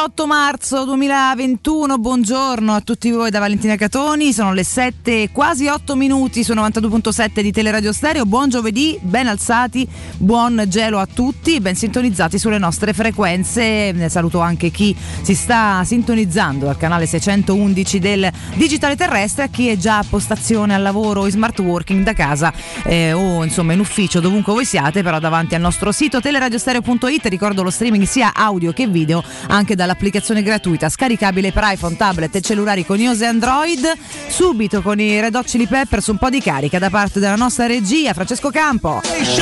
28 marzo 2021, buongiorno a tutti voi da Valentina Catoni, sono le 7, quasi 8 minuti su 92.7 di Teleradio Stereo, buon giovedì, ben alzati, buon gelo a tutti, ben sintonizzati sulle nostre frequenze, ne saluto anche chi si sta sintonizzando al canale 611 del Digitale Terrestre, a chi è già a postazione, al lavoro, in smart working, da casa o insomma in ufficio, dovunque voi siate, però davanti al nostro sito teleradiostereo.it, ricordo lo streaming sia audio che video anche dall'applicazione gratuita scaricabile per iPhone, tablet e cellulari con iOS e Android. Subito con i Red Hot Chili Peppers un po' di carica da parte della nostra regia Francesco Campo.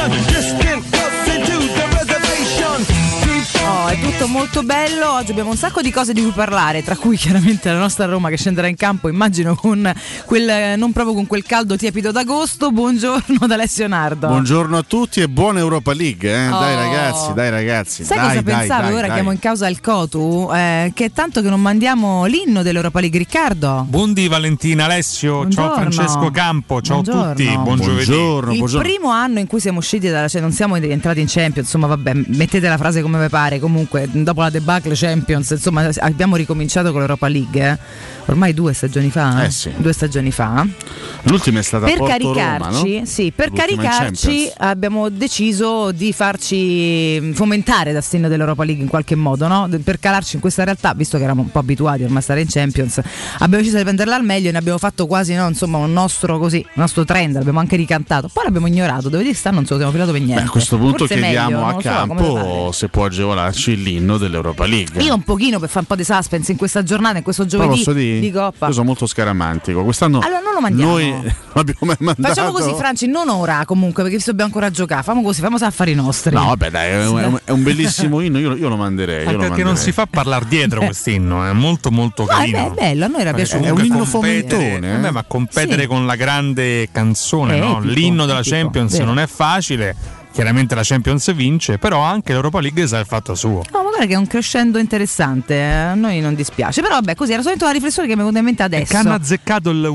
Oh, è tutto molto bello, oggi abbiamo un sacco di cose di cui parlare, tra cui chiaramente la nostra Roma che scenderà in campo, immagino con quel, non proprio con quel caldo tiepido d'agosto. Buongiorno da Alessio Nardo. Buongiorno a tutti e buona Europa League, Oh. Dai ragazzi. Sai cosa pensavo? Ora chiamo in causa il Cotu, che è tanto che non mandiamo l'inno dell'Europa League. Riccardo. Buondì Valentina, Alessio, Buongiorno. Ciao Francesco Campo, ciao Buongiorno. a tutti, buon giovedì. Il primo anno in cui siamo usciti non siamo entrati in Champions, insomma vabbè, mettete la frase come vi pare. Comunque dopo la debacle Champions, insomma, abbiamo ricominciato con l'Europa League ormai 2 stagioni fa. Sì. 2 stagioni fa. L'ultima è stata per Porto caricarci, Roma, no? sì, per L'ultima caricarci abbiamo deciso di farci fomentare da stile dell'Europa League in qualche modo, no? Per calarci in questa realtà, visto che eravamo un po' abituati ormai a stare in Champions, abbiamo deciso di prenderla al meglio e ne abbiamo fatto quasi, no, insomma, un nostro trend, l'abbiamo anche ricantato, poi l'abbiamo ignorato, devo dire che stanno non ce lo siamo filato per niente. A questo punto forse chiediamo meglio, a Campo se può agevolarci l'inno dell'Europa League. Io un pochino, per fare un po' di suspense in questa giornata, in questo Però giovedì posso dire? di Coppa. Io sono molto scaramantico. Quest'anno allora non lo mandiamo. noi non abbiamo mai mandato. Facciamo così, Franci, non ora comunque, perché dobbiamo ancora giocare. Famo così, famo affari nostri. No, vabbè, dai, è un bellissimo inno. Io lo manderei. Anche perché non si fa parlare dietro quest'inno, è molto molto carino. È bello, a noi era piaciuto. È un inno fomentone. Vabbè, ma competere Sì. con la grande canzone, no? Epico, L'inno della epico, Champions vero. non è facile. Chiaramente la Champions vince, però anche l'Europa League sa il fatto suo. No, ma guarda che è un crescendo interessante, a noi non dispiace. Però vabbè, così era solamente una riflessione che mi è venuta in mente adesso. Che hanno azzeccato il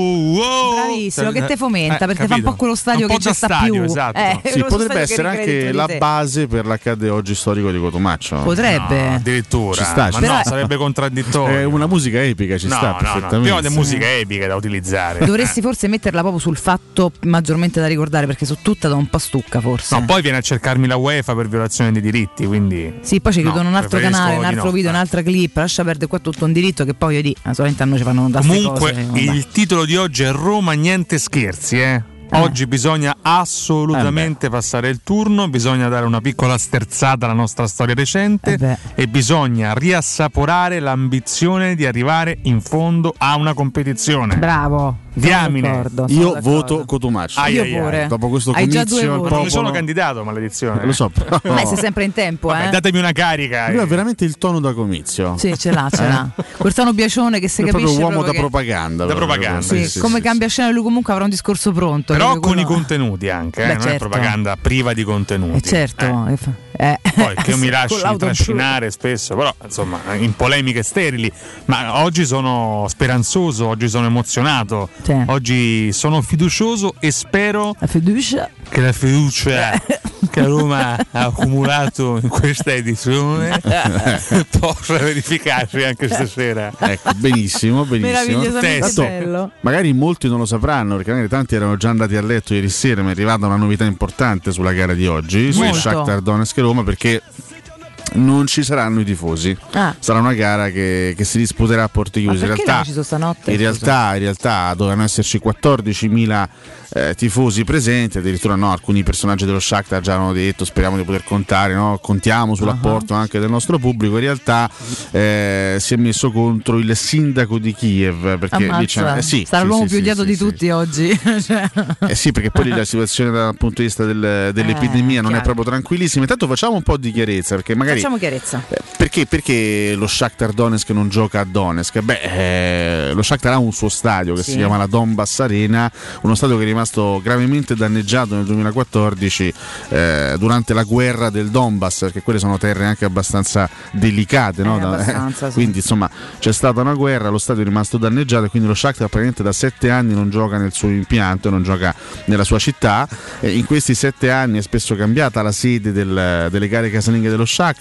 wow. Bravissimo, che te fomenta, perché capito. fa un po' quello stadio un po' che da ci sta stadio, più. esatto. Sì, quello potrebbe stadio essere che anche ricredi la di te. base per l'accade oggi storico di Cotumaccio. Potrebbe. No, addirittura. Ci sta, ma ci no, sta. sarebbe contraddittorio. È una musica epica, ci sta perfettamente. Abbiamo delle musiche epiche da utilizzare. Dovresti forse metterla proprio sul fatto maggiormente da ricordare, perché su tutta da un po' stucca forse. No, poi viene a cercarmi la UEFA per violazione dei diritti, quindi Sì, poi ci chiudono un altro preferisco canale, un di altro no. video, un'altra clip. Lascia perdere qua tutto un diritto che poi io di solamente a noi ci fanno da Comunque cose. Vabbè. il titolo di oggi è Roma niente scherzi, Oggi bisogna assolutamente passare il turno, bisogna dare una piccola sterzata alla nostra storia recente e bisogna riassaporare l'ambizione di arrivare in fondo a una competizione. Bravo. Diamine. Io voto Cotumaccio. Io pure. Dopo questo Hai già comizio 2 il voti. Non mi sono popolo- candidato, maledizione. Lo so, però Ma sei sempre in tempo, Vabbè, datemi una carica. lui ha veramente il tono da comizio. Sì, ce l'ha. Quel tono biacione che si È capisce proprio uomo da che... propaganda. Da proprio. propaganda. Sì, come cambia scena lui comunque avrà un discorso pronto. Però perché con i quello- contenuti anche, Beh, non è certo. propaganda priva di contenuti. certo. Poi che io mi Con lasci l'auto trascinare spesso, però insomma in polemiche sterili, ma oggi sono speranzoso, oggi sono emozionato, Sì. oggi sono fiducioso e spero La fiducia. che la fiducia che Roma ha accumulato in questa edizione possa verificarsi anche stasera. Ecco, benissimo. Meravigliosamente Testo. bello. Magari molti non lo sapranno perché magari tanti erano già andati a letto ieri sera, ma è arrivata una novità importante sulla gara di oggi, sul Molto. Shakhtar Donetsk Roma, perché non ci saranno i tifosi. Sarà una gara che si disputerà a porte chiuse. perché l'hanno deciso stanotte? In realtà dovevano esserci 14.000 tifosi presenti, addirittura alcuni personaggi dello Shakhtar già hanno detto speriamo di poter contare, contiamo sull'apporto anche del nostro pubblico. In realtà si è messo contro il sindaco di Kiev, perché lì c'è, sarà l'uomo più odiato di tutti oggi. sì, perché poi la situazione dal punto di vista dell'epidemia non è chiaro. proprio tranquillissima. Intanto facciamo un po' di chiarezza, perché magari Facciamo chiarezza. perché lo Shakhtar Donetsk non gioca a Donetsk? Lo Shakhtar ha un suo stadio che si chiama la Donbass Arena, uno stadio che è rimasto gravemente danneggiato nel 2014 durante la guerra del Donbass, perché quelle sono terre anche abbastanza delicate, no? Abbastanza, sì. Quindi insomma c'è stata una guerra, lo stadio è rimasto danneggiato e quindi lo Shakhtar praticamente da 7 anni non gioca nel suo impianto, non gioca nella sua città. In questi 7 anni è spesso cambiata la sede delle gare casalinghe dello Shakhtar.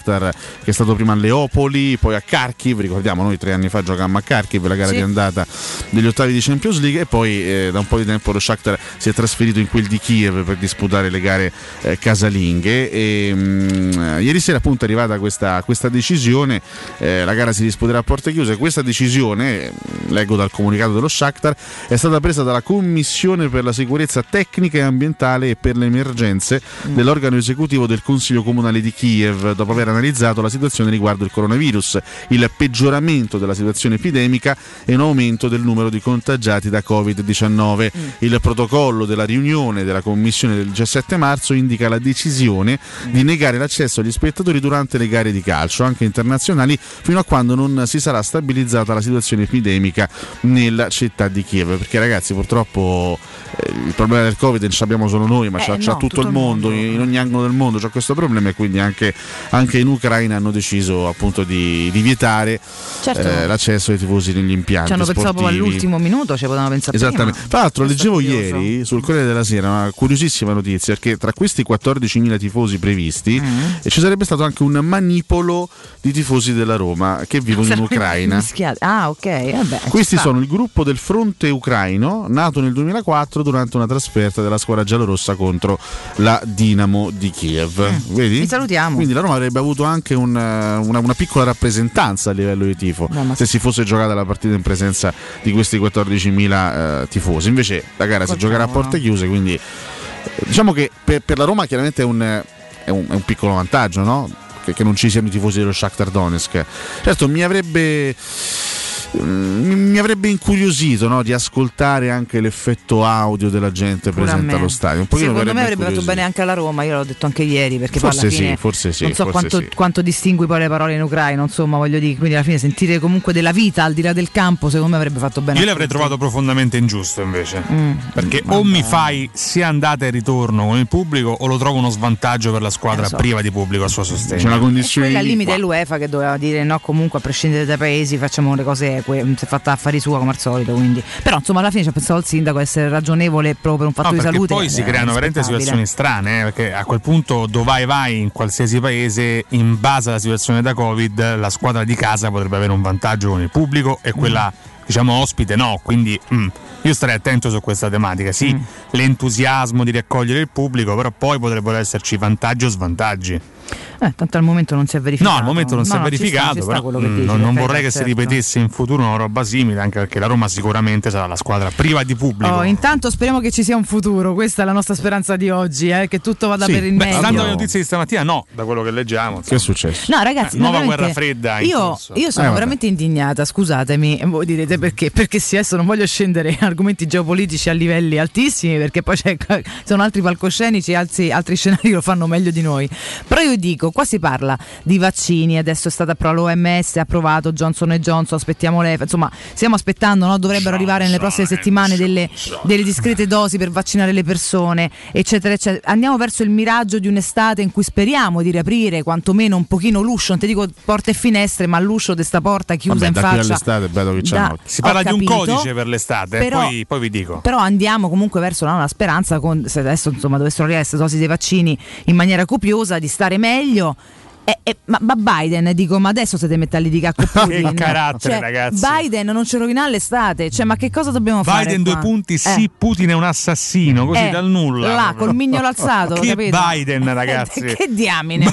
Shakhtar che è stato prima a Leopoli, poi a Kharkiv, ricordiamo noi 3 anni fa giocammo a Kharkiv, la gara di andata degli ottavi di Champions League, e poi da un po' di tempo lo Shakhtar si è trasferito in quel di Kiev per disputare le gare casalinghe, e ieri sera appunto è arrivata questa decisione, la gara si disputerà a porte chiuse. Questa decisione, leggo dal comunicato dello Shakhtar, è stata presa dalla Commissione per la sicurezza tecnica e ambientale e per le emergenze dell'organo esecutivo del Consiglio Comunale di Kiev, dopo aver analizzato la situazione riguardo il coronavirus, il peggioramento della situazione epidemica e un aumento del numero di contagiati da Covid-19. Il protocollo della riunione della Commissione del 17 marzo indica la decisione di negare l'accesso agli spettatori durante le gare di calcio, anche internazionali, fino a quando non si sarà stabilizzata la situazione epidemica nella città di Kiev, perché ragazzi purtroppo il problema del Covid non ce l'abbiamo solo noi, ma c'ha tutto il mondo, in ogni angolo del mondo c'è questo problema, e quindi anche in Ucraina hanno deciso appunto di vietare l'accesso ai tifosi negli impianti ci hanno sportivi. pensato all'ultimo minuto, ci potevano pensare esattamente prima. Tra l'altro leggevo ieri sul Corriere della Sera una curiosissima notizia, perché tra questi 14.000 tifosi previsti ci sarebbe stato anche un manipolo di tifosi della Roma che vivono in Ucraina. Questi sono il gruppo del Fronte Ucraino, nato nel 2004 durante una trasferta della squadra giallorossa contro la Dinamo di Kiev. Vedi? Vi salutiamo. Quindi la Roma avrebbe avuto anche una piccola rappresentanza a livello di tifo, se si fosse giocata la partita in presenza di questi 14.000 tifosi. Invece la gara si giocherà a porte chiuse, quindi diciamo che per la Roma chiaramente è un piccolo vantaggio, no? Che non ci siano i tifosi dello Shakhtar Donetsk. Certo, mi avrebbe incuriosito, no, di ascoltare anche l'effetto audio della gente presente allo stadio. Secondo me avrebbe fatto bene anche alla Roma, io l'ho detto anche ieri, perché forse poi alla fine forse non so quanto distingui poi le parole in ucraino, insomma, voglio dire, quindi alla fine sentire comunque della vita al di là del campo secondo me avrebbe fatto bene. Io l'avrei trovato profondamente ingiusto invece, perché o mi fai sia andata e ritorno con il pubblico o lo trovo uno svantaggio per la squadra priva di pubblico a suo sostegno. C'è una condizione al limite l'UEFA che doveva dire no, comunque a prescindere dai paesi facciamo le cose eque, si è fatta affari sua come al solito, quindi però insomma alla fine ci ha pensato il sindaco a essere ragionevole proprio per un fatto di salute. Poi si creano veramente situazioni strane, perché a quel punto vai in qualsiasi paese, in base alla situazione da Covid la squadra di casa potrebbe avere un vantaggio con il pubblico e quella diciamo ospite no, quindi io starei attento su questa tematica, l'entusiasmo di raccogliere il pubblico, però poi potrebbero esserci vantaggi o svantaggi. Tanto al momento non si è verificato. No, al momento non si è verificato, però non vorrei che si ripetesse in futuro una roba simile, anche perché la Roma sicuramente sarà la squadra priva di pubblico. Intanto speriamo che ci sia un futuro, questa è la nostra speranza di oggi, che tutto vada per il meglio. Stando alle notizie di stamattina da quello che leggiamo. Che è successo? No ragazzi, nuova guerra fredda. Io sono veramente indignata, scusatemi, voi direte perché sì, adesso non voglio scendere in argomenti geopolitici a livelli altissimi, perché poi sono altri palcoscenici, altri scenari lo fanno meglio di noi, però io dico, qua si parla di vaccini, adesso è stata l'OMS ha approvato Johnson & Johnson, aspettiamo l'EFA, insomma stiamo aspettando, no? Dovrebbero arrivare nelle prossime settimane delle discrete dosi per vaccinare le persone, eccetera eccetera. Andiamo verso il miraggio di un'estate in cui speriamo di riaprire quantomeno un pochino l'uscio, non ti dico porte e finestre, ma l'uscio di sta porta chiusa in faccia. All'estate è bello che c'hanno. Si parla di un codice per l'estate, però, poi vi dico. Però andiamo comunque verso una speranza, se adesso insomma dovessero arrivare queste dosi dei vaccini in maniera copiosa, di stare meglio. Ma Biden, dico, ma adesso siete metti a litigare con Putin? Che carattere, ragazzi. Biden non ci rovina l'estate, ma che cosa dobbiamo fare? Biden 2 punti, sì, Putin è un assassino, così dal nulla. Là, col mignolo alzato, che capito? Biden, ragazzi. Che diamine.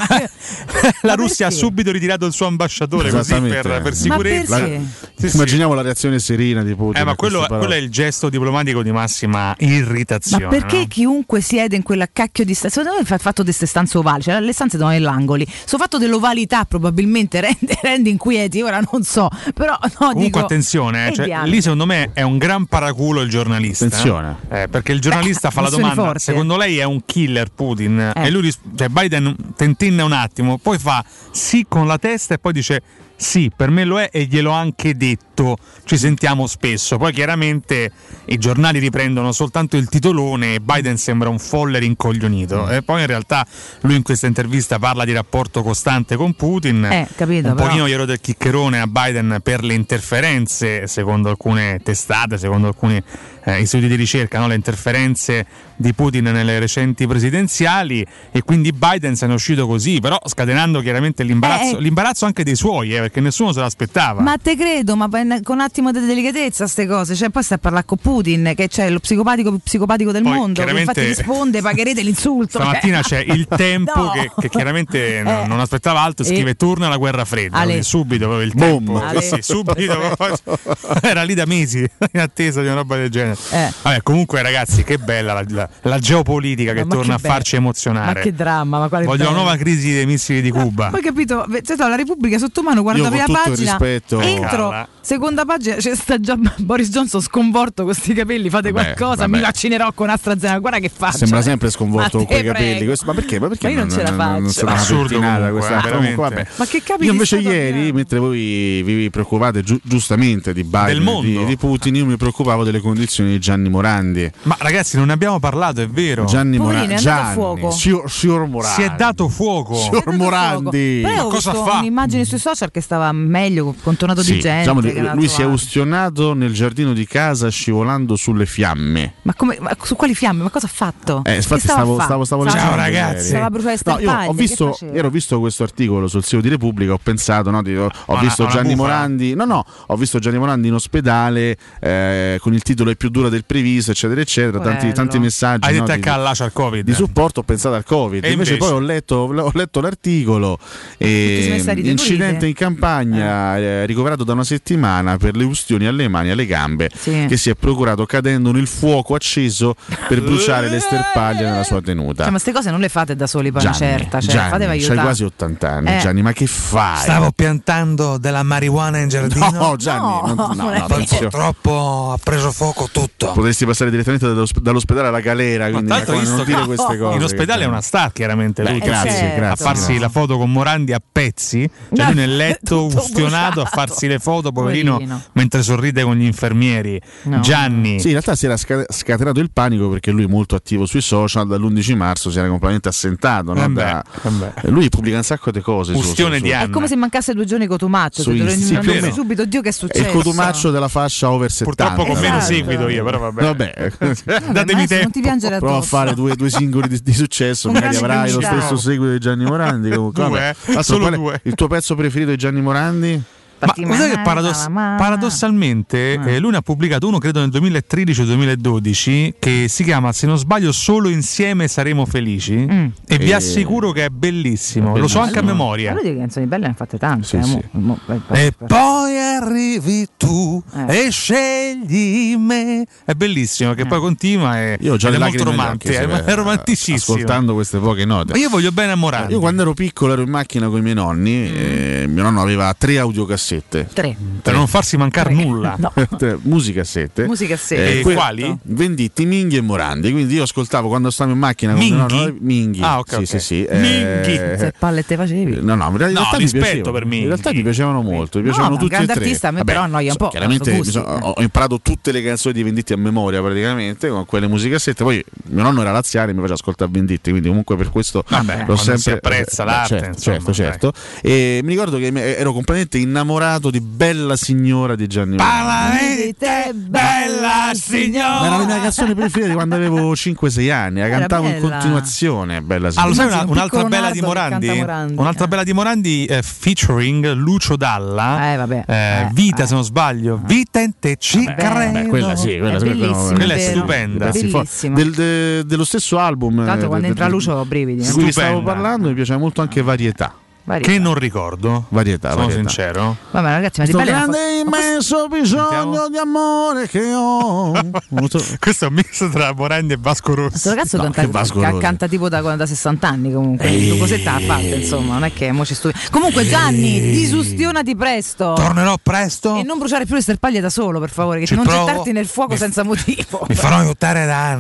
La Russia ha subito ritirato il suo ambasciatore così per sicurezza. Immaginiamo la reazione serena di Putin. Ma quello è il gesto diplomatico di massima irritazione. Ma perché chiunque siede in quella cacchio di stanza? Secondo me il fatto di queste stanze ovali, cioè le stanze sono nell'angoli. Fatto dell'ovalità probabilmente rende inquieti, ora non so, però comunque attenzione, lì secondo me è un gran paraculo il giornalista. Attenzione. Perché il giornalista fa la domanda, forte. Secondo lei è un killer Putin? E lui Biden tentenna un attimo, poi fa sì con la testa e poi dice sì, per me lo è e gliel'ho anche detto. detto ci sentiamo spesso. Poi chiaramente i giornali riprendono soltanto il titolone e Biden sembra un folle rincoglionito. E poi in realtà lui in questa intervista parla di rapporto costante con Putin. Capito, un pochino gli ero del chiccherone a Biden per le interferenze, secondo alcune testate, secondo alcuni istituti di ricerca, no? Le interferenze di Putin nelle recenti presidenziali, e quindi Biden se ne è uscito così, però scatenando chiaramente l'imbarazzo anche dei suoi, perché nessuno se l'aspettava. Ma te credo, ma con un attimo di delicatezza ste cose, cioè poi stai a parlare con Putin, che c'è lo psicopatico più psicopatico del mondo, che infatti risponde pagherete l'insulto. Stamattina c'è il Tempo che chiaramente non aspettava altro, scrive torna la guerra fredda, subito proprio il Tempo, subito era lì da mesi in attesa di una roba del genere. Vabbè, comunque ragazzi, che bella la geopolitica che torna a farci emozionare. Ma che dramma, ma quale voglio una nuova crisi dei missili di Cuba. Poi capito, la Repubblica sotto mano, guarda prima pagina, entro seconda pagina c'è sta già Boris Johnson sconvolto con questi capelli, fate qualcosa, mi vaccinerò con AstraZeneca, guarda che faccia. Sembra sempre sconvolto con quei capelli. Ma perché? Ma io non ce la faccio. Assurdo questa. Ma che capito? Io invece ieri, mentre voi vi preoccupate giustamente di Biden, di Putin, io mi preoccupavo delle condizioni di Gianni Morandi. Ma ragazzi, non ne abbiamo parlato, è vero. Gianni Morandi, signor Morandi. Si è dato fuoco. Signor Morandi. Ma cosa fa? Un'immagine sui social che stava meglio, con tonato di gente. Diciamo, lui si è ustionato nel giardino di casa scivolando sulle fiamme. Ma su quali fiamme? Ma cosa ha fatto? Infatti stavo leggendo. Ciao ragazzi. Stava bruciando io ho visto questo articolo sul sito di Repubblica, ho pensato, ho visto Gianni Morandi. Ho visto Gianni Morandi in ospedale con il titolo "È più dura del previsto", eccetera eccetera, tanti messaggi. Hai detto che all'ascia al Covid. Di supporto, ho pensato al Covid. Invece poi ho letto l'articolo incidente in campagna, ricoverato da una settimana per le ustioni alle mani e alle gambe, che si è procurato cadendo nel fuoco acceso per bruciare le sterpaglie nella sua tenuta. Ma queste cose non le fate da soli, poi una certa. Gianni, c'hai quasi 80 anni, Gianni, ma che fai? Stavo piantando della marijuana in giardino. No, Gianni, purtroppo ha preso fuoco tutto. Potresti passare direttamente dall'ospedale alla galera, quindi non dire queste cose. In ospedale è una star, chiaramente. Lui grazie. A farsi la foto con Morandi a pezzi, lui nel letto ustionato a farsi le foto, poverino, mentre sorride con gli infermieri. Gianni. Sì, in realtà si era scatenato il panico perché lui è molto attivo sui social, dall'11 marzo si era completamente assentato. Lui pubblica un sacco di cose. Ustione di anni. È come se mancasse 2 giorni Cotumaccio. Subito, Dio che è successo. E il Cotumaccio della fascia over 70. Purtroppo con meno seguito io, però vabbè. Datemi tempo. Non ti piangere addosso. Prova a fare due singoli di successo, magari avrai lo stesso seguito di Gianni Morandi. Solo due. Il tuo pezzo preferito di Gianni Morandi? Ma sai che paradossalmente lui ne ha pubblicato uno, credo nel 2013 o 2012, che si chiama, se non sbaglio, Solo insieme saremo felici, e vi assicuro che è bellissimo. Lo so anche a memoria. Ma lui di canzoni belle ne ha fatte tante. E poi arrivi tu e scegli me. È bellissimo, che poi continua e io ho già è le molto romantico, è romanticissimo. Ascoltando queste poche note. Ma io voglio bene a Morandi. Io quando ero piccolo ero in macchina con i miei nonni, mio nonno aveva 3 audiocassette. 3 per non farsi mancare nulla. Musicassette. E quali? Venditti, Minghi e Morandi. Quindi io ascoltavo quando stavo in macchina con mio nonno. Minghi. Sì. Minghi. Se palle te facevi? No, in realtà rispetto per Minghi. In realtà mi piacevano molto, mi piacevano tutti e tre. Artista, a me però annoia un po'. Chiaramente ho imparato tutte le canzoni di Venditti a memoria praticamente con quelle musicassette. Poi mio nonno era laziale e mi faceva ascoltare Venditti, quindi comunque per questo l'ho sempre si apprezza l'arte. Certo. E mi ricordo che ero completamente innamorato di Bella signora di Gianni Morandi. Parlami di te, bella signora. Era la mia canzone preferita di quando avevo 5-6 anni, la cantavo in continuazione. Bella signora. Lo sai un'altra bella di Morandi? Un'altra bella di Morandi featuring Lucio Dalla. Vita, se non sbaglio. Vita in te ci credo. Quella è stupenda. Dello stesso album. Tanto quando entra Lucio ho brividi. Di cui stavo parlando, mi piace molto anche Varietà. Che non ricordo, sono sincero. Vabbè, ragazzi, ma di belle grande immenso bisogno di amore che ho. Questo è un mix tra Morandi e Vasco Rossi. Questo ragazzo canta tipo da 60 anni comunque. Due cosette a parte, insomma, non è che mo ci Comunque Gianni, disustionati presto. Tornerò presto. E non bruciare più le sterpaglie da solo, per favore, che non gettarti nel fuoco senza motivo. Mi farò aiutare da Anna.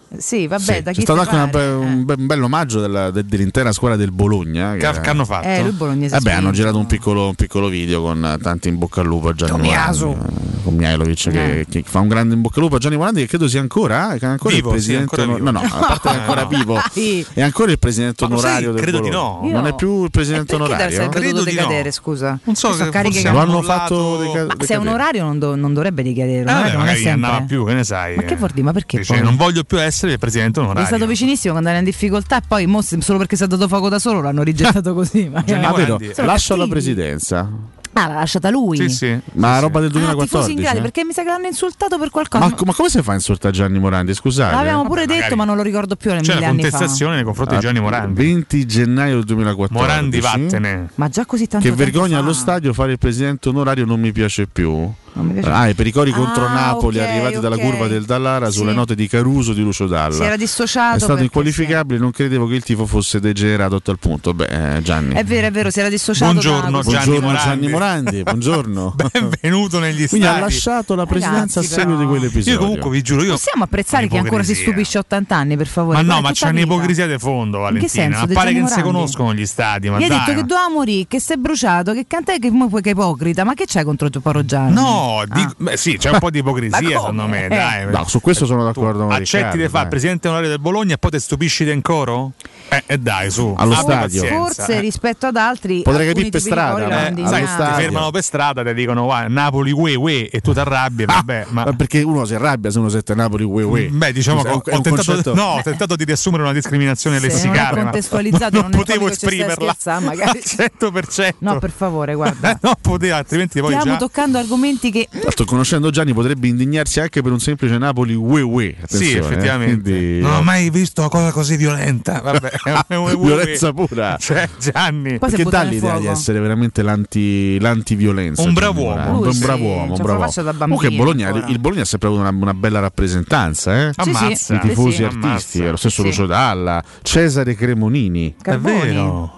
Sì, vabbè, da chi c'è stato anche pare? un bello omaggio dell'intera squadra del Bologna che hanno fatto. Lui bolognese. Hanno girato un piccolo video con tanti in bocca al lupo a Gianni Morandi, con Mihajlovic che fa un grande in bocca al lupo a Gianni Morandi, che credo sia ancora vivo, il presidente vivo. No, a parte che è ancora vivo, è ancora il presidente onorario del credo Bologna. di no. Non è più il presidente onorario? Credo di cadere, scusa. Non so che lo hanno fatto se è onorario non dovrebbe decadere. Magari non andava più, che ne sai? Ma che vuol dire? Ma perché poi? Non voglio più essere il presidente onorario. È stato vicinissimo quando era in difficoltà e poi solo perché si è dato fuoco da solo l'hanno rigettato così. Lascia la presidenza. L'ha lasciata lui. Sì. Ma roba del 2014. Perché mi sa che l'hanno insultato per qualcosa. Ma come si fa a insultare Gianni Morandi? Scusate. L'avevamo pure detto, ma non lo ricordo più. C'è una contestazione nei confronti di Gianni Morandi. 20 gennaio del 2014. Morandi, vattene. Ma già così tanto che vergogna allo stadio fare il presidente onorario non mi piace più. E per i cori contro Napoli arrivati dalla curva del Dallara sulle note di Caruso di Lucio Dalla. Si era dissociato. È stato inqualificabile, non credevo che il tifo fosse degenerato a tal punto. Gianni. È vero, si era dissociato. Buongiorno Gianni Morandi. Buongiorno. Benvenuto negli stadi. Quindi ha lasciato la presidenza a seguito di quell'episodio. Io comunque vi giuro, possiamo apprezzare che ancora si stupisce a 80 anni, per favore. Ma no, ma c'è un'ipocrisia di fondo, Valentina. Pare che non si conoscono gli stadi. Ma gli hai detto che doveva morire, che sei bruciato, che cant'è che è ipocrita. Ma che c'è contro Paolo Gianni? No, sì, c'è un po' di ipocrisia secondo me, dai. No, su questo sono d'accordo con accetti di fare il presidente onorario del Bologna e poi ti stupisci in coro? Dai, su. Allo stadio. Forse rispetto ad altri potrei capire per strada. Ti fermano per strada, ti dicono Napoli ue e tu ti arrabbi, vabbè, ma perché uno si arrabbia se uno sente Napoli ue. Beh, diciamo che ho tentato di riassumere una discriminazione lessicale, non contestualizzata, non potevo esprimerla magari 100%. No, per favore, guarda. Non poteva, altrimenti poi stiamo toccando argomenti che conoscendo Gianni potrebbe indignarsi anche per un semplice Napoli ue. Sì, effettivamente. Quindi... non ho mai visto una cosa così violenta. Vabbè, violenza pura. Cioè, Gianni, perché dà l'idea di essere veramente l'antiviolenza. Un bravo uomo. Un bravo uomo. Comunque il Bologna ha sempre avuto una bella rappresentanza, Ammazza. I tifosi artisti, lo stesso Lucio Dalla, Cesare Cremonini. È vero.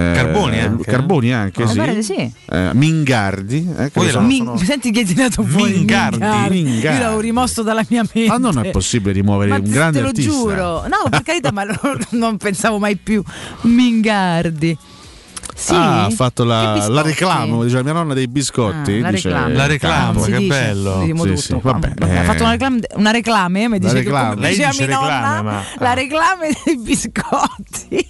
Carboni anche sì. Mingardi senti che hai tirato fuori Mingardi. Io l'avevo rimosso dalla mia mente. Ma non è possibile rimuovere un grande artista. Te lo giuro. No, per carità, ma non pensavo mai più. Mingardi. Sì? Ha fatto la reclamo, diceva mia nonna dei biscotti. La reclamo, che bello. Sì, vabbè. Ha fatto una reclame, mi dice lei dice reclame, ma la reclame dei biscotti.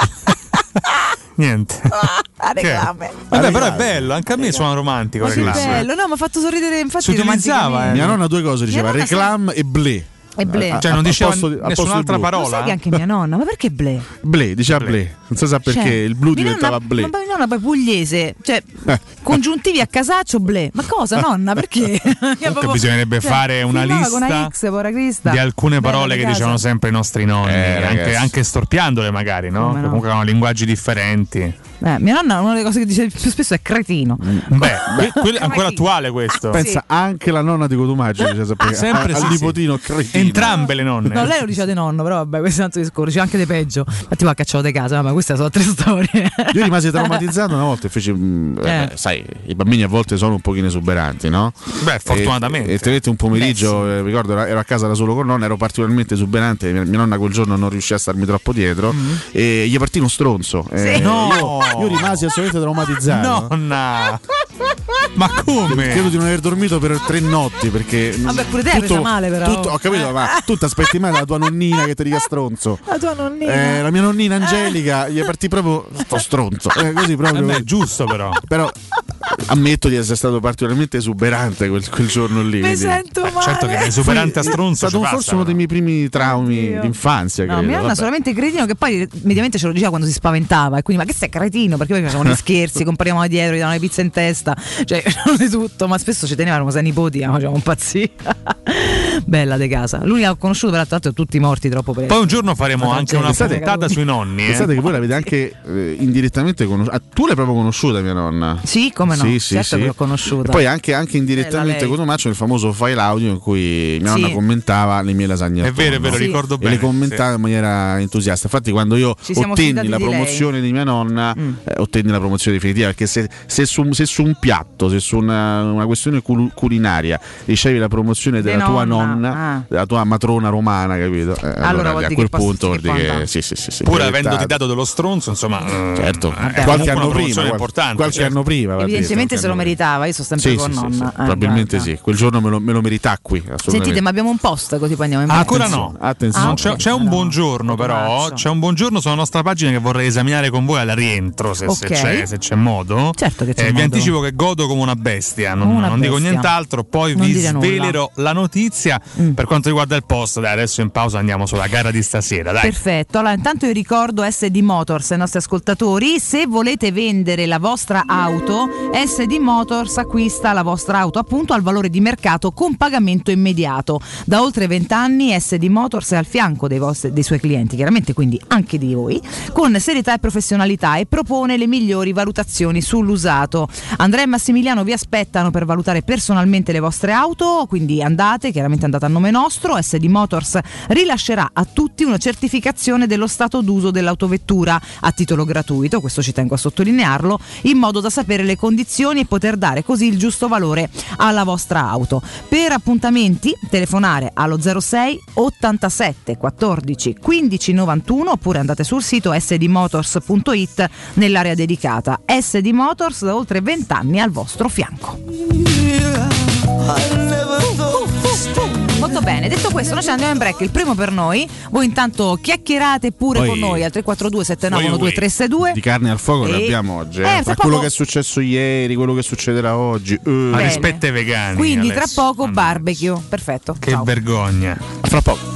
Niente. La reclame. Vabbè, però è bello, anche a me suona romantico. Ma che bello, no, mi ha fatto sorridere, infatti. Si utilizzava. Mia nonna due cose diceva, reclame e blé. Cioè non diceva nessun'altra parola. Sai che anche mia nonna, ma perché blé? Blé, diceva blé. Non si sa perché il blu diventava blé. Ma mia nonna poi pugliese, cioè congiuntivi a casaccio blé. Ma cosa nonna? Perché? Comunque bisognerebbe fare una lista di alcune parole che dicevano sempre i nostri nonni, anche storpiandole magari, no? Comunque hanno linguaggi differenti. Mia nonna una delle cose che dice più spesso è cretino. Quello è ancora attuale questo. Pensa anche la nonna di Cotumaccio dice sempre al nipotino cretino. Entrambe le nonne. No, lei lo diceva di nonno, però vabbè, questo è un altro discorso, c'è anche di peggio. Infatti va cacciato di casa, ma queste sono altre storie. Io rimasi traumatizzato una volta e feci sai, i bambini a volte sono un pochino esuberanti, no? Beh, fortunatamente. E tenete un pomeriggio, ricordo ero a casa da solo con nonna, ero particolarmente esuberante, mia nonna quel giorno non riuscì a starmi troppo dietro e gli partì uno stronzo. Io rimasi assolutamente traumatizzato. Nonna! Ma come? Credo di non aver dormito per 3 notti perché vabbè, pure te hai presa male però. Ho capito, ma tu ti aspetti mai dalla tua nonnina che ti dica stronzo. La tua nonnina. La mia nonnina Angelica gli partì proprio sto stronzo. Così proprio. È giusto però. Però ammetto di essere stato particolarmente esuberante quel giorno lì. Mi sento male. Certo che è esuberante a stronzo. È stato forse uno dei miei primi traumi d'infanzia. No, mia nonna solamente cretino, che poi mediamente ce lo diceva quando si spaventava. E quindi, ma che sei cretino? Perché poi facevano gli scherzi, compariamo dietro, gli davano le pizze in testa. Cioè, non è tutto, ma spesso ci tenevamo sei nipoti, facevamo un pazzia. Bella de casa. L'unica che ho conosciuto, peraltro, tutti morti troppo presto. Poi un giorno faremo anche una puntata sui nonni. Pensate che voi l'avete anche indirettamente conosciuta. Tu l'hai proprio conosciuta, mia nonna? Sì, come come no? Certo che l'ho conosciuta. E poi anche indirettamente con Tomaccio nel famoso file audio in cui mia nonna commentava le mie lasagne. È vero, ricordo bene. E le commentava in maniera entusiasta. Infatti quando io ottenni la promozione di mia nonna, ottenni la promozione definitiva, perché se su un piatto, se su una questione culinaria ricevi la promozione della tua nonna, della tua matrona romana, capito? Allora a quel punto vuol dire che sì. Pur avendoti dato dello stronzo, insomma, certo, qualche anno prima evidentemente se lo meritava. Io sono sempre con nonna. Probabilmente sì, quel giorno me lo meritacqui. Sentite, ma abbiamo un post così poi andiamo in ancora no. Attenzione. C'è un buongiorno, però c'è un buongiorno sulla nostra pagina che vorrei esaminare con voi al rientro, se c'è modo. Certo che c'è vi anticipo che godo come una bestia, non dico nient'altro, poi vi svelerò la notizia. Per quanto riguarda il post, dai, adesso in pausa andiamo sulla gara di stasera, dai. Perfetto. Allora, intanto io ricordo SD Motors ai nostri ascoltatori: se volete vendere la vostra auto, SD Motors acquista la vostra auto appunto al valore di mercato con pagamento immediato. Da oltre 20 anni SD Motors è al fianco dei suoi clienti, chiaramente, quindi anche di voi, con serietà e professionalità, e propone le migliori valutazioni sull'usato. Andrea e Massimiliano vi aspettano per valutare personalmente le vostre auto, quindi andate a nome nostro. SD Motors rilascerà a tutti una certificazione dello stato d'uso dell'autovettura a titolo gratuito, questo ci tengo a sottolinearlo, in modo da sapere le condizioni e poter dare così il giusto valore alla vostra auto. Per appuntamenti telefonare allo 06 87 14 15 91 oppure andate sul sito sdmotors.it nell'area dedicata. SD Motors, da oltre 20 anni al vostro fianco. Molto bene, detto questo noi ci andiamo in break, il primo per noi. Voi intanto chiacchierate pure con noi al 342 7912 362. Di carne al fuoco ne abbiamo oggi, tra quello che è successo ieri, quello che succederà oggi, rispetto ai vegani. Quindi tra poco barbecue. Perfetto. Che vergogna. Fra poco.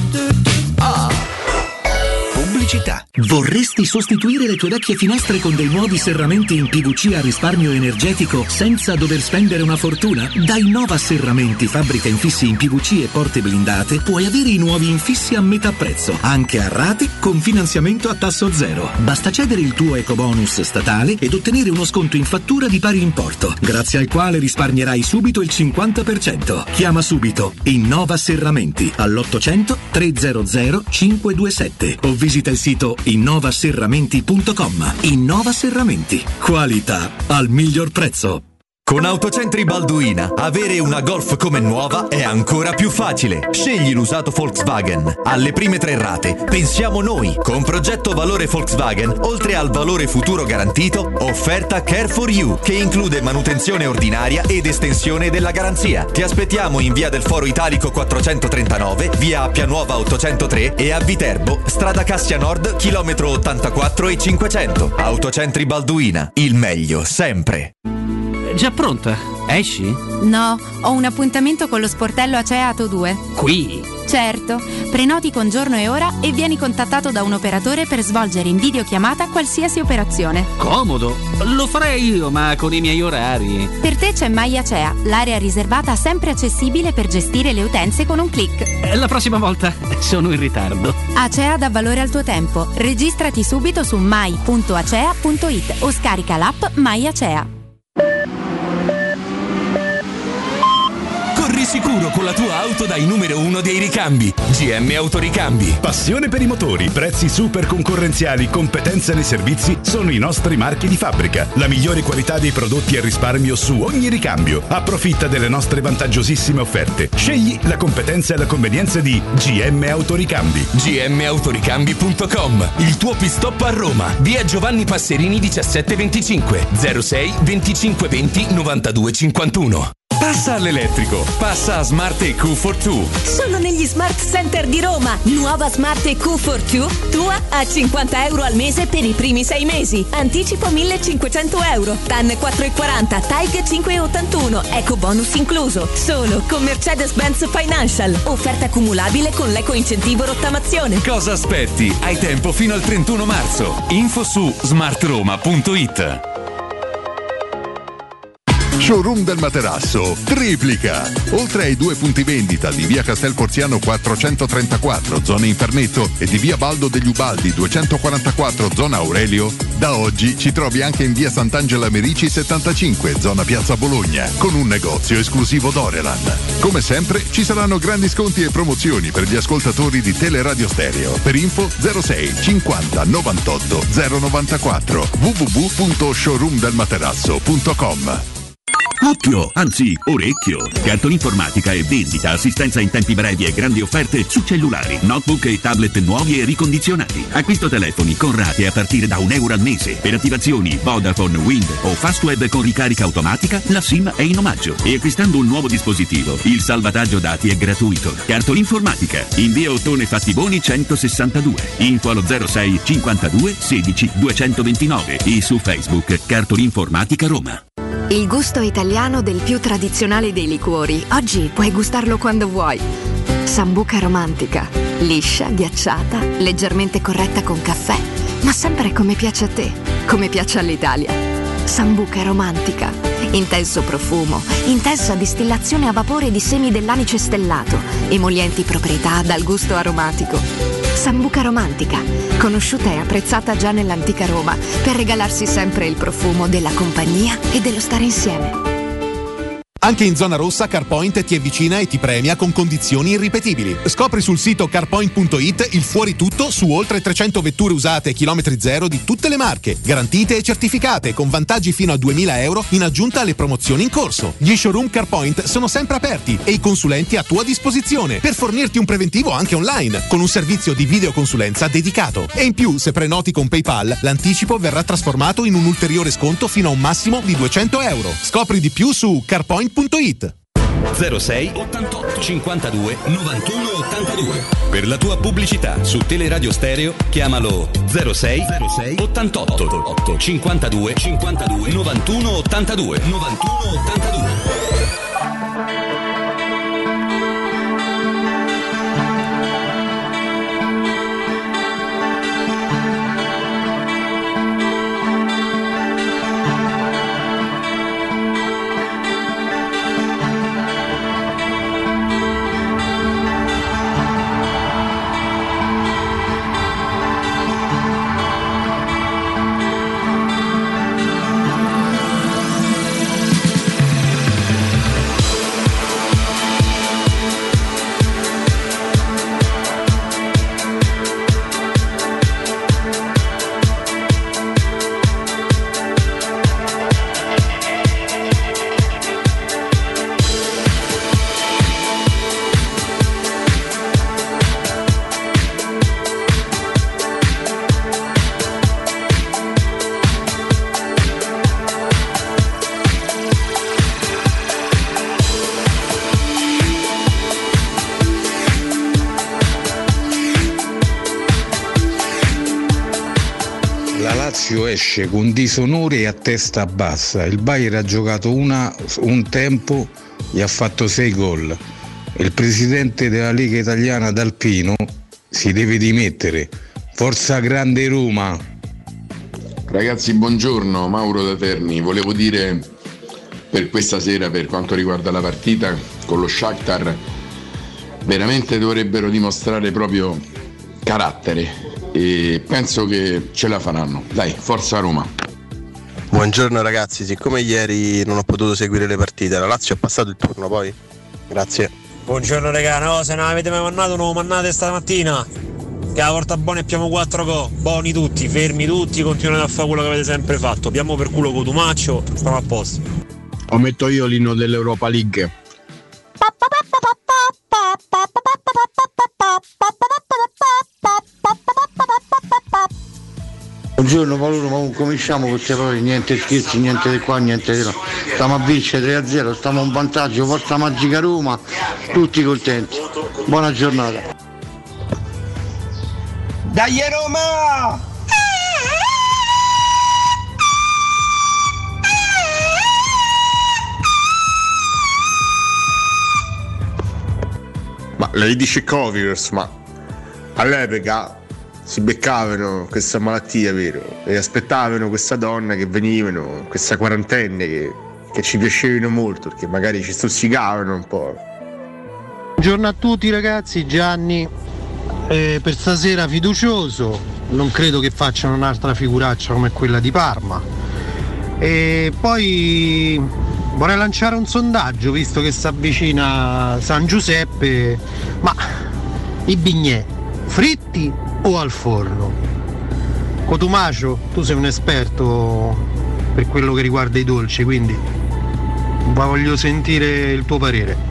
Pubblicità. Vorresti sostituire le tue vecchie finestre con dei nuovi serramenti in PVC a risparmio energetico senza dover spendere una fortuna? Da Innova Serramenti, fabbrica infissi in PVC e porte blindate, puoi avere i nuovi infissi a metà prezzo, anche a rate con finanziamento a tasso zero. Basta cedere il tuo ecobonus statale ed ottenere uno sconto in fattura di pari importo, grazie al quale risparmierai subito il 50%. Chiama subito Innova Serramenti all'800 300 527 o visita il sito innovaserramenti.com. Innova Serramenti, qualità al miglior prezzo. Con Autocentri Balduina, avere una Golf come nuova è ancora più facile. Scegli l'usato Volkswagen. Alle prime 3 rate, pensiamo noi. Con progetto valore Volkswagen, oltre al valore futuro garantito, offerta Care for You, che include manutenzione ordinaria ed estensione della garanzia. Ti aspettiamo in via del Foro Italico 439, via Appia Nuova 803 e a Viterbo, strada Cassia Nord, chilometro 84 e 500. Autocentri Balduina, il meglio sempre. Già pronta? Esci? No, ho un appuntamento con lo sportello Acea Ato 2. Qui? Certo, prenoti con giorno e ora e vieni contattato da un operatore per svolgere in videochiamata qualsiasi operazione. Comodo, lo farei io, ma con i miei orari. Per te c'è MyAcea, l'area riservata sempre accessibile per gestire le utenze con un click. La prossima volta sono in ritardo. Acea dà valore al tuo tempo. Registrati subito su my.acea.it o scarica l'app MyAcea. Corri sicuro con la tua auto dai numero 1 dei ricambi. GM Autoricambi. Passione per i motori, prezzi super concorrenziali, competenza nei servizi sono i nostri marchi di fabbrica. La migliore qualità dei prodotti e risparmio su ogni ricambio. Approfitta delle nostre vantaggiosissime offerte. Scegli la competenza e la convenienza di GM Autoricambi. gmautoricambi.com. Il tuo pit stop a Roma. Via Giovanni Passerini 1725 06 25 20 92 51. Passa all'elettrico, passa a Smart EQ For2. Sono negli Smart Center di Roma. Nuova Smart EQ For2, tua a €50 al mese per i primi 6 mesi. Anticipo €1.500. TAN 4,40, TAG 5,81, eco bonus incluso. Solo con Mercedes-Benz Financial. Offerta cumulabile con l'eco incentivo rottamazione. Cosa aspetti? Hai tempo fino al 31 marzo. Info su smartroma.it. Showroom del Materasso triplica. Oltre ai 2 punti vendita di via Castel Porziano 434, zona Infernetto, e di via Baldo degli Ubaldi 244, zona Aurelio, da oggi ci trovi anche in via Sant'Angela Merici 75, zona Piazza Bologna, con un negozio esclusivo Dorelan. Come sempre ci saranno grandi sconti e promozioni per gli ascoltatori di Teleradio Stereo. Per info 06 50 98 094 www.showroomdelmaterasso.com. Occhio, anzi orecchio. Cartolinformatica e vendita, assistenza in tempi brevi e grandi offerte su cellulari, notebook e tablet nuovi e ricondizionati. Acquisto telefoni con rate a partire da €1 al mese. Per attivazioni Vodafone, Wind o Fastweb con ricarica automatica, la SIM è in omaggio. E acquistando un nuovo dispositivo, il salvataggio dati è gratuito. Cartolinformatica, in via Ottone Fattiboni 162. Info allo 06 52 16 229 e su Facebook Cartolinformatica Roma. Il gusto italiano del più tradizionale dei liquori. Oggi puoi gustarlo quando vuoi. Sambuca romantica. Liscia, ghiacciata, leggermente corretta con caffè, ma sempre come piace a te, come piace all'Italia. Sambuca romantica. Intenso profumo, intensa distillazione a vapore di semi dell'anice stellato, emolienti proprietà dal gusto aromatico. Sambuca romantica, conosciuta e apprezzata già nell'antica Roma per regalarsi sempre il profumo della compagnia e dello stare insieme. Anche in zona rossa CarPoint ti avvicina e ti premia con condizioni irripetibili. Scopri sul sito carpoint.it il fuori tutto su oltre 300 vetture usate chilometri zero di tutte le marche, garantite e certificate, con vantaggi fino a €2.000 in aggiunta alle promozioni in corso. Gli showroom CarPoint sono sempre aperti e i consulenti a tua disposizione per fornirti un preventivo anche online, con un servizio di videoconsulenza dedicato. E in più, se prenoti con PayPal, l'anticipo verrà trasformato in un ulteriore sconto fino a un massimo di €200. Scopri di più su carpoint.it. 06 88 52 91 82. Per la tua pubblicità su Teleradio Stereo chiamalo 06 88 52 91 82 91 82. Esce con disonore e a testa bassa. Il Bayern ha giocato un tempo e ha fatto 6 gol. Il presidente della Lega Italiana D'Alpino si deve dimettere. Forza grande Roma. Ragazzi, buongiorno, Mauro da Terni. Volevo dire per questa sera, per quanto riguarda la partita con lo Shakhtar, veramente dovrebbero dimostrare proprio carattere e penso che ce la faranno. Dai, forza Roma. Buongiorno ragazzi, siccome ieri non ho potuto seguire le partite, la Lazio ha passato il turno poi? Grazie. Buongiorno regà, no, se non avete mai mannato non lo mannate stamattina, che la porta buona e abbiamo 4 gol, buoni tutti, fermi tutti, continuate a fare quello che avete sempre fatto, abbiamo per culo Cotumaccio, stiamo a posto. O metto io l'inno dell'Europa League. Buongiorno Paolo, ma cominciamo queste parole, niente scherzi, niente di qua, niente di là. Stiamo a vincere 3-0, stiamo a un vantaggio, forza magica Roma, tutti contenti. Buona giornata. Dai Roma! Ma lei dice Covirus, ma all'epoca si beccavano questa malattia, vero? E aspettavano questa donna che venivano, questa quarantenne che che ci piacevano molto, perché magari ci stuzzicavano un po'. Buongiorno a tutti ragazzi, Gianni. Per stasera fiducioso, non credo che facciano un'altra figuraccia come quella di Parma. E poi vorrei lanciare un sondaggio, visto che si avvicina San Giuseppe, ma i bignè fritti o al forno? Cotumacio, tu sei un esperto per quello che riguarda i dolci, quindi voglio sentire il tuo parere.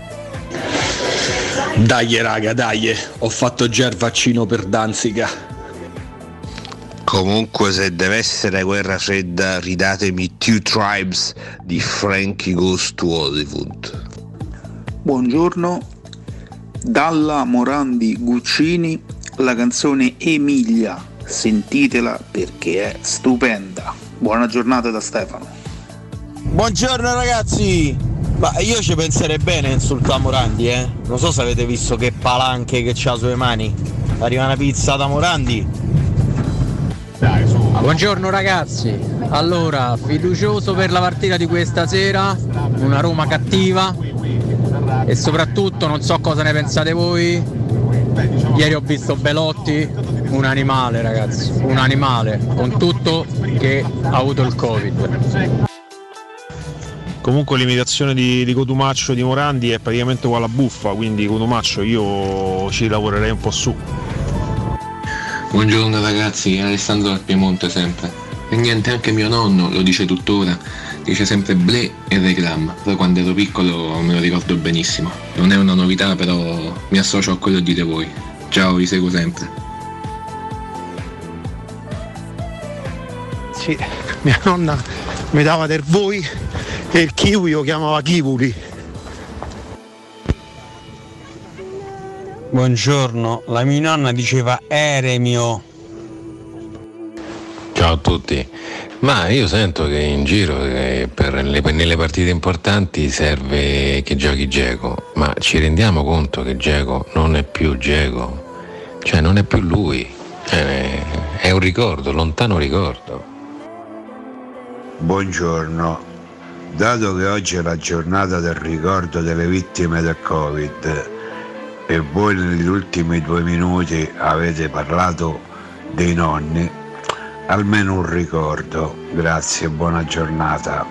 Dai raga, dai, ho fatto già il vaccino per Danzica. Comunque, se deve essere guerra fredda, ridatemi Two Tribes di Frankie Goes to Hollywood. Buongiorno, dalla Morandi Guccini la canzone Emilia, sentitela perché è stupenda. Buona giornata da Stefano. Buongiorno ragazzi, ma io ci penserei bene a insultare Morandi, non so se avete visto che palanche che c'ha sulle mani. Arriva una pizza da Morandi. Dai, su. Buongiorno ragazzi, allora fiducioso per la partita di questa sera, una Roma cattiva e soprattutto non so cosa ne pensate voi, ieri ho visto Belotti, un animale ragazzi, un animale, con tutto che ha avuto il Covid. Comunque l'imitazione di Cotumaccio di Morandi è praticamente uguale a buffa, quindi Cotumaccio io ci lavorerei un po' su. Buongiorno ragazzi, Alessandro dal Piemonte sempre. E niente, anche mio nonno lo dice tuttora, dice sempre blé e reclam, però quando ero piccolo me lo ricordo benissimo. Non è una novità, però mi associo a quello che dite voi. Ciao, vi seguo sempre. Sì, mia nonna mi dava del voi e il kiwi lo chiamava kivuli. Buongiorno, la mia nonna diceva Eremio. Ciao a tutti, ma io sento che in giro nelle partite importanti serve che giochi Dzeko, ma ci rendiamo conto che Dzeko non è più Dzeko, cioè non è più lui, è un ricordo, lontano ricordo. Buongiorno, dato che oggi è la giornata del ricordo delle vittime del Covid e voi negli ultimi 2 minuti avete parlato dei nonni, almeno un ricordo. Grazie, buona giornata.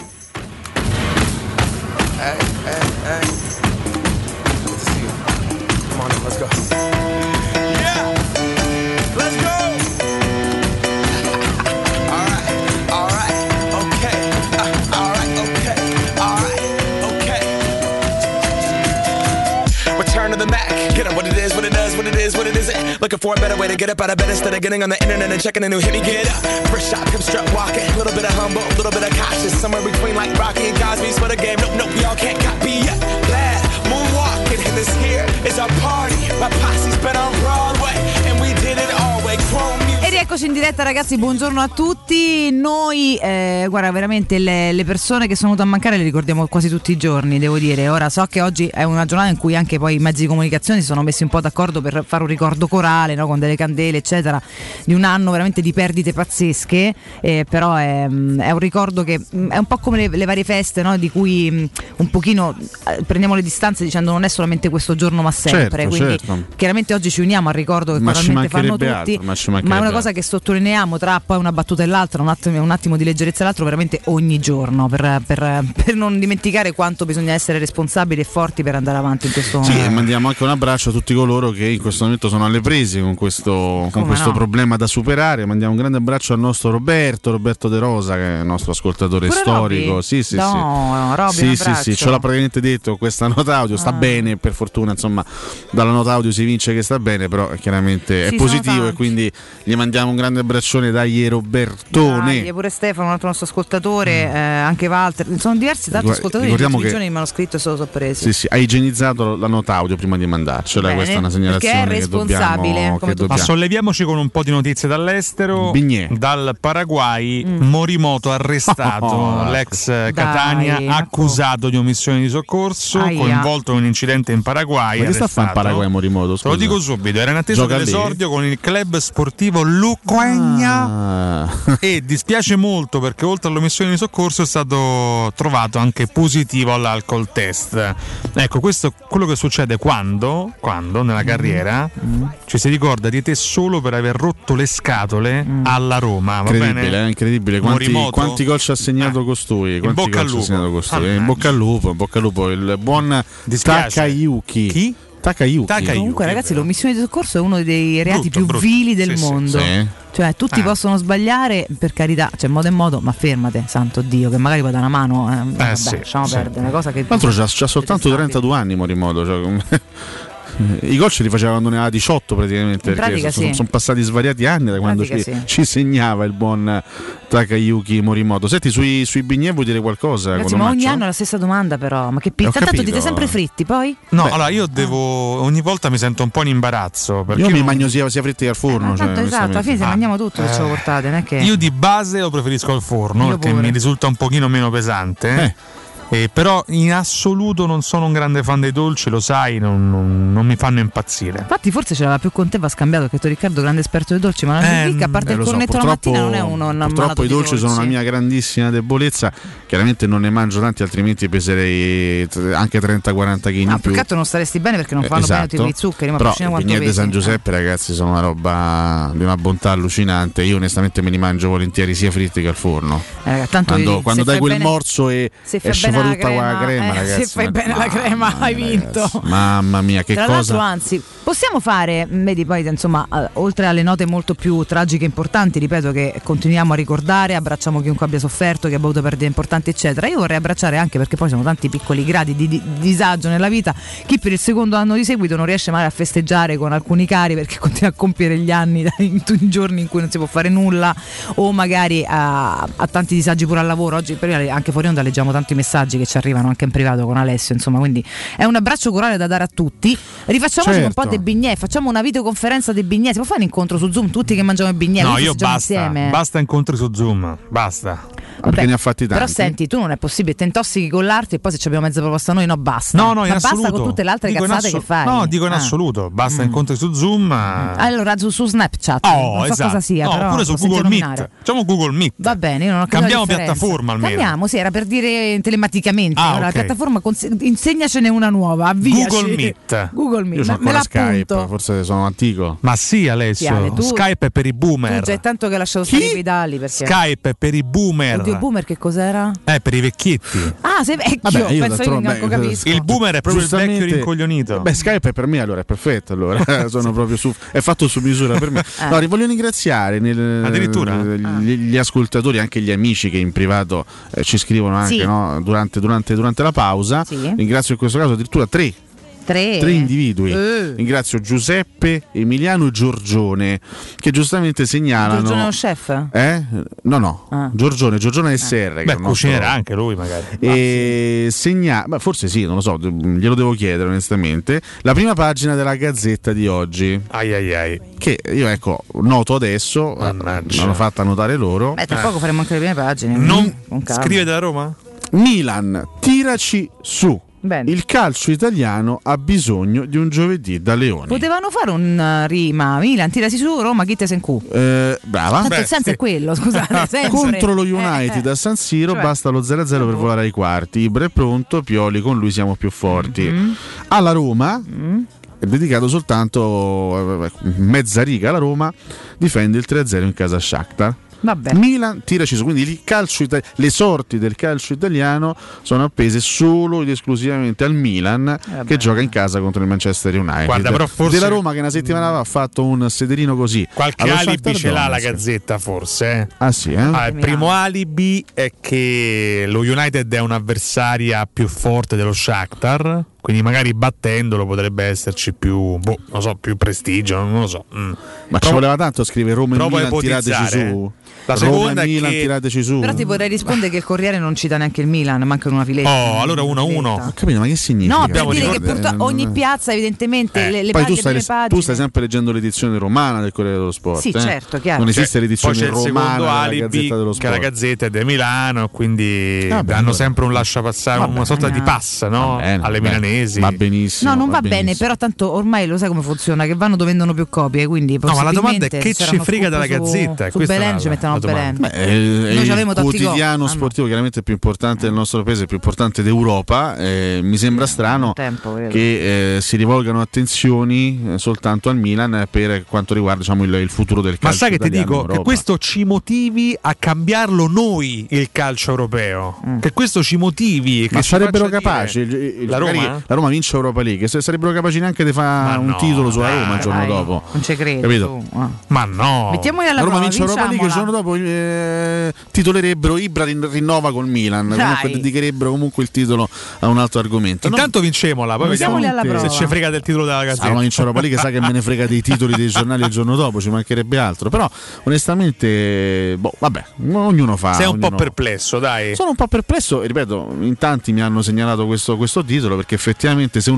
Looking for a better way to get up out of bed instead of getting on the internet and checking a new hit. Me get up, first shot, come strut walking. A little bit of humble, a little bit of cautious. Somewhere between like Rocky and Cosby's for the game. Nope, we all can't copy yet. Glad moonwalking, and this here is our party. My posse's been on Broadway, and we did it all way. Chrome music. E rieccoci in diretta ragazzi, buongiorno a tutti. Noi, guarda, veramente le persone che sono venute a mancare le ricordiamo quasi tutti i giorni, devo dire. Ora so che oggi è una giornata in cui anche poi i mezzi di comunicazione si sono messi un po' d'accordo per fare un ricordo corale, no? Con delle candele eccetera, di un anno veramente di perdite pazzesche, però è un ricordo che è un po' come le varie feste, no? Di cui un pochino prendiamo le distanze dicendo non è solamente questo giorno ma sempre, quindi chiaramente oggi ci uniamo al ricordo che probabilmente fanno tutti, ma è una cosa che sottolineiamo tra poi una battuta e l'altra, un attimo di leggerezza e l'altro veramente ogni giorno, per non dimenticare quanto bisogna essere responsabili e forti per andare avanti in questo momento. Sì, e mandiamo anche un abbraccio a tutti coloro che in questo momento sono alle prese con questo problema da superare. Mandiamo un grande abbraccio al nostro Roberto De Rosa, che è il nostro ascoltatore pure storico. Roby? Sì, Roby, sì, ce l'ha praticamente detto questa nota audio, sta bene, per fortuna, insomma, dalla nota audio si vince che sta bene, però chiaramente è positivo e quindi gli mandiamo un grande abbraccione, dai Robertone. Dai, pure Stefano, un altro nostro ascoltatore, anche Walter, sono diversi tanti ascoltatori che in giorni mi hanno scritto e se lo so presi. Sì, hai igienizzato la nota audio prima di mandarcela. Bene, questa è una segnalazione perché è responsabile, che dobbiamo. Ma solleviamoci con un po' di notizie dall'estero. Dal Paraguay, Morimoto arrestato, l'ex Catania, accusato di omissione di soccorso, coinvolto in un incidente in Paraguay. Ma che sta a fare in Paraguay Morimoto? Te lo dico subito, era in attesa dell'esordio con il club sportivo Lucca Quagna. E dispiace molto perché oltre all'omissione di soccorso è stato trovato anche positivo all'alcol test. Ecco, questo è quello che succede quando nella carriera ci si ricorda di te solo per aver rotto le scatole alla Roma. Va bene? Incredibile. Quanti gol ci ha segnato costui? In bocca al lupo. In bocca al lupo. Il buon Takayuki. Chi? Takayuki. Comunque, ragazzi, l'omissione di soccorso è uno dei reati più vili del mondo. Sì. Cioè, tutti possono sbagliare, per carità, c'è modo e modo, ma fermate, santo Dio, che magari puoi dare una mano. Lasciamo perdere. Una cosa che. Tra l'altro c'ha soltanto 32 anni Morimoto. Cioè, i gol ce li faceva quando ne aveva 18 praticamente, perché sono passati svariati anni da quando ci segnava il buon Takayuki Morimoto. Senti, sui bignè vuoi dire qualcosa? Ragazzi, ma ogni anno è la stessa domanda, però. Ma che pizza? Tanto dite sempre fritti, poi? No, allora io ogni volta mi sento un po' in imbarazzo. Perché io mi mangio sia fritti al forno. Esatto, alla fine se mangiamo tutto se ce lo portate, non è che. Io di base lo preferisco al forno, perché mi risulta un pochino meno pesante. Però in assoluto non sono un grande fan dei dolci, lo sai, non mi fanno impazzire. Infatti forse ce l'aveva più con te, va scambiato, perché tu Riccardo grande esperto dei dolci, ma a parte il cornetto la mattina non è uno purtroppo i dolci sono una mia grandissima debolezza. Chiaramente non ne mangio tanti, altrimenti peserei anche 30-40 kg in più. Peccato non staresti bene perché non fanno bene tutti i zuccheri, ma però i bignè di San Giuseppe, ragazzi, sono una roba di una bontà allucinante. Io onestamente me li mangio volentieri sia fritti che al forno. Quando dai quel morso e esce fuori tutta quella crema, ragazzi. Se fai bene la crema hai vinto. Mamma mia, che tra cosa. L'altro, anzi, possiamo fare, vedi, poi insomma, oltre alle note molto più tragiche e importanti, ripeto, che continuiamo a ricordare, abbracciamo chiunque abbia sofferto, che ha avuto perdite importanti, eccetera. Io vorrei abbracciare anche, perché poi sono tanti piccoli gradi di disagio nella vita, chi per il secondo anno di seguito non riesce mai a festeggiare con alcuni cari perché continua a compiere gli anni in giorni in cui non si può fare nulla, o magari ha tanti disagi pure al lavoro. Oggi anche fuori onda leggiamo tanti messaggi che ci arrivano anche in privato con Alessio, insomma, quindi è un abbraccio corale da dare a tutti. Rifacciamoci un po' dei bignè, facciamo una videoconferenza dei bignè, si può fare un incontro su Zoom tutti che mangiamo i bignè? No, io basta incontri su Zoom, basta. Perché ne ha fatti tanti. Però senti, tu non è possibile, te intossichi con l'arte e poi se abbiamo mezza proposta noi, no, basta. No, ma in basta assoluto. Con tutte le altre cazzate che fai. No, dico in assoluto, basta incontri su Zoom. Allora su Snapchat, non so cosa sia, però oppure su Google Meet. Facciamo Google Meet. Va bene, io non ho capito. Cambiamo piattaforma almeno. Cambiamo, sì, era per dire telematicamente. La piattaforma insegnacene una nuova, avviaci. Google Meet. Io sono ancora Skype, forse sono antico. Ma sì, Alessio, Skype è per i boomer. Tu già è tanto che hai lasciato stare i pedali, perché Skype è per i boomer. Oddio, boomer che cos'era? Per i vecchietti. Ah, sei vecchio. Vabbè, penso io che capisco. Il boomer è proprio il vecchio rincoglionito. Skype per me allora è perfetto, allora sono proprio è fatto su misura per me. No, voglio ringraziare addirittura gli ascoltatori, anche gli amici che in privato ci scrivono anche no? durante la pausa. Ringrazio in questo caso addirittura tre individui. Ringrazio Giuseppe, Emiliano e Giorgione, che giustamente segnalano. Giorgione è un chef? No. Giorgione SR. Beh, cucinerà anche lui magari. E forse sì, non lo so, glielo devo chiedere onestamente. La prima pagina della Gazzetta di oggi. Che io noto adesso, l'hanno fatta notare loro. Tra poco faremo anche le prime pagine. Scrive da Roma? Milan, tiraci su. Bene. Il calcio italiano ha bisogno di un giovedì da leoni. Potevano fare un rima. Milan, tirasi su, Roma, chi te se in cu. Brava. Tanto il senso è quello, scusate. Sempre. Contro lo United a San Siro basta lo 0-0 per volare ai quarti. Ibra è pronto, Pioli con lui siamo più forti. Alla Roma è dedicato soltanto mezza riga. La Roma difende il 3-0 in casa a Shakhtar. Vabbè. Milan tiraci su, quindi il calcio le sorti del calcio italiano sono appese solo ed esclusivamente al Milan che gioca in casa contro il Manchester United. Guarda, però forse della Roma che una settimana fa ha fatto un sederino così. Qualche alibi ce l'ha la Gazzetta forse. Ah sì, il primo alibi è che lo United è un'avversaria più forte dello Shakhtar, quindi magari battendolo potrebbe esserci più più prestigio, non lo so. Ma ci voleva tanto scrivere Roma e Milan tirateci su. La seconda è Milan, che tirateci su. Però ti vorrei rispondere che il Corriere non cita neanche il Milan, manca una filetta. Oh, allora 1-1. Ho capito, ma che significa? No, per dire che ogni piazza evidentemente le poi pagine tu stai sempre leggendo l'edizione romana del Corriere dello Sport. Sì, certo, chiaro. Non esiste l'edizione poi c'è romana della alibi, Gazzetta dello Sport. che la Gazzetta è di Milano, quindi hanno allora. sempre un lasciapassare, una sorta di passa, no? Alle milanesi. Va benissimo. No, non va bene, però tanto ormai lo sai come funziona, che vanno dove vendono più copie, quindi no, ma la domanda è che ci frega della Gazzetta? Su Belen ci mettono Belen. Noi il quotidiano sportivo chiaramente più importante del nostro paese, più importante d'Europa. Mi sembra strano che si rivolgano attenzioni soltanto al Milan per quanto riguarda, diciamo, il futuro del calcio. Ma sai che ti dico che questo ci motivi a cambiarlo noi il calcio europeo, che questo ci motivi, che ma ci sarebbero faccia capaci dire, la Roma vince Europa League, sarebbero capaci neanche di fare un titolo sulla Roma il giorno dopo. Non ci credo, capito? Ma no, mettiamoli alla la Roma prova, vince Europa League, il giorno dopo titolerebbero Ibra rinnova col Milan, comunque dedicherebbero comunque il titolo a un altro argomento. Intanto vincemmola, poi vediamo se ci frega del titolo della Gazzetta. La Roma vince Europa League, sa che me ne frega dei titoli dei giornali il giorno dopo, ci mancherebbe altro. Però onestamente vabbè, ognuno fa. Sei un po' perplesso, dai. Sono un po' perplesso e ripeto, in tanti mi hanno segnalato questo titolo, perché effettivamente se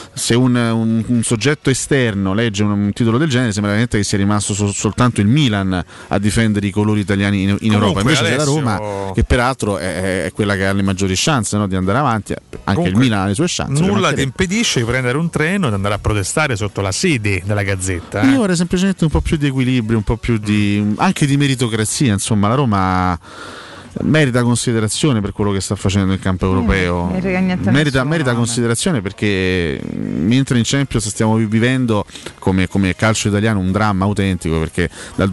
un soggetto esterno legge un titolo del genere sembra veramente che sia rimasto soltanto il Milan a difendere i colori italiani in Europa. Invece c'è la Roma, che peraltro è quella che ha le maggiori chance, no, di andare avanti. Anche comunque, il Milan ha le sue chance. Nulla ti impedisce di prendere un treno ed andare a protestare sotto la sede della Gazzetta. Io vorrei semplicemente un po' più di equilibrio, un po' più anche di meritocrazia. Insomma, la Roma merita considerazione per quello che sta facendo in campo europeo, merita considerazione, perché mentre in Champions stiamo vivendo come calcio italiano un dramma autentico, perché dal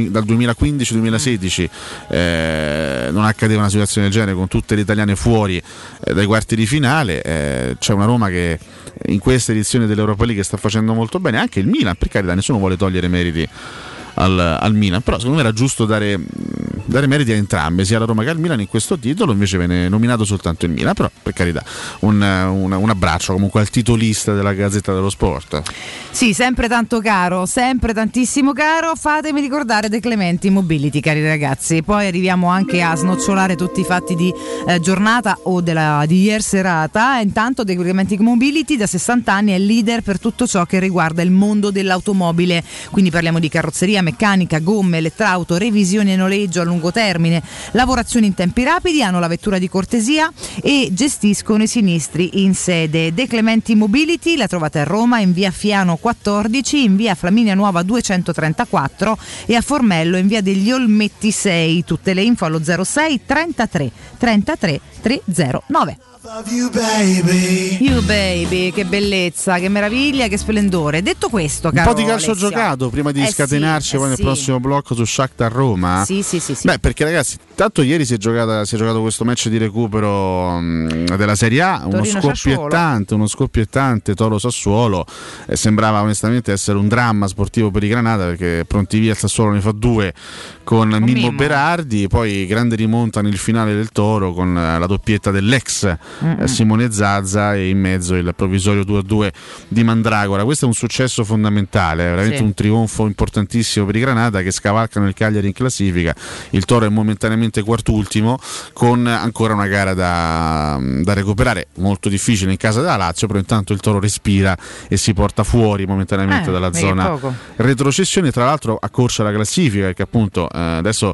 2015-2016 non accadeva una situazione del genere, con tutte le italiane fuori dai quarti di finale. C'è una Roma che in questa edizione dell'Europa League sta facendo molto bene, anche il Milan, per carità, nessuno vuole togliere meriti al Milan, però secondo me era giusto dare meriti a entrambe, sia la Roma che al Milan in questo titolo. Invece viene nominato soltanto il Milan, però per carità un abbraccio comunque al titolista della Gazzetta dello Sport. Sì, sempre tanto caro, sempre tantissimo caro. Fatemi ricordare De Clementi Mobility, cari ragazzi, poi arriviamo anche a snocciolare tutti i fatti di giornata o di ieri serata. Intanto De Clementi Mobility da 60 anni è leader per tutto ciò che riguarda il mondo dell'automobile, quindi parliamo di carrozzeria, meccanica, gomme, elettrauto, revisioni e noleggio a lungo termine, lavorazioni in tempi rapidi, hanno la vettura di cortesia e gestiscono i sinistri in sede. De Clementi Mobility la trovate a Roma in via Fiano 14, in via Flaminia Nuova 234 e a Formello in via degli Olmetti 6. Tutte le info allo 06 33 33 309. You baby, che bellezza, che meraviglia, che splendore. Detto questo, caro un po' di calcio Alessio giocato prima di scatenarci poi nel prossimo blocco su Shakhtar Roma. Sì. Beh, perché ragazzi, tanto ieri si è giocato questo match di recupero della Serie A, uno scoppiettante Toro Sassuolo. Sembrava onestamente essere un dramma sportivo per i Granata, perché pronti via il Sassuolo ne fa 2 con Mimmo Berardi, poi grande rimonta nel finale del Toro con la doppietta dell'ex Simone Zazza e in mezzo il provvisorio 2-2 di Mandragora. Questo è un successo fondamentale, veramente un trionfo importantissimo per i Granata, che scavalcano il Cagliari in classifica. Il Toro è momentaneamente quartultimo, con ancora una gara da recuperare, molto difficile in casa della Lazio, però intanto il Toro respira e si porta fuori momentaneamente dalla zona retrocessione. Tra l'altro accorcia la classifica, perché appunto adesso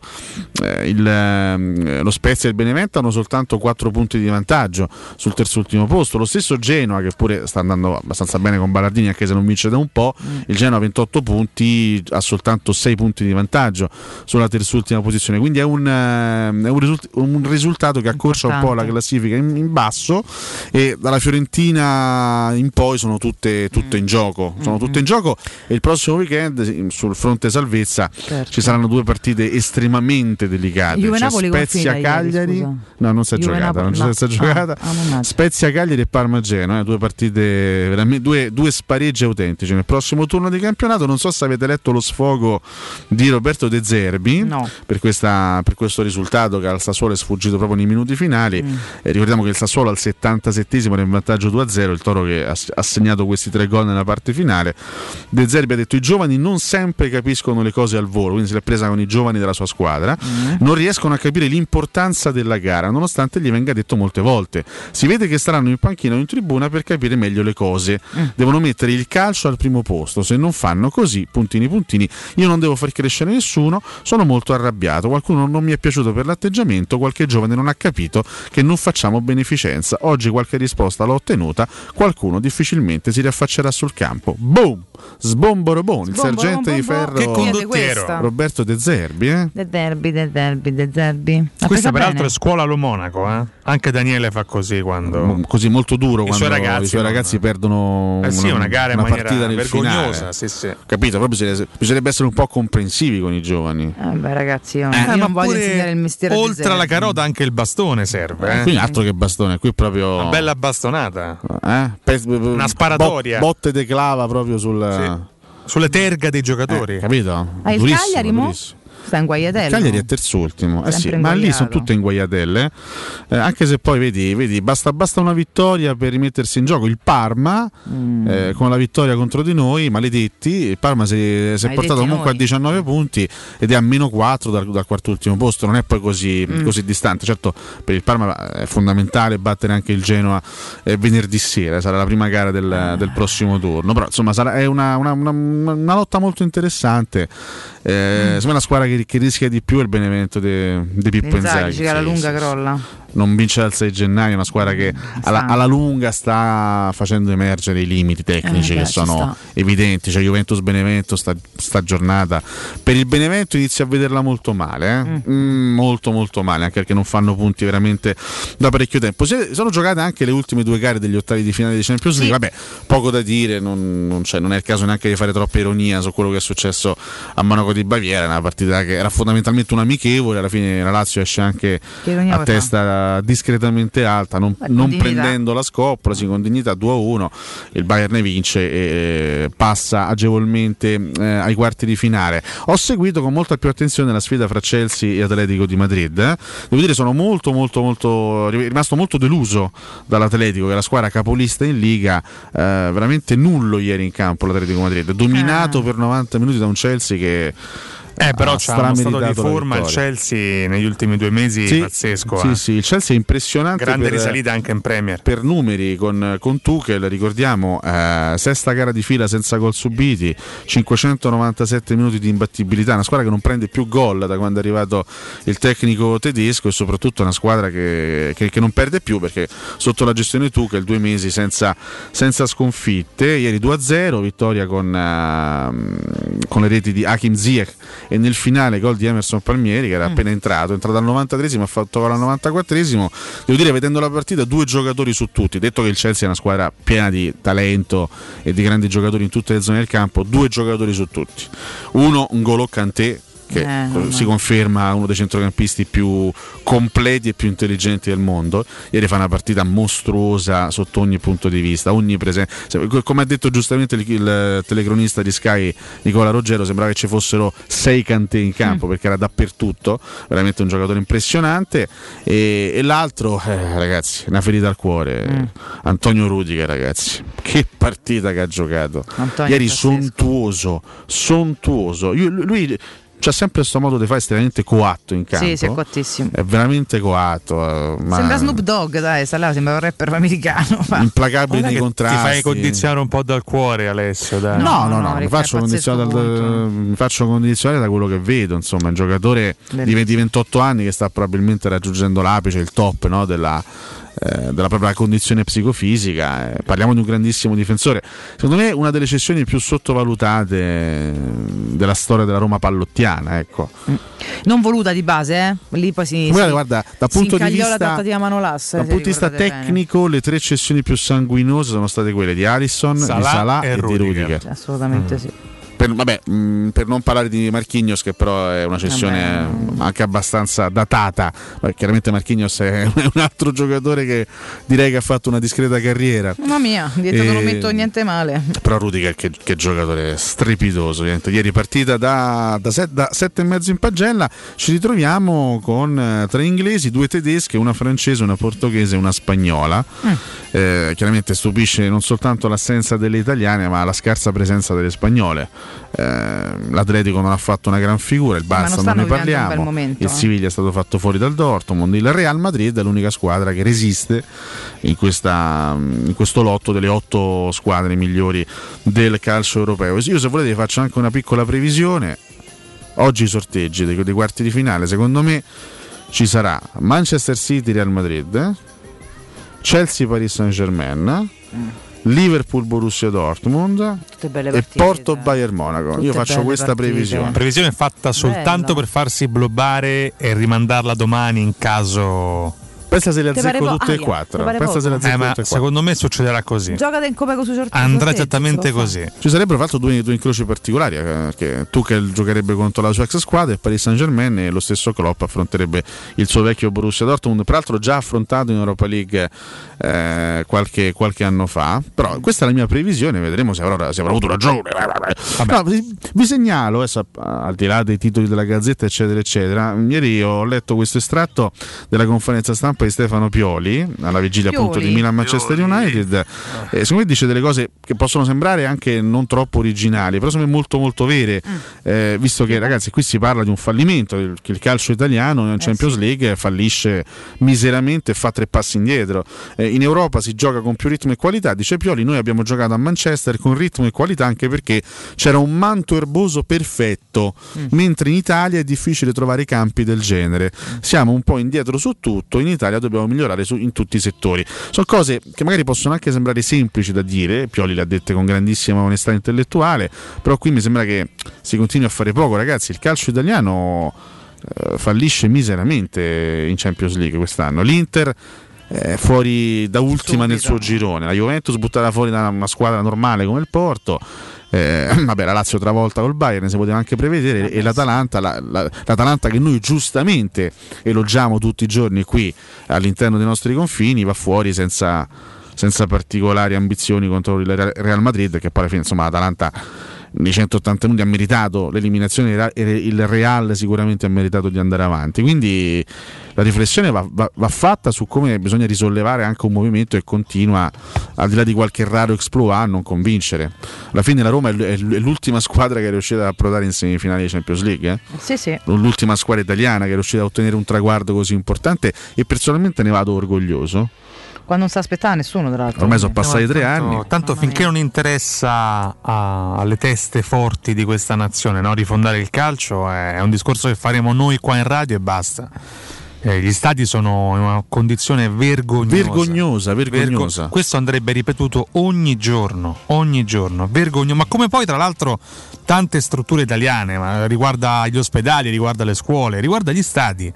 lo Spezia e il Benevento hanno soltanto 4 punti di vantaggio sul terzultimo posto. Lo stesso Genoa, che pure sta andando abbastanza bene con Ballardini, anche se non vince da un po'. Il Genoa ha 28 punti, ha soltanto 6 punti di vantaggio sulla terzultima posizione, quindi è un risultato che accorcia un po' la classifica in basso, e dalla Fiorentina in poi sono tutte in gioco, e il prossimo weekend sul fronte salvezza ci saranno 2 partite estremamente delicate. Spezia Cagliari, no, non si è giocata, Spezia Cagliari e Parma Genoa, due partite veramente, due spareggi autentici nel prossimo turno di campionato. Non so se avete letto lo sfogo di Roberto De Zerbi per questo risultato che al Sassuolo è sfuggito proprio nei minuti finali. Ricordiamo che il Sassuolo al 77esimo era in vantaggio 2-0, il Toro che ha segnato questi 3 gol nella parte finale. De Zerbi ha detto: i giovani non sempre capiscono le cose al volo, quindi se l'è presa con i giovani della sua squadra, non riescono a capire l'importanza della gara, nonostante gli venga detto molte volte. Si vede che staranno in panchina o in tribuna per capire meglio le cose, devono mettere il calcio al primo posto, se non fanno così, puntini, io non devo far crescere nessuno, sono molto arrabbiato, qualcuno non mi è piaciuto per l'atteggiamento, qualche giovane non ha capito che non facciamo beneficenza, oggi qualche risposta l'ho ottenuta, qualcuno difficilmente si riaffaccerà sul campo. Boom! Sbomborobon, il sergente di ferro, che condottiero, Roberto De Zerbi. De Zerbi. Questa peraltro è scuola allo Monaco, anche Daniele fa così quando così molto duro i quando suoi ragazzi perdono una gara in maniera partita nel vergognosa, finale. Capito? Proprio bisognerebbe essere un po' comprensivi con i giovani. Ragazzi, io non voglio insegnare il mestiere. Oltre alla carota anche il bastone serve. Quindi altro che bastone, qui proprio una bella bastonata, una sparatoria, botte de clava proprio sulle terga dei giocatori, capito? Il Cagliari sta in guaiatello. Cagliari è terzultimo, ma lì sono tutte in guaiatelle, anche se poi vedi basta una vittoria per rimettersi in gioco. Il Parma con la vittoria contro di noi, maledetti, il Parma si è portato comunque a 19 punti ed è a -4 dal quart'ultimo posto, non è poi così distante. Certo, per il Parma è fondamentale battere anche il Genoa venerdì sera, sarà la prima gara del prossimo turno, però insomma è una lotta molto interessante. Secondo me la squadra che rischia di più è il Benevento di Pippo Inzaghi, che alla lunga crolla. Non vince dal 6 gennaio, è una squadra che alla lunga sta facendo emergere i limiti tecnici che sono evidenti. Cioè Juventus-Benevento sta giornata per il Benevento inizia a vederla molto male, molto molto male, anche perché non fanno punti veramente da parecchio tempo. Sono giocate anche le ultime 2 gare degli ottavi di finale di Champions League. Vabbè, poco da dire, non è il caso neanche di fare troppa ironia su quello che è successo a Monaco di Baviera, una partita che era fondamentalmente un amichevole. Alla fine la Lazio esce anche a testa discretamente alta, non prendendo la scoppola, con dignità 2-1. Il Bayern ne vince e passa agevolmente ai quarti di finale. Ho seguito con molta più attenzione la sfida fra Chelsea e Atletico di Madrid. Devo dire, sono rimasto molto deluso dall'Atletico, che è la squadra capolista in Liga. Veramente nullo ieri in campo l'Atletico Madrid, dominato per 90 minuti da un Chelsea che però c'ha uno stato di forma il Chelsea negli ultimi 2 mesi pazzesco. Sì, il Chelsea è impressionante, grande risalita anche in Premier per numeri con Tuchel. Ricordiamo, sesta gara di fila senza gol subiti, 597 minuti di imbattibilità, una squadra che non prende più gol da quando è arrivato il tecnico tedesco, e soprattutto una squadra che non perde più, perché sotto la gestione Tuchel 2 mesi senza sconfitte. Ieri 2-0, vittoria con le reti di Hakim Ziyech e nel finale gol di Emerson Palmieri, che era appena entrato al 93esimo, ha fatto gol al 94esimo. Devo dire, vedendo la partita, 2 giocatori su tutti, detto che il Chelsea è una squadra piena di talento e di grandi giocatori in tutte le zone del campo, 2 giocatori su tutti. Uno, N'Golo Kanté, che si conferma uno dei centrocampisti più completi e più intelligenti del mondo. Ieri fa una partita mostruosa sotto ogni punto di vista, come ha detto giustamente il telecronista di Sky Nicola Ruggero, sembrava che ci fossero 6 Kanté in campo, perché era dappertutto, veramente un giocatore impressionante. E l'altro, ragazzi, una ferita al cuore, Antonio Rudiger, ragazzi, che partita che ha giocato ieri, sontuoso. Lui c'ha sempre questo modo di fare estremamente coatto in campo. Sì, è coattissimo. È veramente coatto. Sembra Snoop Dogg, dai, sembra un rapper americano. Implacabile nei contrasti. Ti fai condizionare un po' dal cuore, Alessio, dai. No, mi faccio condizionare da quello che vedo. Insomma, un giocatore di 28 anni che sta probabilmente raggiungendo l'apice, il top, no, della propria condizione psicofisica. Parliamo di un grandissimo difensore, secondo me una delle cessioni più sottovalutate della storia della Roma pallottiana, ecco. Non voluta di base, lì poi guarda, dal punto di vista, la trattativa Manolas, dal punto di vista tecnico, bene, le 3 cessioni più sanguinose sono state quelle di Alisson, di Salah e di Rudiger. Assolutamente sì. per non parlare di Marquinhos, che però è una cessione anche abbastanza datata. Chiaramente Marquinhos è un altro giocatore che direi che ha fatto una discreta carriera. Mamma mia, dietro non metto niente male. Però Rudiger che giocatore strepitoso. Ieri partita da 7,5 in pagella. Ci ritroviamo con 3 inglesi, 2 tedesche, una francese, una portoghese e una spagnola. Chiaramente stupisce non soltanto l'assenza delle italiane, ma la scarsa presenza delle spagnole. L'Atletico non ha fatto una gran figura, il Barça non ne parliamo, il Siviglia è stato fatto fuori dal Dortmund, il Real Madrid è l'unica squadra che resiste in questo lotto delle 8 squadre migliori del calcio europeo. Io, se volete, faccio anche una piccola previsione. Oggi i sorteggi dei quarti di finale, secondo me ci sarà Manchester City Real Madrid, Chelsea Paris Saint-Germain, Liverpool Borussia Dortmund e Porto Bayern Monaco. Io faccio questa previsione. Previsione fatta soltanto per farsi blobbare e rimandarla domani in caso. Pensa se le azzecco tutte e 4. Ma secondo me succederà così. Giocate in come sui sorteggi. Andrà esattamente così. Ci sarebbero fatto due incroci particolari, che Tuchel giocherebbe contro la sua ex squadra e Paris Saint-Germain, e lo stesso Klopp affronterebbe il suo vecchio Borussia Dortmund, peraltro già affrontato in Europa League qualche anno fa. Però questa è la mia previsione, vedremo se avrò avuto ragione. No, vi segnalo, al di là dei titoli della Gazzetta eccetera eccetera, ieri ho letto questo estratto della conferenza stampa di Stefano Pioli alla vigilia appunto di Milan-Manchester United. Secondo me dice delle cose che possono sembrare anche non troppo originali, però sono molto molto vere, visto che, ragazzi, qui si parla di un fallimento, che il calcio italiano in Champions League fallisce miseramente e fa 3 passi indietro. In Europa si gioca con più ritmo e qualità, dice Pioli. Noi abbiamo giocato a Manchester con ritmo e qualità anche perché c'era un manto erboso perfetto, mentre in Italia è difficile trovare campi del genere. Siamo un po' indietro su tutto, in Italia dobbiamo migliorare in tutti i settori. Sono cose che magari possono anche sembrare semplici da dire, Pioli le ha dette con grandissima onestà intellettuale, però qui mi sembra che si continui a fare poco, ragazzi. Il calcio italiano fallisce miseramente in Champions League quest'anno. L'Inter fuori da ultima nel suo girone, la Juventus buttata fuori da una squadra normale come il Porto. Vabbè, la Lazio travolta col Bayern, si poteva anche prevedere, e l'Atalanta, l'Atalanta che noi giustamente elogiamo tutti i giorni qui all'interno dei nostri confini, va fuori senza particolari ambizioni contro il Real Madrid, che poi alla fine, insomma, l'Atalanta nei 180 minuti ha meritato l'eliminazione, il Real sicuramente ha meritato di andare avanti. Quindi la riflessione va fatta su come bisogna risollevare anche un movimento che continua, al di là di qualche raro exploit, a non convincere. Alla fine la Roma è l'ultima squadra che è riuscita ad approdare in semifinale di Champions League, Sì. L'ultima squadra italiana che è riuscita a ottenere un traguardo così importante, e personalmente ne vado orgoglioso. Quando non sta aspettando nessuno, tra l'altro. Ormai sono passati 3 anni. Tanto finché non interessa alle teste forti di questa nazione, no? Rifondare il calcio è un discorso che faremo noi qua in radio e basta. Gli stadi sono in una condizione vergognosa. Questo andrebbe ripetuto ogni giorno, vergognoso. Ma come poi, tra l'altro, tante strutture italiane, ma riguarda gli ospedali, riguarda le scuole, riguarda gli stadi.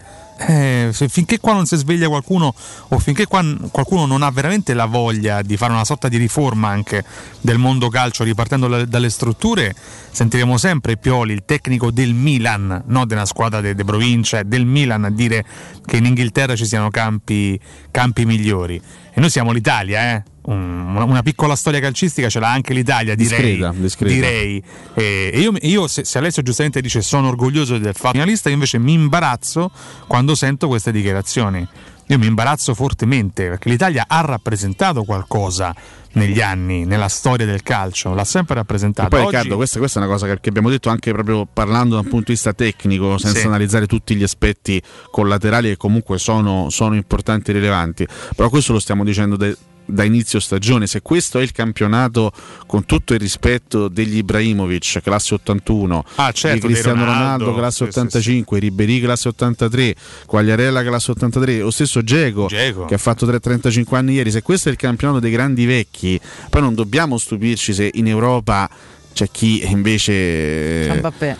Finché qua non si sveglia qualcuno, o finché qua qualcuno non ha veramente la voglia di fare una sorta di riforma anche del mondo calcio, ripartendo dalle strutture, sentiremo sempre Pioli, il tecnico del Milan, non della squadra de provincia, del Milan, a dire che in Inghilterra ci siano campi migliori. E noi siamo l'Italia, una piccola storia calcistica ce l'ha anche l'Italia, direi. E io se Alessio giustamente dice sono orgoglioso del fatto finalista, io invece mi imbarazzo quando sento queste dichiarazioni. Io mi imbarazzo fortemente, perché l'Italia ha rappresentato qualcosa negli anni, nella storia del calcio, l'ha sempre rappresentato. E poi Riccardo, questa è una cosa che abbiamo detto anche proprio parlando da un punto di vista tecnico, senza analizzare tutti gli aspetti collaterali che comunque sono importanti e rilevanti, però questo lo stiamo dicendo da inizio stagione. Se questo è il campionato, con tutto il rispetto, degli Ibrahimovic classe 81, di Cristiano Ronaldo classe 85, Ribéry classe 83, Quagliarella classe 83, lo stesso Dzeko che ha fatto 35 anni ieri, se questo è il campionato dei grandi vecchi, poi non dobbiamo stupirci se in Europa c'è chi invece Mbappé.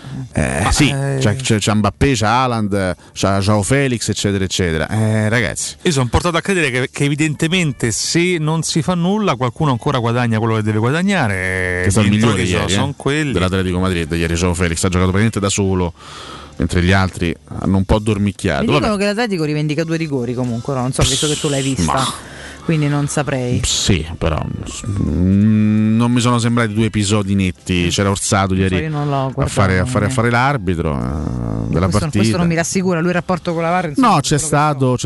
C'è Mbappé, c'è Haaland, c'è Joao Felix, eccetera eccetera. Ragazzi, io sono portato a credere che evidentemente se non si fa nulla qualcuno ancora guadagna quello che deve guadagnare, che sono migliori ieri, sono quelli dell'Atletico Madrid. Ieri Joao Felix ha giocato praticamente da solo, mentre gli altri hanno un po' dormicchiato. Mi dicono che l'Atletico rivendica 2 rigori comunque, no? Non so, visto che tu l'hai vista. Quindi non saprei. Sì, però non mi sono sembrati 2 episodi netti. C'era Orsato ieri a fare l'arbitro della partita. Questo non mi rassicura, lui il rapporto con la VAR. No, c'è stato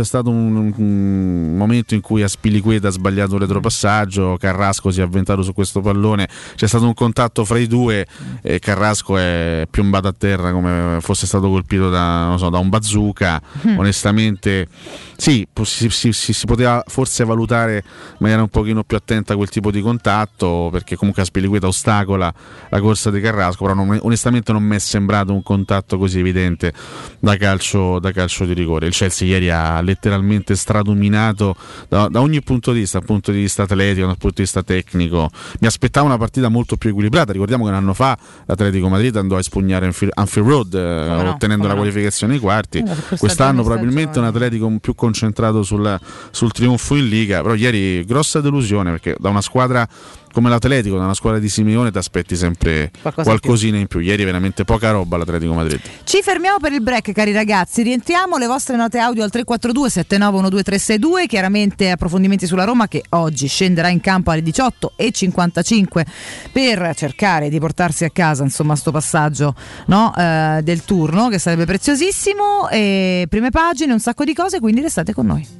un momento in cui Azpilicueta ha sbagliato un retropassaggio, Carrasco si è avventato su questo pallone, c'è stato un contatto fra i due e Carrasco è piombato a terra come fosse stato colpito da un bazooka. Onestamente sì, si poteva forse valutare in maniera un pochino più attenta quel tipo di contatto, perché comunque Azpilicueta ostacola la corsa di Carrasco, però onestamente non mi è sembrato un contatto così evidente da calcio di rigore. Il Chelsea ieri ha letteralmente stradominato da ogni punto di vista, dal punto di vista atletico, dal punto di vista tecnico. Mi aspettavo una partita molto più equilibrata. Ricordiamo che un anno fa l'Atletico Madrid andò a espugnare Anfield Road ottenendo la qualificazione ai quarti. Quest'anno probabilmente un Atletico più concentrato sul trionfo in Liga. Però ieri grossa delusione, perché da una squadra come l'Atletico, da una squadra di Simeone ti aspetti sempre qualcosina in più. Ieri veramente poca roba l'Atletico Madrid. Ci fermiamo per il break, cari ragazzi, rientriamo. Le vostre note audio al 342 7912 chiaramente approfondimenti sulla Roma, che oggi scenderà in campo alle 18:55 per cercare di portarsi a casa insomma sto passaggio del turno, che sarebbe preziosissimo, e prime pagine, un sacco di cose, quindi restate con noi.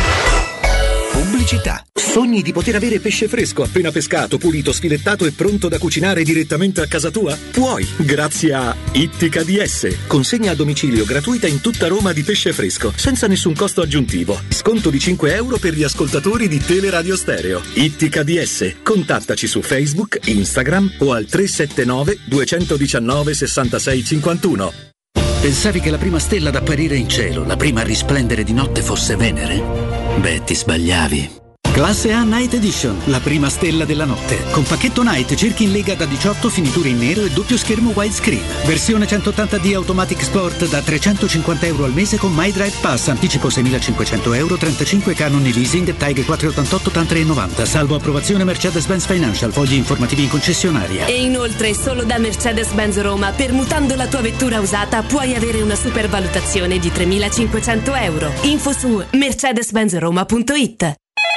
Pubblicità. Sogni di poter avere pesce fresco appena pescato, pulito, sfilettato e pronto da cucinare direttamente a casa tua? Puoi, grazie a Ittica DS. Consegna a domicilio gratuita in tutta Roma di pesce fresco, senza nessun costo aggiuntivo. Sconto di €5 per gli ascoltatori di Teleradio Stereo. Ittica DS. Contattaci su Facebook, Instagram o al 379 219 66 51. Pensavi che la prima stella ad apparire in cielo, la prima a risplendere di notte fosse Venere? Beh, ti sbagliavi. Classe A Night Edition, la prima stella della notte. Con pacchetto Night cerchi in lega da 18 finiture in nero e doppio schermo widescreen. Versione 180D Automatic Sport da €350 al mese con My Drive Pass. Anticipo €6.500, 35 canoni leasing, Tiger 488 TAN 3,90. Salvo approvazione Mercedes-Benz Financial. Fogli informativi in concessionaria. E inoltre solo da Mercedes-Benz Roma, permutando la tua vettura usata, puoi avere una supervalutazione di €3.500. Info su mercedes-benzroma.it.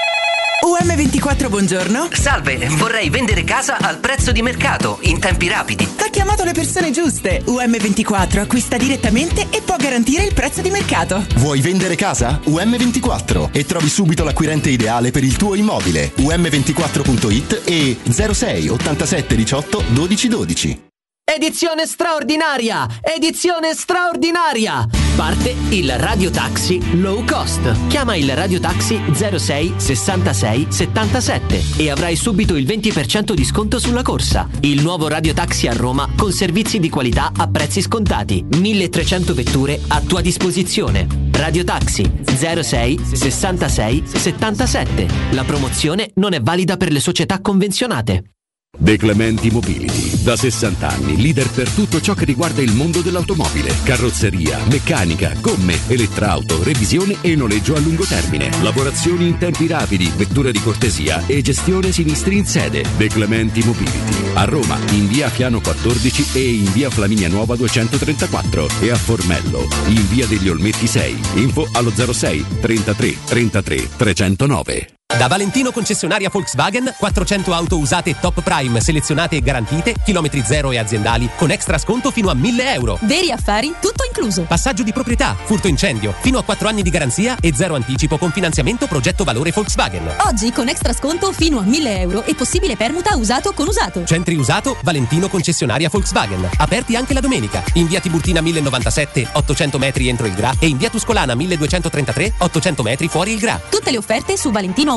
UM24, buongiorno. Salve, vorrei vendere casa al prezzo di mercato, in tempi rapidi. Ha chiamato le persone giuste. UM24 acquista direttamente e può garantire il prezzo di mercato. Vuoi vendere casa? UM24 e trovi subito l'acquirente ideale per il tuo immobile. UM24.it e 06 87 18 12 12. Edizione straordinaria! Edizione straordinaria! Parte il Radio Taxi Low Cost. Chiama il Radio Taxi 06 66 77 e avrai subito il 20% di sconto sulla corsa. Il nuovo Radio Taxi a Roma con servizi di qualità a prezzi scontati. 1300 vetture a tua disposizione. Radio Taxi 06 66 77. La promozione non è valida per le società convenzionate. De Clementi Mobility, da 60 anni, leader per tutto ciò che riguarda il mondo dell'automobile, carrozzeria, meccanica, gomme, elettrauto, revisioni e noleggio a lungo termine, lavorazioni in tempi rapidi, vetture di cortesia e gestione sinistri in sede. De Clementi Mobility, a Roma, in via Fiano 14 e in via Flaminia Nuova 234 e a Formello, in via degli Olmetti 6. Info allo 06 33 33 309. Da Valentino concessionaria Volkswagen, 400 auto usate top prime, selezionate e garantite, chilometri zero e aziendali, con extra sconto fino a €1.000. Veri affari, tutto incluso. Passaggio di proprietà, furto incendio, fino a 4 anni di garanzia e zero anticipo con finanziamento progetto valore Volkswagen. Oggi con extra sconto fino a €1.000 e possibile permuta usato con usato. Centri usato, Valentino concessionaria Volkswagen. Aperti anche la domenica. In via Tiburtina 1097, 800 metri entro il Gra, e in via Tuscolana 1233, 800 metri fuori il Gra. Tutte le offerte su valentinoautomobili.it.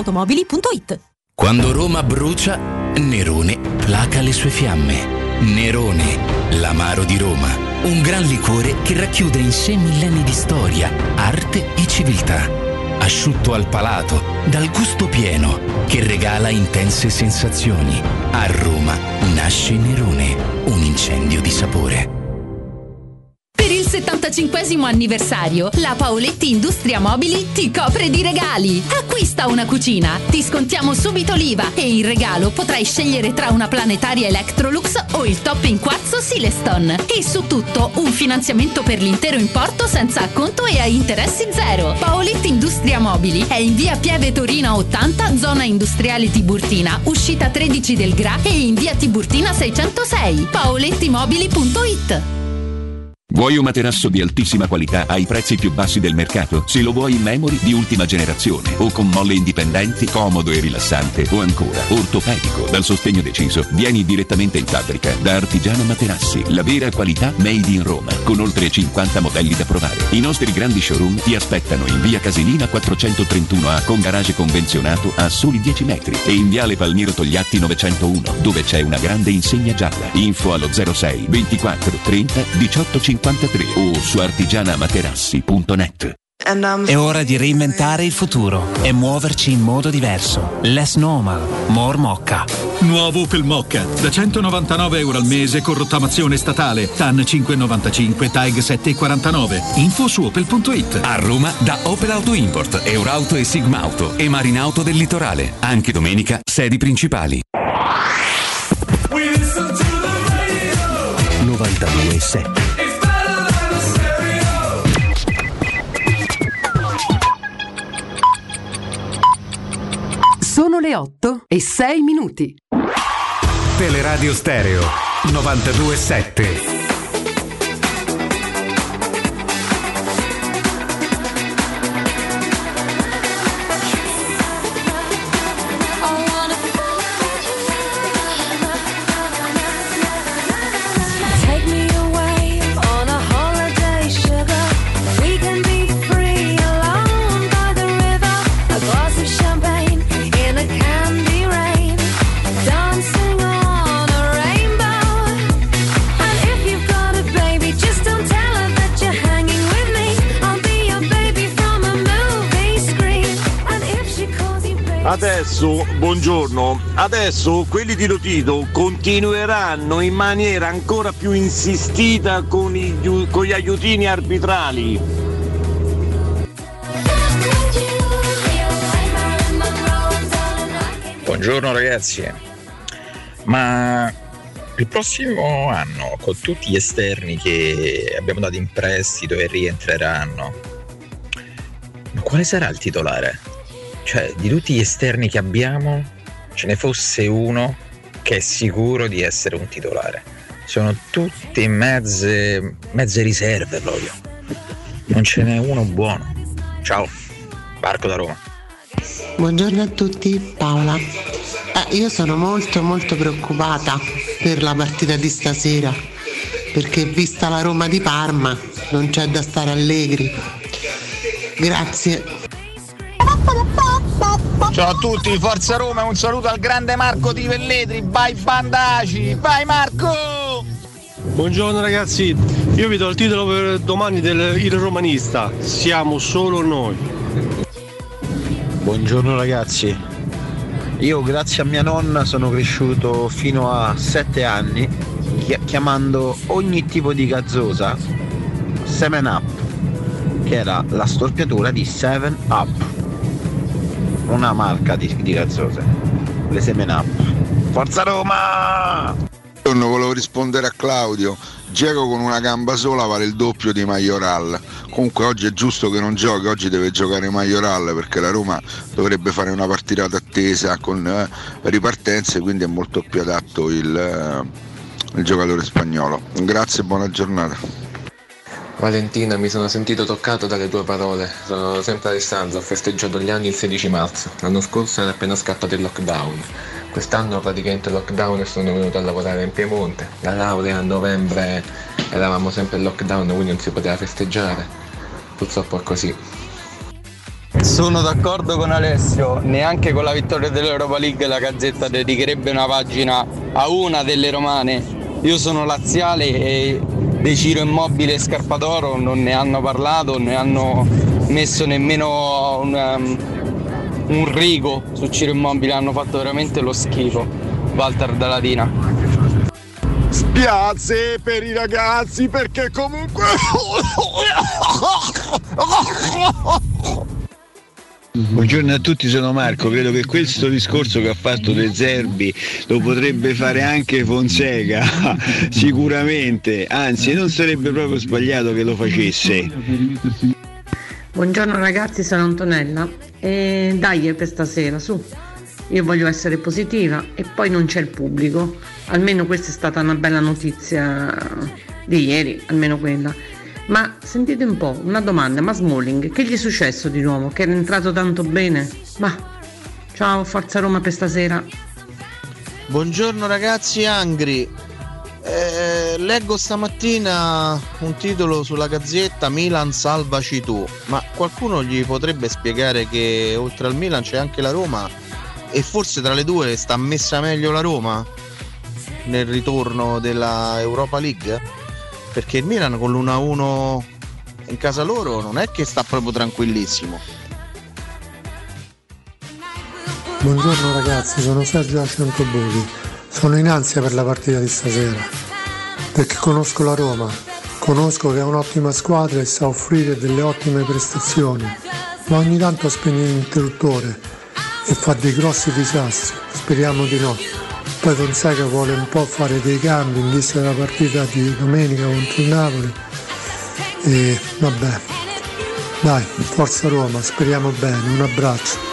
Quando Roma brucia, Nerone placa le sue fiamme. Nerone, l'amaro di Roma. Un gran liquore che racchiude in sé millenni di storia, arte e civiltà. Asciutto al palato, dal gusto pieno, che regala intense sensazioni. A Roma Dashi Nerone, un incendio di sapore. Per il 75° anniversario, la Paoletti Industria Mobili ti copre di regali. Acquista una cucina, ti scontiamo subito l'IVA e in regalo potrai scegliere tra una planetaria Electrolux o il top in quarzo Silestone. E su tutto un finanziamento per l'intero importo senza acconto e a interessi zero. Paoletti Industria Mobili è in via Pieve Torino 80, zona industriale Tiburtina, uscita 13 del Gra, e in via Tiburtina 606. paolettimobili.it. Vuoi un materasso di altissima qualità ai prezzi più bassi del mercato? Se lo vuoi in memory di ultima generazione o con molle indipendenti, comodo e rilassante, o ancora ortopedico dal sostegno deciso, vieni direttamente in fabbrica da Artigiana Materassi, la vera qualità made in Roma, con oltre 50 modelli da provare. I nostri grandi showroom ti aspettano in via Casilina 431A con garage convenzionato a soli 10 metri e in viale Palmiro Togliatti 901, dove c'è una grande insegna gialla. Info allo 06 24 30 18 53 o su artigianamaterassi.net. È ora di reinventare il futuro e muoverci in modo diverso. Less normal, more Mokka. Nuovo Opel Mokka, da €199 al mese con rottamazione statale, TAN 5,95, TAG 7,49. Info su opel.it. A Roma da Opel Auto Import, Eurauto e Sigma Auto e Marinauto del Litorale. Anche domenica sedi principali. 92.7. Sono le 8:06. Teleradio Stereo 92.7. Adesso, buongiorno, adesso quelli di Lotito continueranno in maniera ancora più insistita con gli aiutini arbitrali. Buongiorno ragazzi, ma il prossimo anno con tutti gli esterni che abbiamo dato in prestito e rientreranno, ma quale sarà il titolare? Cioè, di tutti gli esterni che abbiamo, ce ne fosse uno che è sicuro di essere un titolare. Sono tutti mezze riserve proprio. Non ce n'è uno buono. Ciao, Marco da Roma. Buongiorno a tutti, Paola. Io sono molto preoccupata per la partita di stasera, perché vista la Roma di Parma non c'è da stare allegri. Grazie. Ciao a tutti, Forza Roma, un saluto al grande Marco Di Velletri, vai Bandaci, vai Marco! Buongiorno ragazzi, io vi do il titolo per domani del Il Romanista, siamo solo noi. Buongiorno ragazzi, io grazie a mia nonna sono cresciuto fino a 7 anni chiamando ogni tipo di gazzosa 7up, che era la storpiatura di 7up. Una marca di gazzose, le 7up. Forza Roma! Volevo rispondere a Claudio. Dzeko con una gamba sola vale il doppio di Majoral. Comunque oggi è giusto che non giochi, oggi deve giocare Majoral perché la Roma dovrebbe fare una partita attesa con ripartenze, quindi è molto più adatto il giocatore spagnolo. Grazie e buona giornata. Valentina, mi sono sentito toccato dalle tue parole. Sono sempre a Alessandro, ho festeggiato gli anni il 16 marzo. L'anno scorso era appena scappato il lockdown. Quest'anno praticamente il lockdown e sono venuto a lavorare in Piemonte. La laurea a novembre eravamo sempre in lockdown, quindi non si poteva festeggiare. Purtroppo è così. Sono d'accordo con Alessio, neanche con la vittoria dell'Europa League la Gazzetta dedicherebbe una pagina a una delle romane. Io sono laziale e dei Ciro Immobile e Scarpadoro non ne hanno parlato, non ne hanno messo nemmeno un rigo su Ciro Immobile, hanno fatto veramente lo schifo. Walter da Latina. Spiazze per i ragazzi, perché comunque Buongiorno a tutti, sono Marco. Credo che questo discorso che ha fatto De Zerbi lo potrebbe fare anche Fonseca, sicuramente, anzi non sarebbe proprio sbagliato che lo facesse. Buongiorno ragazzi, sono Antonella e dai per stasera, su. Io voglio essere positiva e poi non c'è il pubblico, almeno questa è stata una bella notizia di ieri, almeno quella. Ma sentite un po', una domanda, ma Smalling, che gli è successo di nuovo? Che era entrato tanto bene? Ma ciao, forza Roma per stasera. Buongiorno ragazzi angri. Leggo stamattina un titolo sulla Gazzetta: Milan salvaci tu. Ma qualcuno gli potrebbe spiegare che oltre al Milan c'è anche la Roma e forse tra le due sta messa meglio la Roma nel ritorno della Europa League? Perché il Milan con l'1-1 in casa loro non è che sta proprio tranquillissimo. Buongiorno ragazzi, sono Sergio da Centoburi. Sono in ansia per la partita di stasera, perché conosco la Roma, conosco che è un'ottima squadra e sa offrire delle ottime prestazioni, ma ogni tanto spegne l'interruttore e fa dei grossi disastri. Speriamo di no. Poi Fonseca vuole un po' fare dei cambi in vista della partita di domenica contro il Napoli e vabbè, dai, forza Roma, speriamo bene, un abbraccio.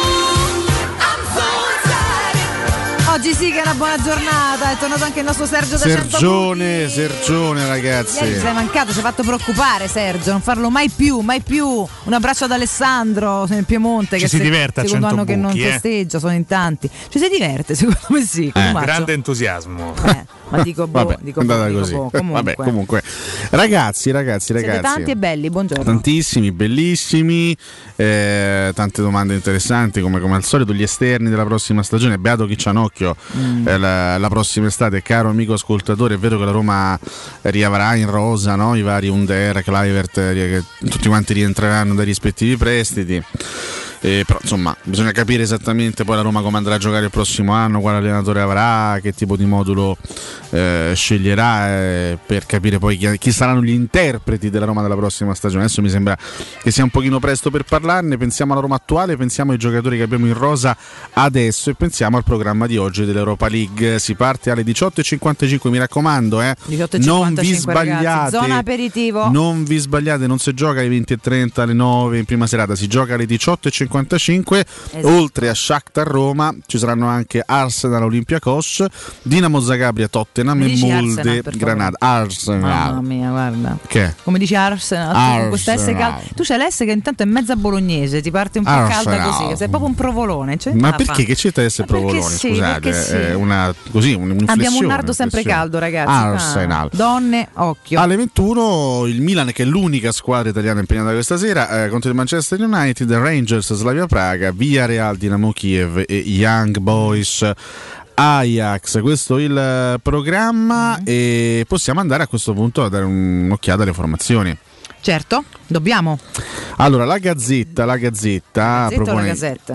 Oggi sì che è una buona giornata, è tornato anche il nostro Sergio da Centoburi. Sergione ragazzi. Ieri ci sei mancato, ci hai fatto preoccupare Sergio, non farlo mai più. Un abbraccio ad Alessandro nel Piemonte, ci che si diverte secondo a anno che non festeggia, sono in tanti. Ci si diverte, secondo me sì. Grande entusiasmo. Ma dico andata così. Comunque. Ragazzi. Siete tanti e belli, buongiorno. Tantissimi, bellissimi, tante domande interessanti come al solito, gli esterni della prossima stagione. Beato chi c'ha un occhio la prossima estate. Caro amico ascoltatore, è vero che la Roma riavrà in rosa, no? I vari Under, Kluivert, che tutti quanti rientreranno dai rispettivi prestiti. Però insomma bisogna capire esattamente poi la Roma come andrà a giocare il prossimo anno, quale allenatore avrà, che tipo di modulo sceglierà, per capire poi chi saranno gli interpreti della Roma della prossima stagione. Adesso mi sembra che sia un pochino presto per parlarne. Pensiamo alla Roma attuale, pensiamo ai giocatori che abbiamo in rosa adesso e pensiamo al programma di oggi dell'Europa League. Si parte alle 18.55, mi raccomando, 18.55, non vi sbagliate, ragazzi, zona aperitivo, non vi sbagliate, non si gioca alle 20.30, alle 9 in prima serata, si gioca alle 18.55. Esatto. Oltre a Shakhtar Roma ci saranno anche Arsenal, Olympiacos, Dinamo Zagabria, Tottenham e Molde Granada. Arsenal, mamma mia, guarda, che? Come dici Arsenal. Questa S tu c'hai l'S che intanto è mezza bolognese, ti parte un po' calda così, sei proprio un provolone, ma perché che c'è S provolone? Scusate, sì. È una così un'inflessione. Abbiamo un nardo sempre caldo, ragazzi. Arsenal. Donne, occhio. Alle 21 il Milan, che è l'unica squadra italiana impegnata questa sera, contro il Manchester United, Rangers, Slavia Praga, Villarreal, Dinamo Kiev e Young Boys Ajax. Questo è il programma e possiamo andare a questo punto a dare un'occhiata alle formazioni. Certo, dobbiamo. Allora, la Gazzetta propone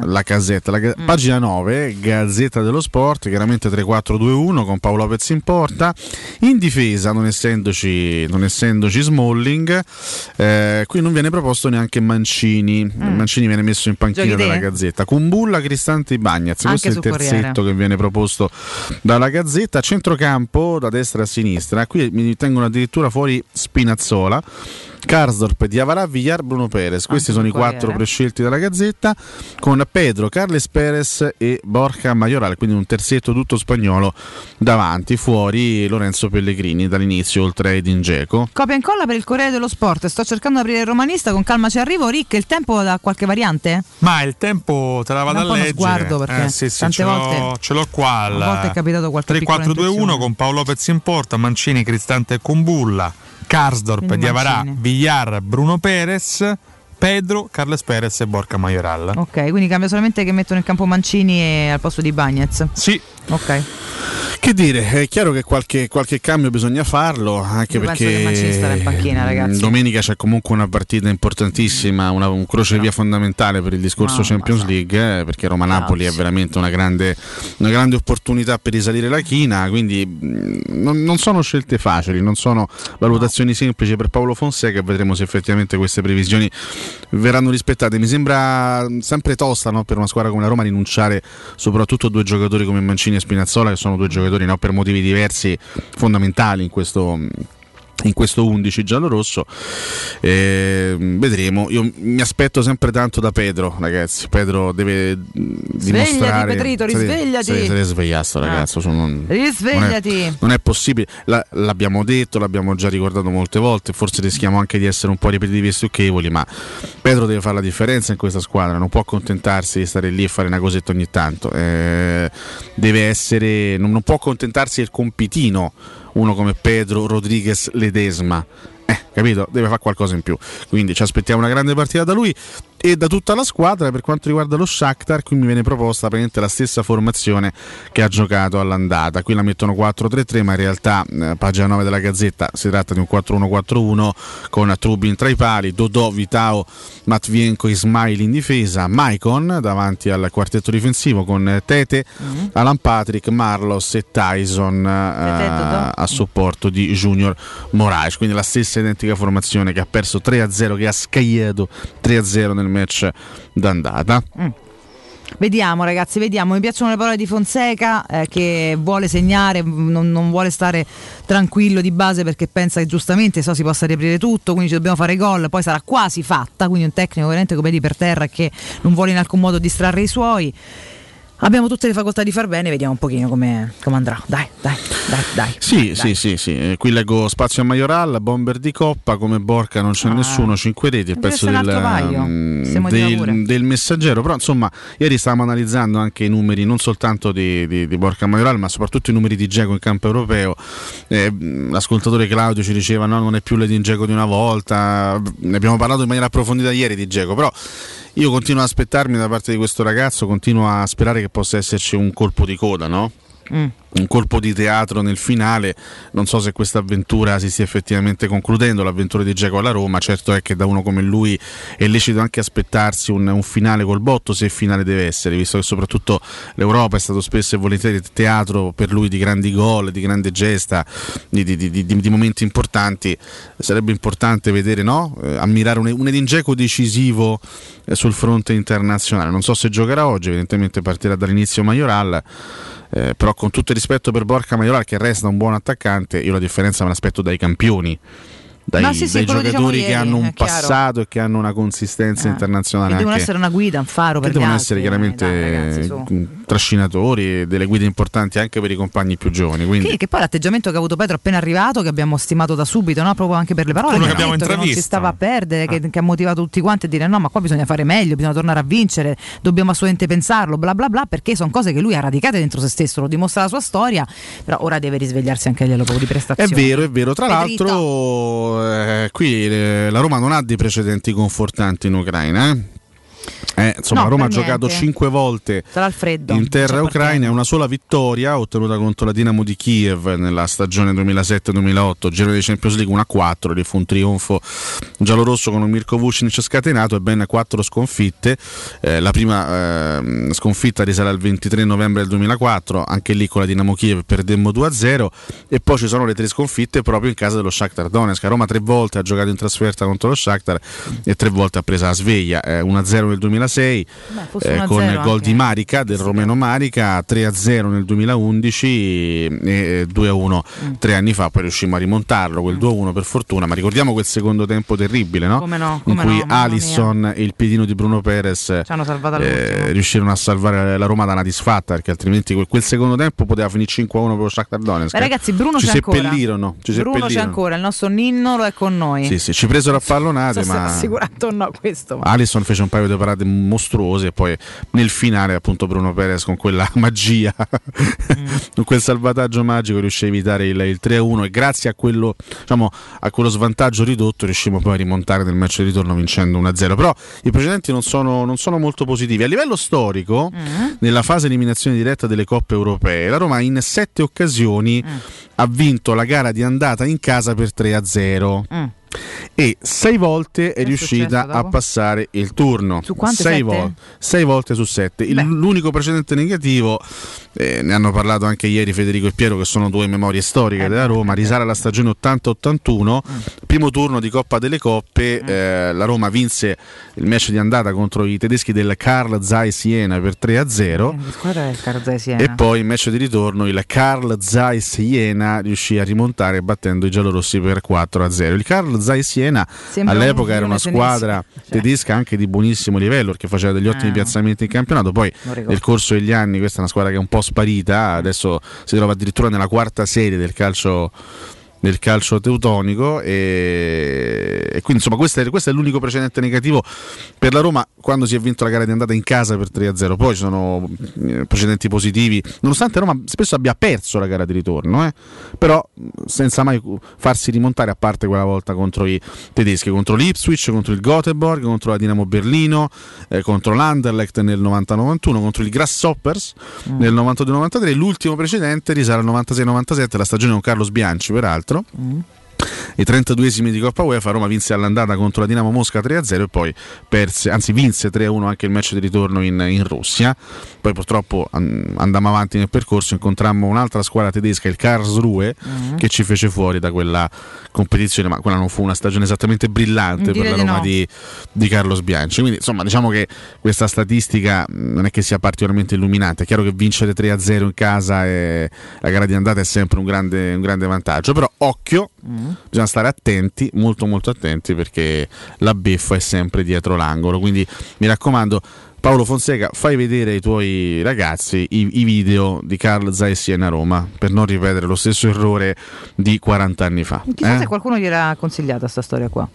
pagina 9, Gazzetta dello Sport, chiaramente 3-4-2-1 con Paolo Lopez in porta. In difesa, non essendoci Smalling, qui non viene proposto neanche Mancini. Mancini viene messo in panchina dalla Gazzetta. Kumbulla, Cristante, Bagnaz. Questo è il terzetto che viene proposto dalla Gazzetta. Centrocampo da destra a sinistra. Qui mi tengono addirittura fuori Spinazzola, Karsdorp, Diawara, Villar, Bruno Perez. Questi sono i 4 prescelti dalla Gazzetta, con Pedro, Carles Perez e Borja Mayoral, quindi un terzetto tutto spagnolo davanti. Fuori Lorenzo Pellegrini dall'inizio, oltre a Edin Dzeko. Copia e incolla per il Corriere dello Sport. Sto cercando di aprire il romanista, con calma ci arrivo. Rick, il tempo da qualche variante? Ma il tempo te la vado a leggere. Sguardo, perché tante volte ce l'ho qua. A volte è capitato qualche 3-4-2-1 con Paolo Lopez in porta, Mancini, Cristante e Kumbulla, Karsdorp, Diawara, Villar, Bruno Perez, Pedro, Carles Perez e Borja Mayoral. Ok, quindi cambia solamente che mettono in campo Mancini al posto di Bagnez. Sì. Ok. Che dire, è chiaro che qualche cambio bisogna farlo, anche io perché penso che Mancini starà in panchina, ragazzi. Domenica c'è comunque una partita importantissima, un crocevia fondamentale per il discorso Champions League, perché Roma-Napoli è veramente una grande opportunità per risalire la china, quindi non sono scelte facili, non sono valutazioni semplici per Paolo Fonseca, e vedremo se effettivamente queste previsioni verranno rispettate. Mi sembra sempre tosta, no, per una squadra come la Roma rinunciare soprattutto a due giocatori come Mancini e Spinazzola, che sono due giocatori, no, per motivi diversi fondamentali in questo 11 giallorosso. Vedremo. Io mi aspetto sempre tanto da Pedro, ragazzi. Pedro deve dimostrare. Pedrito, risvegliati. Se ne svegliato, ragazzo. Risvegliati. Non è possibile. L'abbiamo detto, l'abbiamo già ricordato molte volte. Forse rischiamo anche di essere un po' ripetitivi e stucchevoli, ma Pedro deve fare la differenza in questa squadra. Non può accontentarsi di stare lì e fare una cosetta ogni tanto. Deve essere. Non può accontentarsi del compitino uno come Pedro Rodriguez Ledesma, capito? Deve fare qualcosa in più, quindi ci aspettiamo una grande partita da lui e da tutta la squadra. Per quanto riguarda lo Shakhtar, qui mi viene proposta praticamente la stessa formazione che ha giocato all'andata. Qui la mettono 4-3-3, ma in realtà pagina 9 della Gazzetta si tratta di un 4-1-4-1 con Trubin tra i pali, Dodò, Vitao, Matvienko, Ismail in difesa, Maicon davanti al quartetto difensivo con Tete, Alan Patrick, Marlos e Tyson a supporto di Junior Moraes. Quindi la stessa identica formazione che ha perso 3-0, che ha scagliato 3-0 nel match d'andata. Vediamo, ragazzi, vediamo. Mi piacciono le parole di Fonseca, che vuole segnare, non vuole stare tranquillo di base, perché pensa che giustamente si possa riaprire tutto, quindi ci dobbiamo fare gol, poi sarà quasi fatta, quindi un tecnico veramente con i piedi per terra che non vuole in alcun modo distrarre i suoi. Abbiamo tutte le facoltà di far bene, vediamo un pochino come andrà. Dai. Sì. Qui leggo spazio a Majoral, bomber di Coppa, come Borca non c'è nessuno, 5 reti, il pezzo del Messaggero. Però insomma, ieri stavamo analizzando anche i numeri, non soltanto di Borca Majoral, ma soprattutto i numeri di Dzeko in campo europeo. L'ascoltatore Claudio ci diceva no, non è più l'Edin Dzeko di una volta. Ne abbiamo parlato in maniera approfondita ieri di Dzeko, però io continuo ad aspettarmi da parte di questo ragazzo, continuo a sperare che possa esserci un colpo di coda, no? Un colpo di teatro nel finale. Non so se questa avventura si stia effettivamente concludendo, l'avventura di Dzeko alla Roma. Certo è che da uno come lui è lecito anche aspettarsi un finale col botto, se finale deve essere, visto che soprattutto l'Europa è stato spesso e volentieri teatro per lui di grandi gol, di grande gesta, di momenti importanti. Sarebbe importante vedere, no? Ammirare un Edin Dzeko decisivo sul fronte internazionale. Non so se giocherà oggi, evidentemente partirà dall'inizio Majoral. Però con tutto il rispetto per Borca Majoral, che resta un buon attaccante, io la differenza me l'aspetto dai campioni, dai giocatori che hanno un passato e che hanno una consistenza internazionale, che devono essere una guida, un faro per gli altri, devono essere chiaramente trascinatori, delle guide importanti anche per i compagni più giovani. Quindi che poi l'atteggiamento che ha avuto Pedro appena arrivato, che abbiamo stimato da subito, no? Proprio anche per le parole che abbiamo detto, che non si stava a perdere, che ha motivato tutti quanti a dire no, ma qua bisogna fare meglio, bisogna tornare a vincere, dobbiamo assolutamente pensarlo, bla bla bla, perché sono cose che lui ha radicate dentro se stesso, lo dimostra la sua storia, però ora deve risvegliarsi anche a livello di prestazioni. È vero. Tra l'altro qui la Roma non ha dei precedenti confortanti in Ucraina, la Roma ha giocato 5 volte in terra ucraina, una sola vittoria ottenuta contro la Dinamo di Kiev nella stagione 2007-2008, girone di Champions League 1-4, lì fu un trionfo giallorosso con un Mirko Vucinic scatenato e ben 4 sconfitte. La prima sconfitta risale al 23 novembre del 2004, anche lì con la Dinamo Kiev perdemmo 2-0, e poi ci sono le 3 sconfitte proprio in casa dello Shakhtar Donetsk. Roma 3 volte ha giocato in trasferta contro lo Shakhtar e 3 volte ha preso la sveglia, 1-0 nel 2006 con il gol di Marica, del romeno Marica, 3-0 nel 2011 e 2-1 3 anni fa. Poi riuscimmo a rimontarlo quel 2-1 per fortuna, ma ricordiamo quel secondo tempo terribile, no? In cui Alisson e il piedino di Bruno Perez riuscirono a salvare la Roma da una disfatta, perché altrimenti quel secondo tempo poteva finire 5-1 per lo Shakhtar Donetsk. Ragazzi, Bruno ci c'è seppellirono. Bruno c'è ancora, il nostro Ninno lo è con noi. Sì, ci presero a pallonate, ma assicurato no questo. Alisson fece un paio di parate state mostruose, e poi nel finale appunto Bruno Perez con quella magia, con quel salvataggio magico riuscì a evitare il 3-1 e grazie a quello, diciamo, a quello svantaggio ridotto riuscimmo poi a rimontare nel match di ritorno vincendo 1-0. Però i precedenti non sono molto positivi. A livello storico, nella fase eliminazione diretta delle coppe europee, la Roma in 7 occasioni ha vinto la gara di andata in casa per 3-0. E 6 volte è riuscita a passare il turno. Su quante? 6 volte su 7. L'unico precedente negativo, ne hanno parlato anche ieri Federico e Piero, che sono due memorie storiche della Roma, risale alla stagione 80-81, primo turno di Coppa delle Coppe, la Roma vinse il match di andata contro i tedeschi del Carl Zeiss Jena per 3-0. E poi il match di ritorno il Carl Zeiss Jena riuscì a rimontare battendo i giallorossi per 4-0. Il Carl Zeiss Jena all'epoca era una squadra tedesca anche di buonissimo livello, perché faceva degli ottimi piazzamenti in campionato. Poi nel corso degli anni questa è una squadra che è un po' sparita, adesso si trova addirittura nella quarta serie del calcio teutonico, e quindi insomma questo è l'unico precedente negativo per la Roma quando si è vinto la gara di andata in casa per 3-0. Poi ci sono precedenti positivi, nonostante Roma spesso abbia perso la gara di ritorno, però senza mai farsi rimontare, a parte quella volta contro i tedeschi, contro l'Ipswich, contro il Göteborg, contro la Dinamo Berlino, contro l'Anderlecht nel 90-91, contro il Grasshoppers nel 92-93. L'ultimo precedente risale al 96-97, la stagione con Carlos Bianchi peraltro. I 32esimi di Coppa UEFA. Roma vinse all'andata contro la Dinamo Mosca 3-0 e poi vinse 3-1 anche il match di ritorno in Russia. Poi purtroppo andammo avanti nel percorso, incontrammo un'altra squadra tedesca, il Karlsruhe, che ci fece fuori da quella competizione, ma quella non fu una stagione esattamente brillante per la Roma di Carlos Bianchi. Quindi insomma diciamo che questa statistica non è che sia particolarmente illuminante. È chiaro che vincere 3-0 in casa e la gara di andata è sempre un grande vantaggio, però occhio, bisogna stare attenti, molto molto attenti, perché la beffa è sempre dietro l'angolo. Quindi mi raccomando, Paolo Fonseca, fai vedere ai tuoi ragazzi i video di Carl Zeiss Jena Roma, per non ripetere lo stesso errore di 40 anni fa. Chissà se qualcuno gliel'ha consigliata sta storia qua.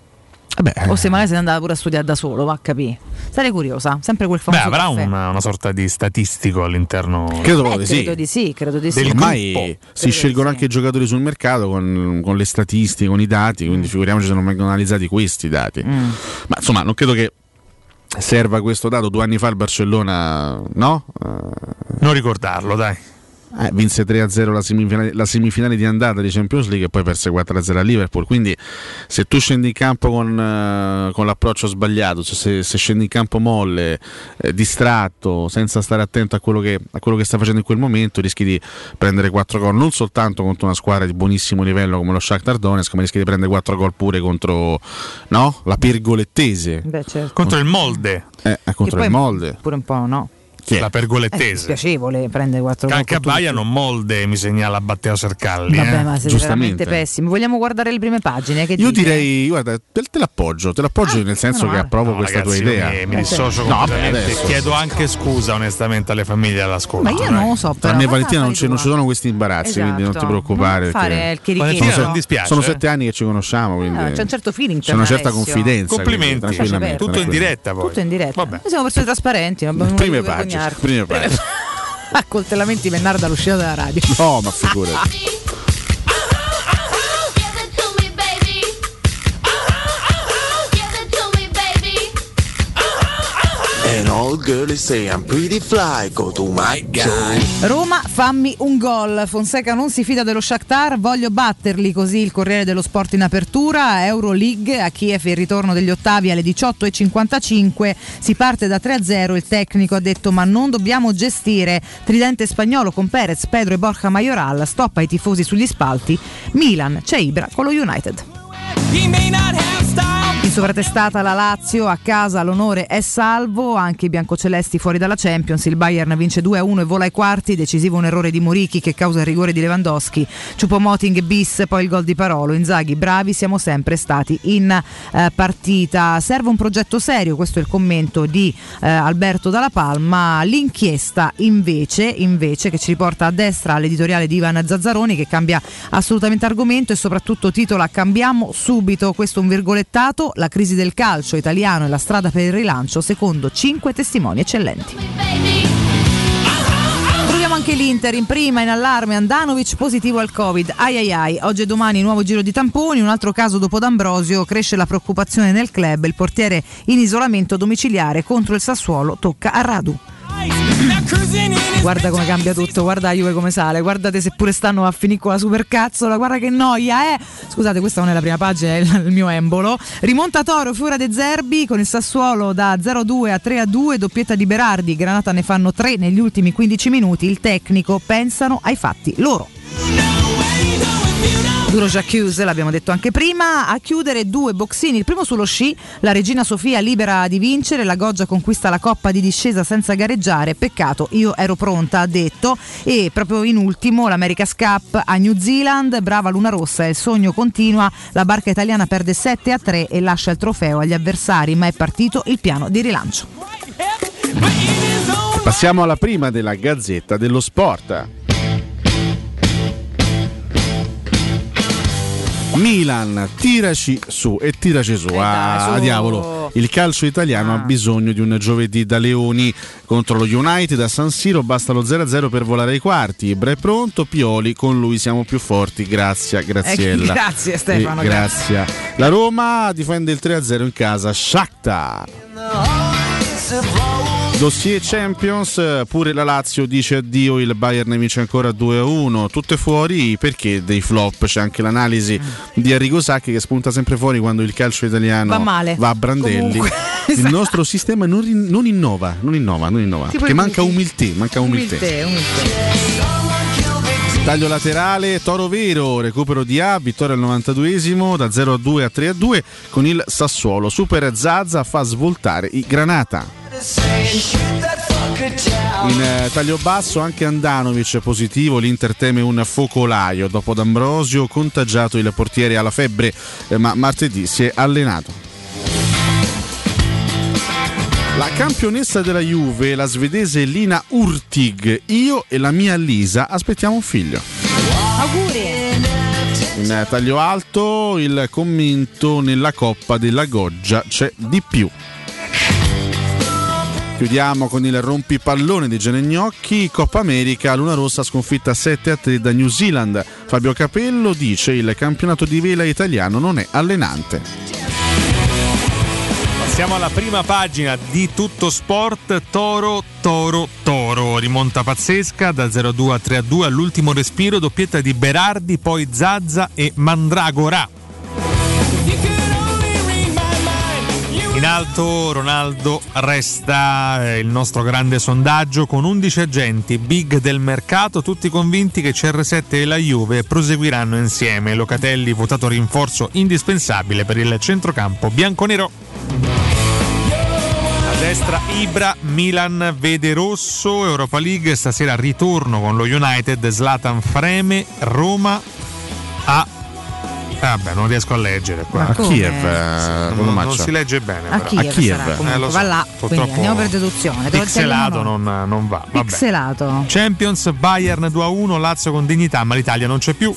O se magari se ne andava pure a studiare da solo, va a capire. Sarei curiosa, sempre quel famoso avrà una sorta di statistico all'interno. Credo di sì. Ormai si scelgono anche i giocatori sul mercato con le statistiche, con i dati, quindi figuriamoci se non vengono analizzati questi dati. Ma insomma non credo che serva questo dato. 2 anni fa il Barcellona non ricordarlo, dai. Vinse 3-0 la semifinale di andata di Champions League e poi perse 4-0 a Liverpool. Quindi se tu scendi in campo con l'approccio sbagliato, se scendi in campo molle, distratto, senza stare attento a quello che sta facendo in quel momento, rischi di prendere 4 gol, non soltanto contro una squadra di buonissimo livello come lo Shakhtar Donetsk, ma rischi di prendere 4 gol pure contro la Pergolettese, certo. Contro il Molde, contro il Molde pure un po', la Pergolettese. È piacevole prendere 4 gol. Anche a Baia non Molde, mi segnala Matteo Sercalli. Vabbè, ma siete veramente pessimi. Vogliamo guardare le prime pagine? Io direi, guarda, te l'appoggio nel senso che approvo questa tua idea. Mi dissocio completamente. Chiedo anche scusa onestamente alle famiglie dell'ascolto. Ma io non lo so, però. Tra me e Valentina non ci sono questi imbarazzi, quindi non ti preoccupare. Non dispiace. Sono 7 anni che ci conosciamo, quindi c'è un certo feeling, c'è una certa confidenza. Complimenti. Tutto in diretta poi. Tutto in diretta. Noi siamo persone trasparenti, prime pagine. Accoltellamenti Mennarda dall'uscita della radio. No, ma figurati. And all girls say I'm pretty fly, go to my guy. Roma, fammi un gol. Fonseca non si fida dello Shakhtar, voglio batterli, così il Corriere dello Sport in apertura. Euroleague, a Kiev il ritorno degli ottavi alle 18:55, si parte da 3-0, il tecnico ha detto ma non dobbiamo gestire. Tridente spagnolo con Perez, Pedro e Borja Mayoral, stop ai tifosi sugli spalti. Milan, c'è Ibra con lo United. In sovratestata la Lazio, a casa l'onore è salvo, anche i biancocelesti fuori dalla Champions. Il Bayern vince 2-1 e vola ai quarti, decisivo un errore di Murichi che causa il rigore di Lewandowski. Choupo-Moting bis, poi il gol di Parolo. Inzaghi, bravi, siamo sempre stati in partita. Serve un progetto serio, questo è il commento di Alberto Dalla Palma. L'inchiesta invece che ci riporta a destra all'editoriale di Ivan Zazzaroni, che cambia assolutamente argomento e soprattutto titola "Cambiamo subito", questo è un virgolettato. La la crisi del calcio italiano e la strada per il rilancio, secondo 5 testimoni eccellenti. Troviamo anche l'Inter in prima, in allarme, Andanovic positivo al Covid, ai. Oggi e domani nuovo giro di tamponi, un altro caso dopo D'Ambrosio, cresce la preoccupazione nel club, il portiere in isolamento domiciliare contro il Sassuolo, tocca a Radu. Guarda come cambia tutto, guarda Juve come sale, guardate se pure stanno a finire con la supercazzola, guarda che noia, Scusate, questa non è la prima pagina, è il mio embolo. Rimonta Toro, Fiora De Zerbi con il Sassuolo da 0-2 a 3-2, doppietta di Berardi, Granata ne fanno 3 negli ultimi 15 minuti, il tecnico pensano ai fatti loro. Duro Jacques, l'abbiamo detto anche prima, a chiudere 2 boxini, il primo sullo sci, la Regina Sofia libera di vincere, la Goggia conquista la coppa di discesa senza gareggiare, peccato, io ero pronta, ha detto, e proprio in ultimo l'America's Cup a New Zealand, brava Luna Rossa, il sogno continua, la barca italiana perde 7-3 e lascia il trofeo agli avversari, ma è partito il piano di rilancio. Passiamo alla prima della Gazzetta dello Sport. Milan, tiraci su e tiraci su, diavolo. Il calcio italiano ha bisogno di un giovedì da leoni contro lo United a San Siro, basta lo 0-0 per volare ai quarti. Ibra è pronto, Pioli, con lui siamo più forti, grazie Graziella. Grazie Stefano. Grazie. La Roma difende il 3-0 in casa, Shakhtar. Dossier Champions, pure la Lazio dice addio, il Bayern vince ancora 2-1, tutte fuori perché dei flop, c'è anche l'analisi di Arrigo Sacchi che spunta sempre fuori quando il calcio italiano va male, va a brandelli. Comunque, il nostro sistema non innova, perché manca umiltà. Taglio laterale, Toro Vero, recupero di A, vittoria al 92esimo da 0-2 a 3-2 con il Sassuolo, Super Zaza fa svoltare i Granata. In taglio basso anche Andanovic positivo, l'Inter teme un focolaio dopo D'Ambrosio, contagiato il portiere alla febbre, ma martedì si è allenato. La campionessa della Juve, la svedese Lina Hurtig, io e la mia Lisa aspettiamo un figlio. Auguri! In taglio alto il commento nella Coppa della Goggia c'è di più. Chiudiamo con il rompipallone di Genegnocchi, Coppa America, Luna Rossa sconfitta 7-3 da New Zealand. Fabio Capello dice il campionato di vela italiano non è allenante. Siamo alla prima pagina di Tutto Sport, Toro, rimonta pazzesca da 0-2 a 3-2 all'ultimo respiro, doppietta di Berardi, poi Zazza e Mandragora. In alto Ronaldo resta, il nostro grande sondaggio con 11 agenti big del mercato, tutti convinti che CR7 e la Juve proseguiranno insieme. Locatelli votato rinforzo indispensabile per il centrocampo bianconero. A destra Ibra, Milan vede rosso, Europa League stasera ritorno con lo United, Zlatan freme, Roma a non riesco a leggere qua. A Kiev, non si legge bene. A Kiev. Lo so, va là, quindi andiamo per deduzione. Pixelato non va. Vabbè. Pixelato. Champions, Bayern 2-1, Lazio con dignità, ma l'Italia non c'è più.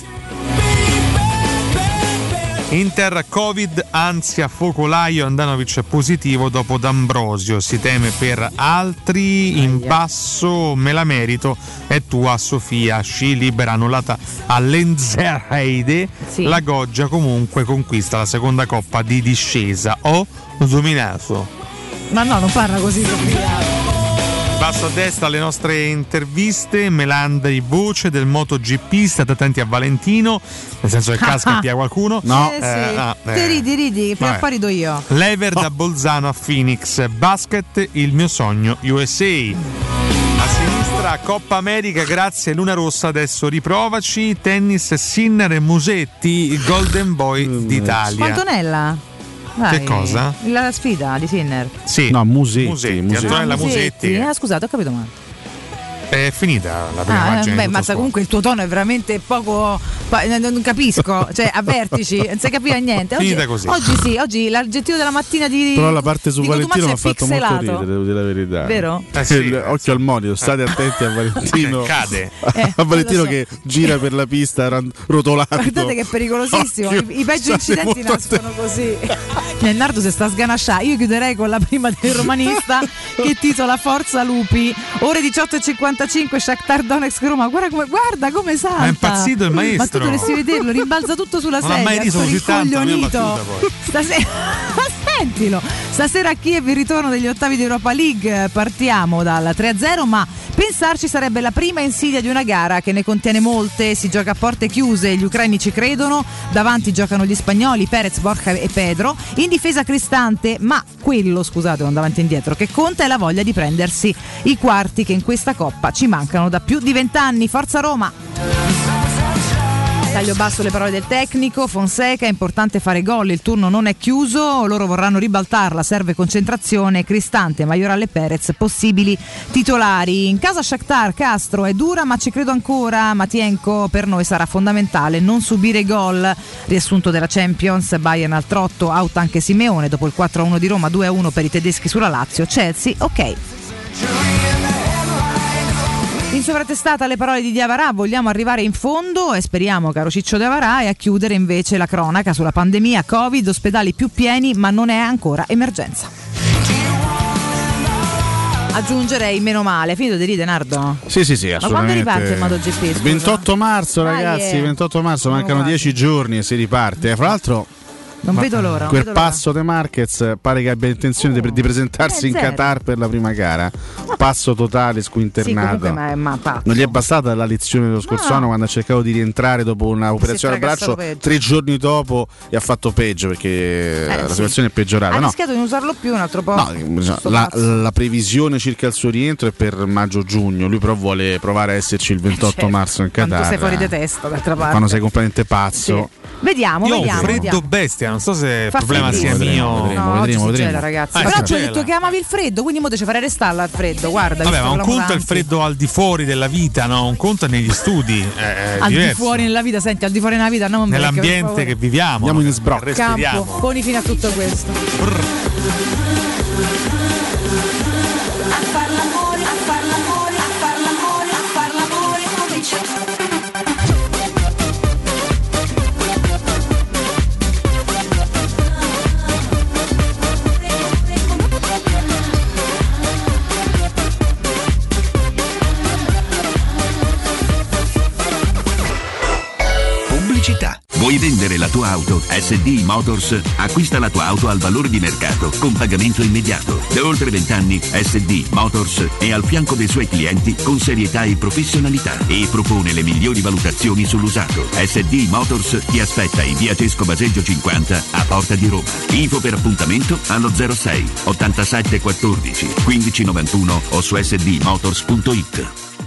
Inter, Covid, ansia, focolaio, Andanovic positivo dopo D'Ambrosio, si teme per altri, in basso, me la merito, è tua Sofia, sci libera annullata all'Enzerheide, sì. La Goggia comunque conquista la seconda coppa di discesa, ho dominato. Ma no, non parla così Sofia. Basso a destra le nostre interviste, Melandri voce del MotoGP, state attenti a Valentino, nel senso che casca e pia qualcuno. No. Te ridi, prima o poi rido io. Lever da Bolzano a Phoenix, basket, il mio sogno USA. A sinistra Coppa America, grazie Luna Rossa, adesso riprovaci, tennis Sinner e Musetti, il Golden Boy d'Italia. Antonella? Dai, che cosa? La sfida di Sinner. Sì. No, Musetti. Antonella Musetti. Scusate, ho capito male. È finita la prima pagina. Ma comunque il tuo tono è veramente poco. Non capisco, cioè a vertici, non si capiva niente. Finita così. Oggi l'aggettivo della mattina di. Però la parte su Valentino mi ha fatto molto ridere, devo dire la verità. Vero? Sì, occhio al monito, state attenti a Valentino. Cade. A Valentino che gira per la pista rotolando. Guardate che è pericolosissimo. I peggio incidenti nascono così. Nardo si sta sganasciando. Io chiuderei con la prima del romanista che titola Forza Lupi. Ore 18:55, Shakhtar Donetsk Roma. Guarda come salta. Ma è impazzito il maestro. Ma tu dovresti vederlo, rimbalza tutto sulla sedia. Non ha mai riso così tanto. Stasera sentilo. Stasera a Kiev il ritorno degli ottavi di Europa League. Partiamo dal 3-0, ma pensarci sarebbe la prima insidia di una gara che ne contiene molte. Si gioca a porte chiuse, gli ucraini ci credono, davanti giocano gli spagnoli Perez, Borja e Pedro, in difesa Cristante, ma quello, scusate, non davanti e indietro, che conta è la voglia di prendersi i quarti che in questa Coppa ci mancano da più di 20 anni. Forza Roma! Taglio basso le parole del tecnico Fonseca, è importante fare gol, il turno non è chiuso, loro vorranno ribaltarla, serve concentrazione. Cristante, Majoral e Perez possibili titolari. In casa Shakhtar, Castro è dura ma ci credo ancora, Matienko per noi sarà fondamentale non subire gol. Riassunto della Champions, Bayern al trotto, out anche Simeone dopo il 4-1 di Roma, 2-1 per i tedeschi sulla Lazio. Chelsea, ok. In sovrattestata le parole di Diavarà, vogliamo arrivare in fondo e speriamo, caro Ciccio Diavarà, e a chiudere invece la cronaca sulla pandemia Covid, ospedali più pieni ma non è ancora emergenza. Aggiungerei meno male. Finito di ridere, Nardo? Sì, assolutamente. Ma quando riparte il MotoGP? Scusa? 28 marzo, ragazzi, 28 marzo, mancano 10 giorni e si riparte. Fra l'altro non vedo l'ora. Quel passo De Marquez pare che abbia intenzione di presentarsi in Qatar per la prima gara. Passo totale, squinternato. Sì, ma non gli è bastata la lezione dello scorso anno quando ha cercato di rientrare dopo un'operazione al braccio 3 giorni dopo e ha fatto peggio perché la situazione è peggiorata. Ha rischiato di non usarlo più un altro po'. La previsione circa il suo rientro è per maggio-giugno. Lui però vuole provare a esserci il 28 marzo in Qatar. Quando sei fuori di testa, d'altra parte. Quando sei completamente pazzo. Sì. Vediamo. Io ho un freddo bestia, non so se il problema sia mio. Vedremo. Ragazzi. Però tu hai detto che amavi il freddo, quindi mo te ci farei restare al freddo. Guarda. Vabbè, ma un conto è il freddo al di fuori della vita, no? Un conto è negli studi. Al di fuori nella vita, senti, al di fuori nella vita, non nell'ambiente che viviamo. Andiamo in sbrocco. Campo, poni fino a tutto questo. Vuoi vendere la tua auto? SD Motors acquista la tua auto al valore di mercato con pagamento immediato. Da oltre 20 anni SD Motors è al fianco dei suoi clienti con serietà e professionalità e propone le migliori valutazioni sull'usato. SD Motors ti aspetta in via Cesco Baseggio 50 a Porta di Roma. Info per appuntamento allo 06 87 14 15 91 o su sdmotors.it.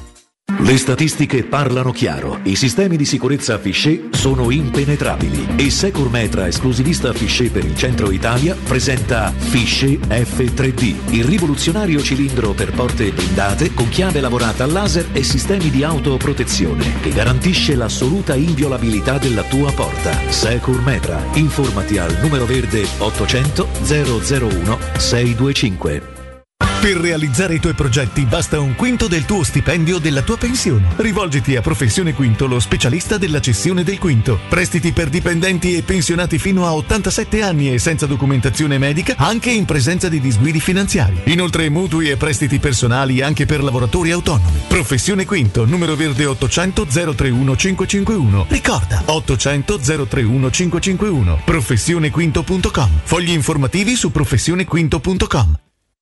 Le statistiche parlano chiaro, i sistemi di sicurezza Fichet sono impenetrabili e Securmetra, esclusivista Fichet per il centro Italia, presenta Fichet F3D, il rivoluzionario cilindro per porte blindate con chiave lavorata a laser e sistemi di autoprotezione che garantisce l'assoluta inviolabilità della tua porta. Securmetra, informati al numero verde 800 001 625. Per realizzare i tuoi progetti basta un quinto del tuo stipendio della tua pensione. Rivolgiti a Professione Quinto, lo specialista della cessione del quinto. Prestiti per dipendenti e pensionati fino a 87 anni e senza documentazione medica, anche in presenza di disguidi finanziari. Inoltre mutui e prestiti personali anche per lavoratori autonomi. Professione Quinto, numero verde 800 031 551. Ricorda, 800 031 551. Professionequinto.com. Fogli informativi su professionequinto.com.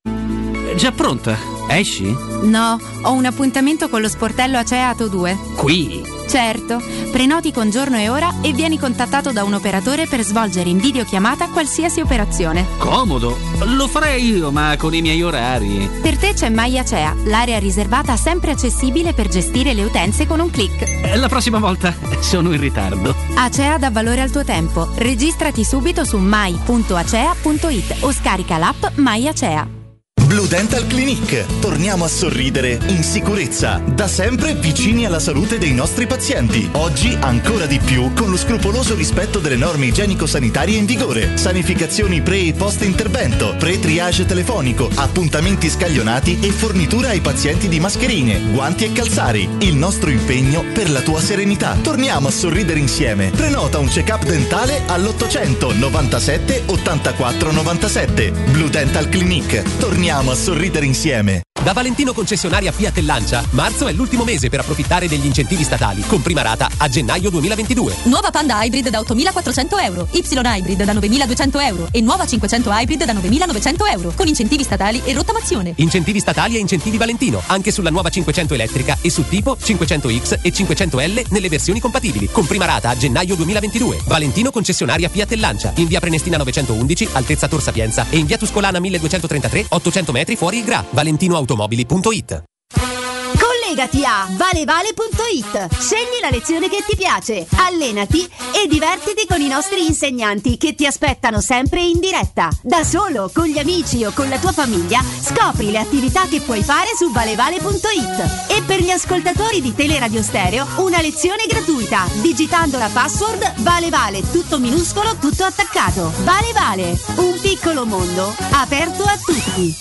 Già pronta? Esci? No, ho un appuntamento con lo sportello Acea Ato 2. Qui? Certo, prenoti con giorno e ora e vieni contattato da un operatore per svolgere in videochiamata qualsiasi operazione. Comodo, lo farei io, ma con i miei orari. Per te c'è MyAcea, l'area riservata sempre accessibile per gestire le utenze con un click. La prossima volta sono in ritardo. Acea dà valore al tuo tempo. Registrati subito su my.acea.it o scarica l'app MyAcea. Blue Dental Clinic. Torniamo a sorridere in sicurezza, da sempre vicini alla salute dei nostri pazienti. Oggi ancora di più con lo scrupoloso rispetto delle norme igienico-sanitarie in vigore. Sanificazioni pre e post intervento, pre-triage telefonico, appuntamenti scaglionati e fornitura ai pazienti di mascherine, guanti e calzari. Il nostro impegno per la tua serenità. Torniamo a sorridere insieme. Prenota un check-up dentale all'800 97 84 97. Blue Dental Clinic. Torniamo a sorridere insieme. Da Valentino concessionaria Fiat e Lancia, marzo è l'ultimo mese per approfittare degli incentivi statali, con prima rata a gennaio 2022. Nuova Panda Hybrid da 8.400 euro, Y Hybrid da 9.200 euro e nuova 500 Hybrid da 9.900 euro, con incentivi statali e rottamazione. Incentivi statali e incentivi Valentino, anche sulla nuova 500 elettrica e su tipo 500X e 500L nelle versioni compatibili, con prima rata a gennaio 2022. Valentino concessionaria Fiat e Lancia, in via Prenestina 911, altezza Tor Sapienza, e in via Tuscolana 1233, 800 metri fuori il Gra. ValentinoAutomobili.it. Collegati a valevale.it. Scegli la lezione che ti piace, allenati e divertiti con i nostri insegnanti che ti aspettano sempre in diretta. Da solo, con gli amici o con la tua famiglia, scopri le attività che puoi fare su valevale.it. E per gli ascoltatori di Teleradio Stereo, una lezione gratuita, digitando la password Valevale, tutto minuscolo, tutto attaccato. Valevale, un piccolo mondo aperto a tutti.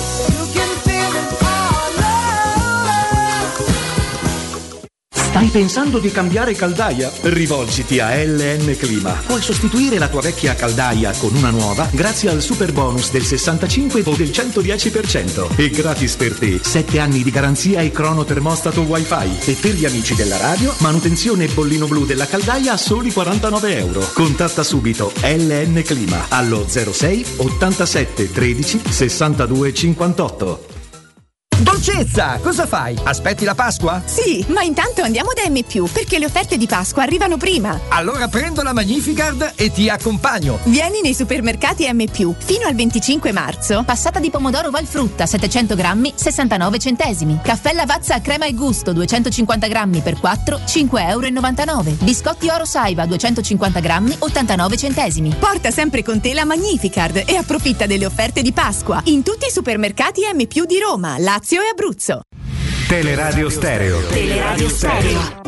Stai pensando di cambiare caldaia? Rivolgiti a LN Clima. Puoi sostituire la tua vecchia caldaia con una nuova grazie al super bonus del 65 o del 110%. E gratis per te 7 anni di garanzia e cronotermostato wifi. E per gli amici della radio, manutenzione e bollino blu della caldaia a soli 49 euro. Contatta subito LN Clima allo 06 87 13 62 58. Dolcezza, cosa fai? Aspetti la Pasqua? Sì, ma intanto andiamo da M+, perché le offerte di Pasqua arrivano prima. Allora prendo la Magnificard e ti accompagno. Vieni nei supermercati M+, fino al 25 marzo. Passata di pomodoro Valfrutta, 700 grammi, 69 centesimi. Caffè Lavazza a crema e gusto, 250 grammi per 4, 5,99 euro. Biscotti Oro Saiva, 250 grammi, 89 centesimi. Porta sempre con te la Magnificard e approfitta delle offerte di Pasqua. In tutti i supermercati M+ di Roma, Lazio e Abruzzo. Teleradio Stereo. Teleradio Stereo.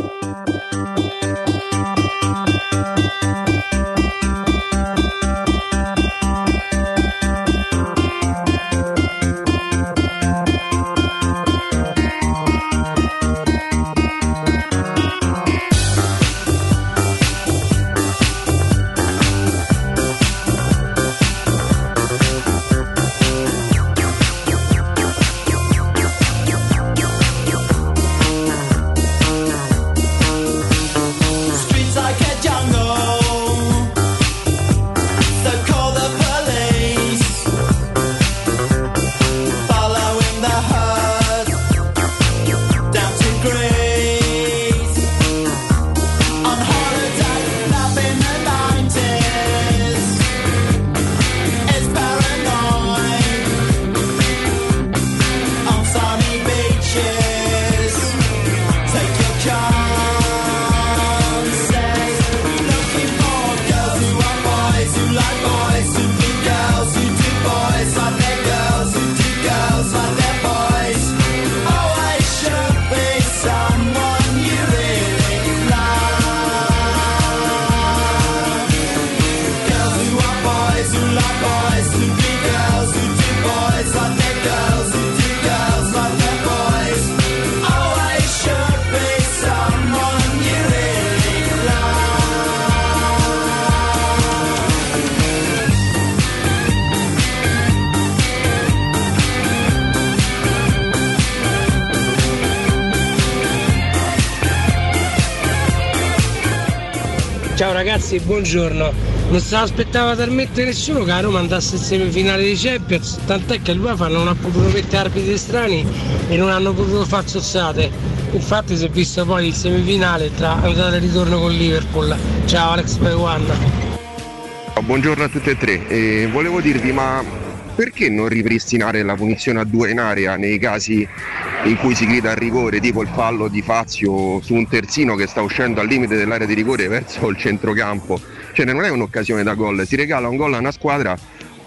Ciao ragazzi, buongiorno. Non se l'aspettava talmente nessuno che la Roma andasse in semifinale di Champions, tant'è che l'UEFA non ha potuto mettere arbitri strani e non hanno potuto far zozzate. Infatti si è visto poi il semifinale tra andata e ritorno con Liverpool. Ciao Alex Paiwan. Buongiorno a tutti e tre. Volevo dirvi, ma perché non ripristinare la punizione a 2 in area nei casi in cui si grida al rigore, tipo il fallo di Fazio su un terzino che sta uscendo al limite dell'area di rigore verso il centrocampo? Cioè non è un'occasione da gol, si regala un gol a una squadra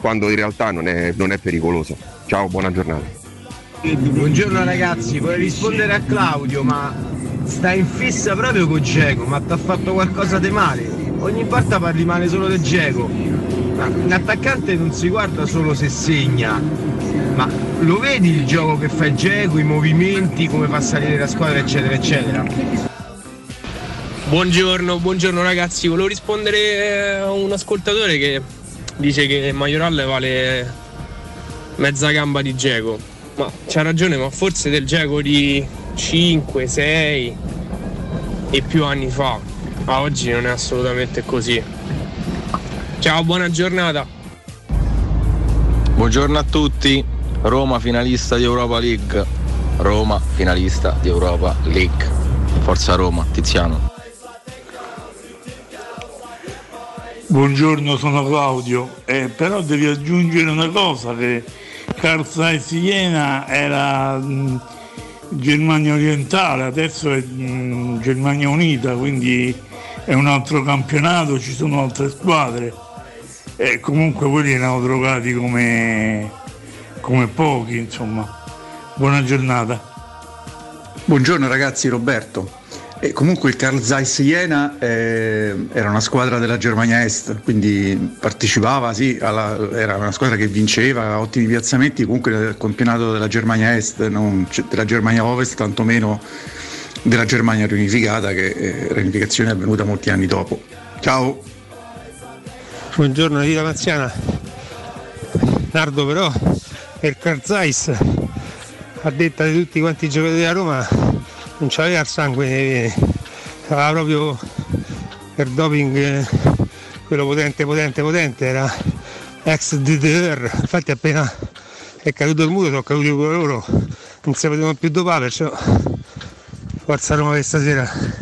quando in realtà non è pericoloso. Ciao, buona giornata. Buongiorno ragazzi, vorrei rispondere a Claudio, ma stai in fissa proprio con Dzeko, ma t'ha fatto qualcosa di male? Ogni volta parli male solo di Dzeko. Ma l'attaccante non si guarda solo se segna, ma lo vedi il gioco che fa Dzeko, i movimenti, come fa a salire la squadra, eccetera eccetera. Buongiorno ragazzi, volevo rispondere a un ascoltatore che dice che Majoral vale mezza gamba di Dzeko, ma c'ha ragione, ma forse del Dzeko di 5, 6 e più anni fa, a oggi non è assolutamente così. Ciao, buona giornata. Buongiorno a tutti. Roma finalista di Europa League. Roma finalista di Europa League. Forza Roma, Tiziano. Buongiorno, sono Claudio, però devi aggiungere una cosa, che Carl Zeiss Jena era Germania orientale, adesso è Germania Unita, quindi è un altro campionato, ci sono altre squadre e comunque quelli erano drogati come pochi, insomma. Buona giornata. Buongiorno ragazzi, Roberto. E comunque il Carl Zeiss Jena era una squadra della Germania Est, quindi partecipava, sì, era una squadra che vinceva, ottimi piazzamenti comunque nel campionato della Germania Est, non della Germania Ovest, tantomeno della Germania riunificata, che riunificazione è avvenuta molti anni dopo. Ciao! Buongiorno Rita Marziana. Nardo, però il Carl Zeiss, a detta di tutti quanti i giocatori della Roma, non c'aveva il sangue nei veni, aveva proprio il doping, quello potente, era ex DDR, infatti appena è caduto il muro sono caduti pure loro, non si potevano più dopare, perciò forza Roma per stasera.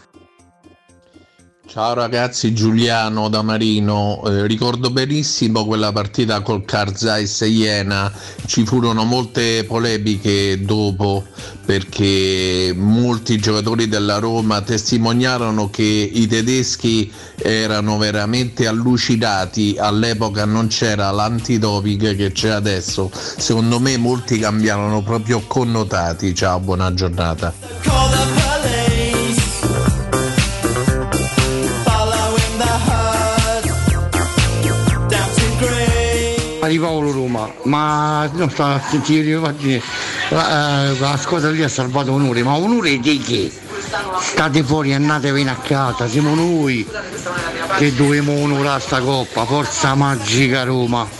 Ciao ragazzi, Giuliano da Marino, ricordo benissimo quella partita col Carl Zeiss Jena, ci furono molte polemiche dopo perché molti giocatori della Roma testimoniarono che i tedeschi erano veramente allucinati, all'epoca non c'era l'antidoping che c'è adesso, secondo me molti cambiarono proprio connotati. Ciao, buona giornata. Di Paolo Roma, ma non sta la squadra lì ha salvato onore, ma onore di che? State fuori, andatevi a casa, siamo noi che dobbiamo onorare sta coppa, forza magica Roma.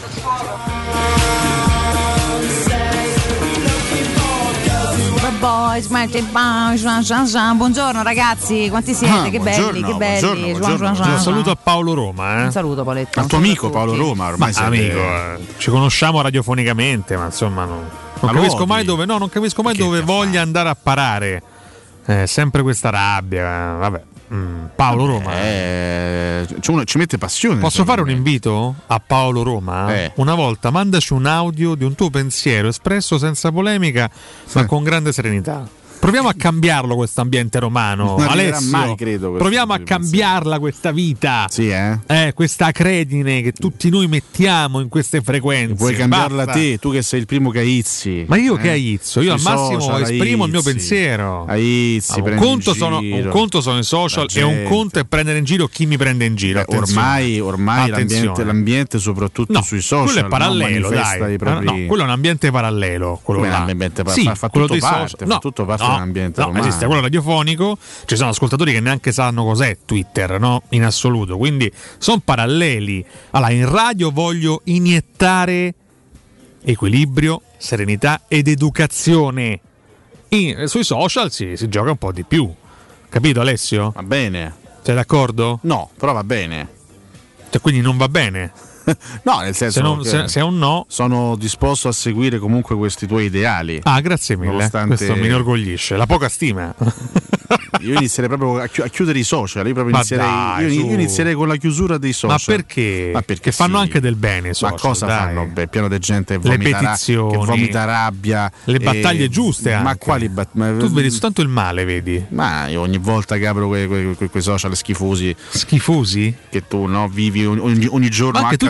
Buongiorno ragazzi, quanti siete? Che belli, che belli. Un saluto a Paolo Roma. Un saluto Paoletto. Al tuo amico Paolo Roma, ormai amico, ci conosciamo radiofonicamente, ma insomma non capisco mai dove, non capisco mai dove voglia andare a parare. Sempre questa rabbia, vabbè. Paolo Roma ci mette passione. Posso fare un invito a Paolo Roma? Una volta mandaci un audio di un tuo pensiero espresso senza polemica ma con grande serenità. Proviamo a cambiarlo questo ambiente romano, non Alessio. Mai, credo, proviamo a cambiarla questa vita. Sì, questa acredine che tutti noi mettiamo in queste frequenze. Vuoi cambiarla te, tu che sei il primo che aizzi. Ma io che aizzo? Io al massimo esprimo il mio pensiero. Un conto sono i social e un conto è prendere in giro chi mi prende in giro. Ormai l'ambiente soprattutto sui social. Quello è parallelo, dai. No, quello è un ambiente parallelo. Quello là. Fa tutto parte. No, esiste quello radiofonico, ci sono ascoltatori che neanche sanno cos'è Twitter, no? In assoluto, quindi sono paralleli. Allora, in radio voglio iniettare equilibrio, serenità ed educazione. Sui social si gioca un po' di più, capito Alessio? Va bene. Sei d'accordo? No, però va bene. Cioè, quindi non va bene? No, nel senso se è un no, sono disposto a seguire comunque questi tuoi ideali. Grazie mille. Questo mi inorgoglisce. La poca stima. Io inizierei proprio a chiudere i social. Io inizierei con la chiusura dei social. Ma perché? Che fanno anche del bene. Social, ma cosa fanno? Pieno di gente le petizioni, che vomita rabbia, le battaglie giuste. Ma anche. Quali tu vedi soltanto il male, vedi? Ma io ogni volta che apro quei social schifosi che tu vivi ogni giorno. Ma anche tu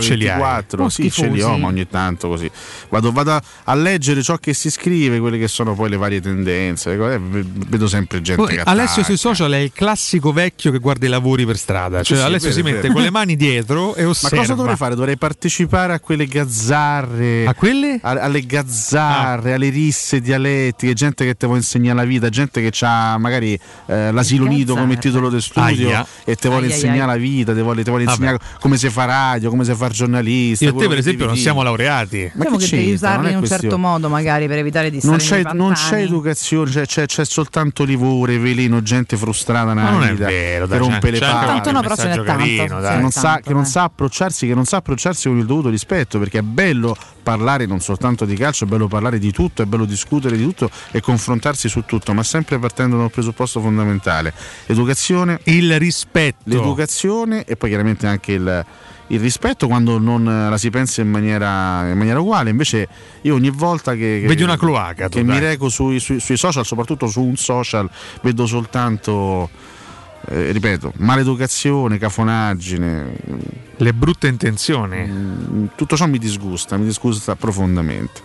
ce li hai? Sì, ce li ho, ma ogni tanto così vado a leggere ciò che si scrive, quelle che sono poi le varie tendenze, vedo sempre gente che attacca. Alessio sui social è il classico vecchio che guarda i lavori per strada, cioè Alessio si mette con le mani dietro e osserva. Ma cosa dovrei fare? Dovrei partecipare a quelle gazzarre, a quelle? Alle gazzarre, alle risse dialettiche, gente che te vuole insegnare la vita, gente che ha magari l'asilo nido come titolo di studio e te vuole insegnare la vita, te vuole insegnare come si fa radio, come si fa giornalista. Io e te per esempio non siamo laureati. Ma che devi usarli in un certo modo magari per evitare di stare non c'è educazione, c'è soltanto livore, veleno, gente frustrata nella non vita, è vero, che rompe le palle, tanto no, però ce n'è tanto, che non sa approcciarsi con il dovuto rispetto, perché è bello parlare non soltanto di calcio, è bello parlare di tutto, è bello discutere di tutto e confrontarsi su tutto, ma sempre partendo da un presupposto fondamentale: l'educazione, il rispetto, l'educazione e poi chiaramente anche il rispetto quando non la si pensa in maniera uguale. Invece io ogni volta che vedi una cloaca che mi reco sui social, soprattutto su un social, vedo soltanto ripeto, maleducazione, cafonaggine, le brutte intenzioni. Tutto ciò mi disgusta profondamente.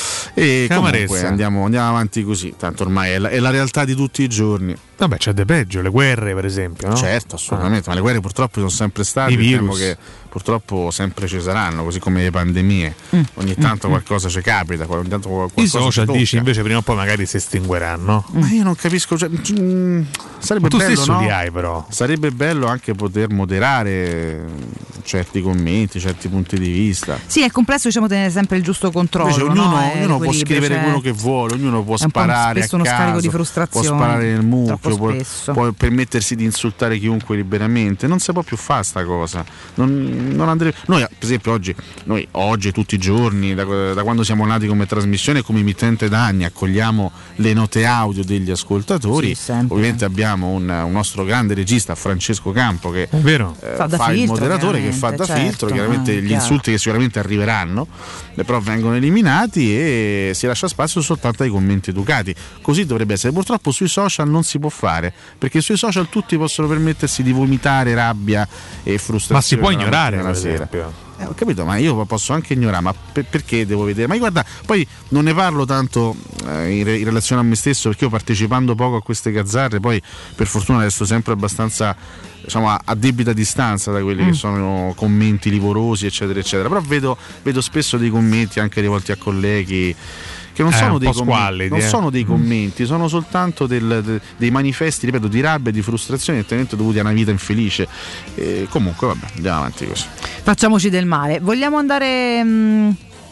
E comunque andiamo avanti così, tanto ormai è la realtà di tutti i giorni. Vabbè, c'è de peggio, le guerre per esempio, no? Certo, assolutamente, ma le guerre purtroppo sono sempre state, i virus che purtroppo sempre ci saranno, così come le pandemie. Ogni tanto qualcosa ci capita, ogni tanto qualcosa i social dici invece prima o poi magari si estingueranno. Ma io non capisco, sarebbe tu bello, stesso no? li hai però. Sarebbe bello anche poter moderare certi commenti, certi punti di vista. Sì, è complesso, diciamo, tenere sempre il giusto controllo. Invece ognuno può scrivere quello che vuole, ognuno può sparare spesso uno scarico di frustrazione, può sparare nel mucchio, può permettersi di insultare chiunque liberamente. Non si può più fare sta cosa. Non andrebbe. Noi per esempio oggi tutti i giorni da quando siamo nati come trasmissione, come emittente da anni, accogliamo le note audio degli ascoltatori. Sì, ovviamente abbiamo un nostro grande regista, Francesco Campo, che fa il moderatore, che fa da filtro, chiaramente gli insulti che sicuramente arriveranno, però vengono eliminati e si lascia spazio soltanto ai commenti educati. Così dovrebbe essere. Purtroppo sui social non si può fare, perché sui social tutti possono permettersi di vomitare rabbia e frustrazione. Ma si può ignorare la sera. Ho capito, ma io posso anche ignorare, ma perché devo vedere? Ma guarda, poi non ne parlo tanto in relazione a me stesso, perché io partecipando poco a queste gazzarre, poi per fortuna resto sempre abbastanza, diciamo, a debita distanza da quelli che sono commenti livorosi, eccetera eccetera, però vedo spesso dei commenti anche rivolti a colleghi che non sono dei commenti, sono dei commenti, sono soltanto dei manifesti, ripeto, di rabbia e di frustrazione nettamente dovuti a una vita infelice. Comunque vabbè, andiamo avanti così. Facciamoci del male. Vogliamo andare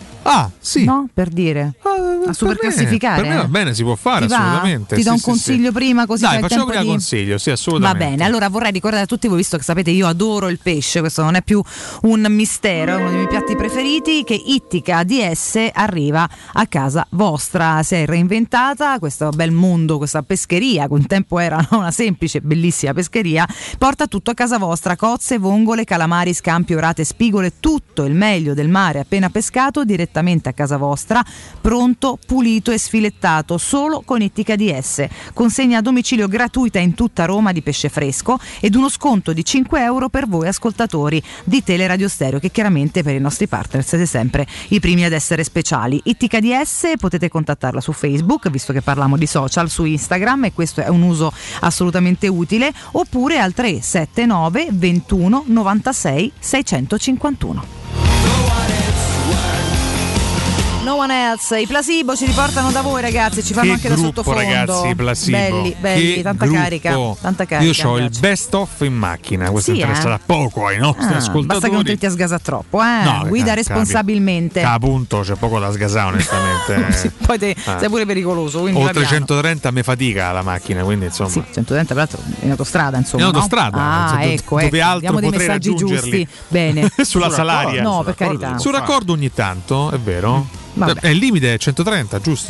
sì. No, per dire a super classificare. Per me va bene, si può fare assolutamente. Ti do un consiglio prima, così dai, fai facciamo tempo prima consiglio, sì, assolutamente. Va bene, allora vorrei ricordare a tutti voi, visto che sapete io adoro il pesce, questo non è più un mistero, è uno dei miei piatti preferiti, che Ittica ADS arriva a casa vostra. Si è reinventata questo bel mondo, questa pescheria, che un tempo era una semplice bellissima pescheria, porta tutto a casa vostra: cozze, vongole, calamari, scampi, orate, spigole, tutto il meglio del mare appena pescato direttamente a casa vostra, pronto, pulito e sfilettato, solo con Ittica DS. Consegna a domicilio gratuita in tutta Roma di pesce fresco ed uno sconto di 5 euro per voi ascoltatori di Teleradio Stereo, che chiaramente per i nostri partner siete sempre i primi ad essere speciali. Ittica DS, potete contattarla su Facebook, visto che parliamo di social, su Instagram, e questo è un uso assolutamente utile, oppure al 379 21 96 651. No One Else, i Placebo ci riportano da voi, ragazzi, ci fanno anche da sottofondo. Ragazzi, Placebo. Belli, tanta carica. Io ho il best of in macchina, questo interessa poco ai nostri ascoltatori. Basta che non ti sgasare troppo, no, guida responsabilmente. Appunto, c'è poco da sgasare, onestamente. Poi sei pure pericoloso, quindi oltre 130 mi fatica la macchina, quindi insomma. Sì, 130 peraltro in autostrada, insomma. In autostrada, ecco. Dove altro dei potrei messaggi raggiungerli? Giusti. Bene. Sulla Salaria. No, per carità. Sul raccordo ogni tanto, è vero? Il limite è 130, giusto?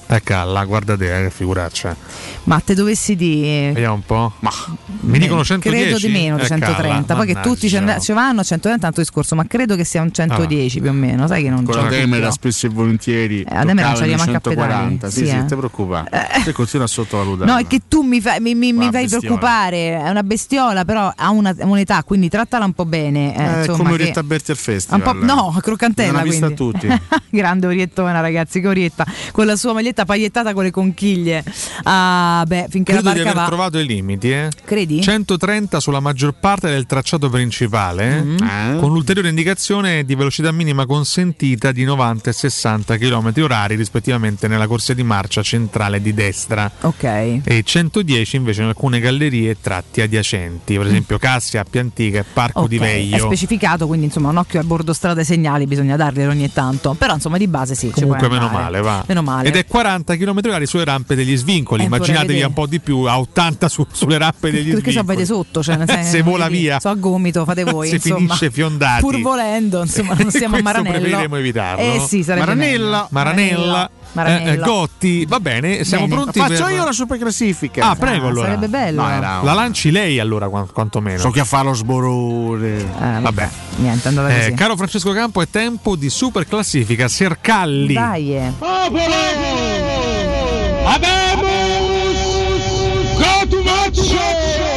Ecco, là, guarda te, che figuraccia. Ma te dovessi dire... Vediamo un po'. Ma mi dicono 110? Credo di meno di 130. Poi che tutti ci vanno a 130 tanto discorso, ma credo che sia un 110 più o meno. Sai che non c'è. Con la Demera spesso e volentieri. A me non c'arriva manca a pedali. Sì, non ti preoccupare. Te continua a sottovalutare. No, è che tu mi fai preoccupare. È una bestiola, però ha un'età, quindi trattala un po' bene. Come Orietta Berti al festival. No, croccantella. L'hanno vista a tutti. Grande Oriettona, ragazzi, che Orietta. Con la sua maglietta pagliettata con le conchiglie. Finché credo la barca di aver va. trovato i limiti. Credi? 130 sulla maggior parte del tracciato principale, con l'ulteriore indicazione di velocità minima consentita di 90 e 60 km/h rispettivamente nella corsia di marcia centrale di destra. Ok. E 110 invece in alcune gallerie e tratti adiacenti, per esempio Cassia, Appia Antica e Parco di Veglio. È specificato, quindi insomma un occhio al bordo strada ai segnali bisogna darglielo ogni tanto, però insomma di base sì. Comunque meno male, va. Meno male. Ed è 40 km/h sulle rampe degli svincoli, immaginatevi un po' di più, a 80 sulle rampe degli svincoli. Perché so avete sotto, cioè, se vola via. So a gomito, fate voi. Si finisce fiondati. Pur volendo, insomma, non siamo a Maranello. Preferiremo evitarlo. Sì, Maranella. Gotti, va bene, siamo pronti. Faccio io la super classifica. Prego allora. Sarebbe bello. La lanci lei allora, quantomeno. So che fa lo sborone. Vabbè. Niente, andata così. Caro Francesco Campo, è tempo di super classifica. Sercalli. Dai. Popolo! Abemus! Cotumaccio!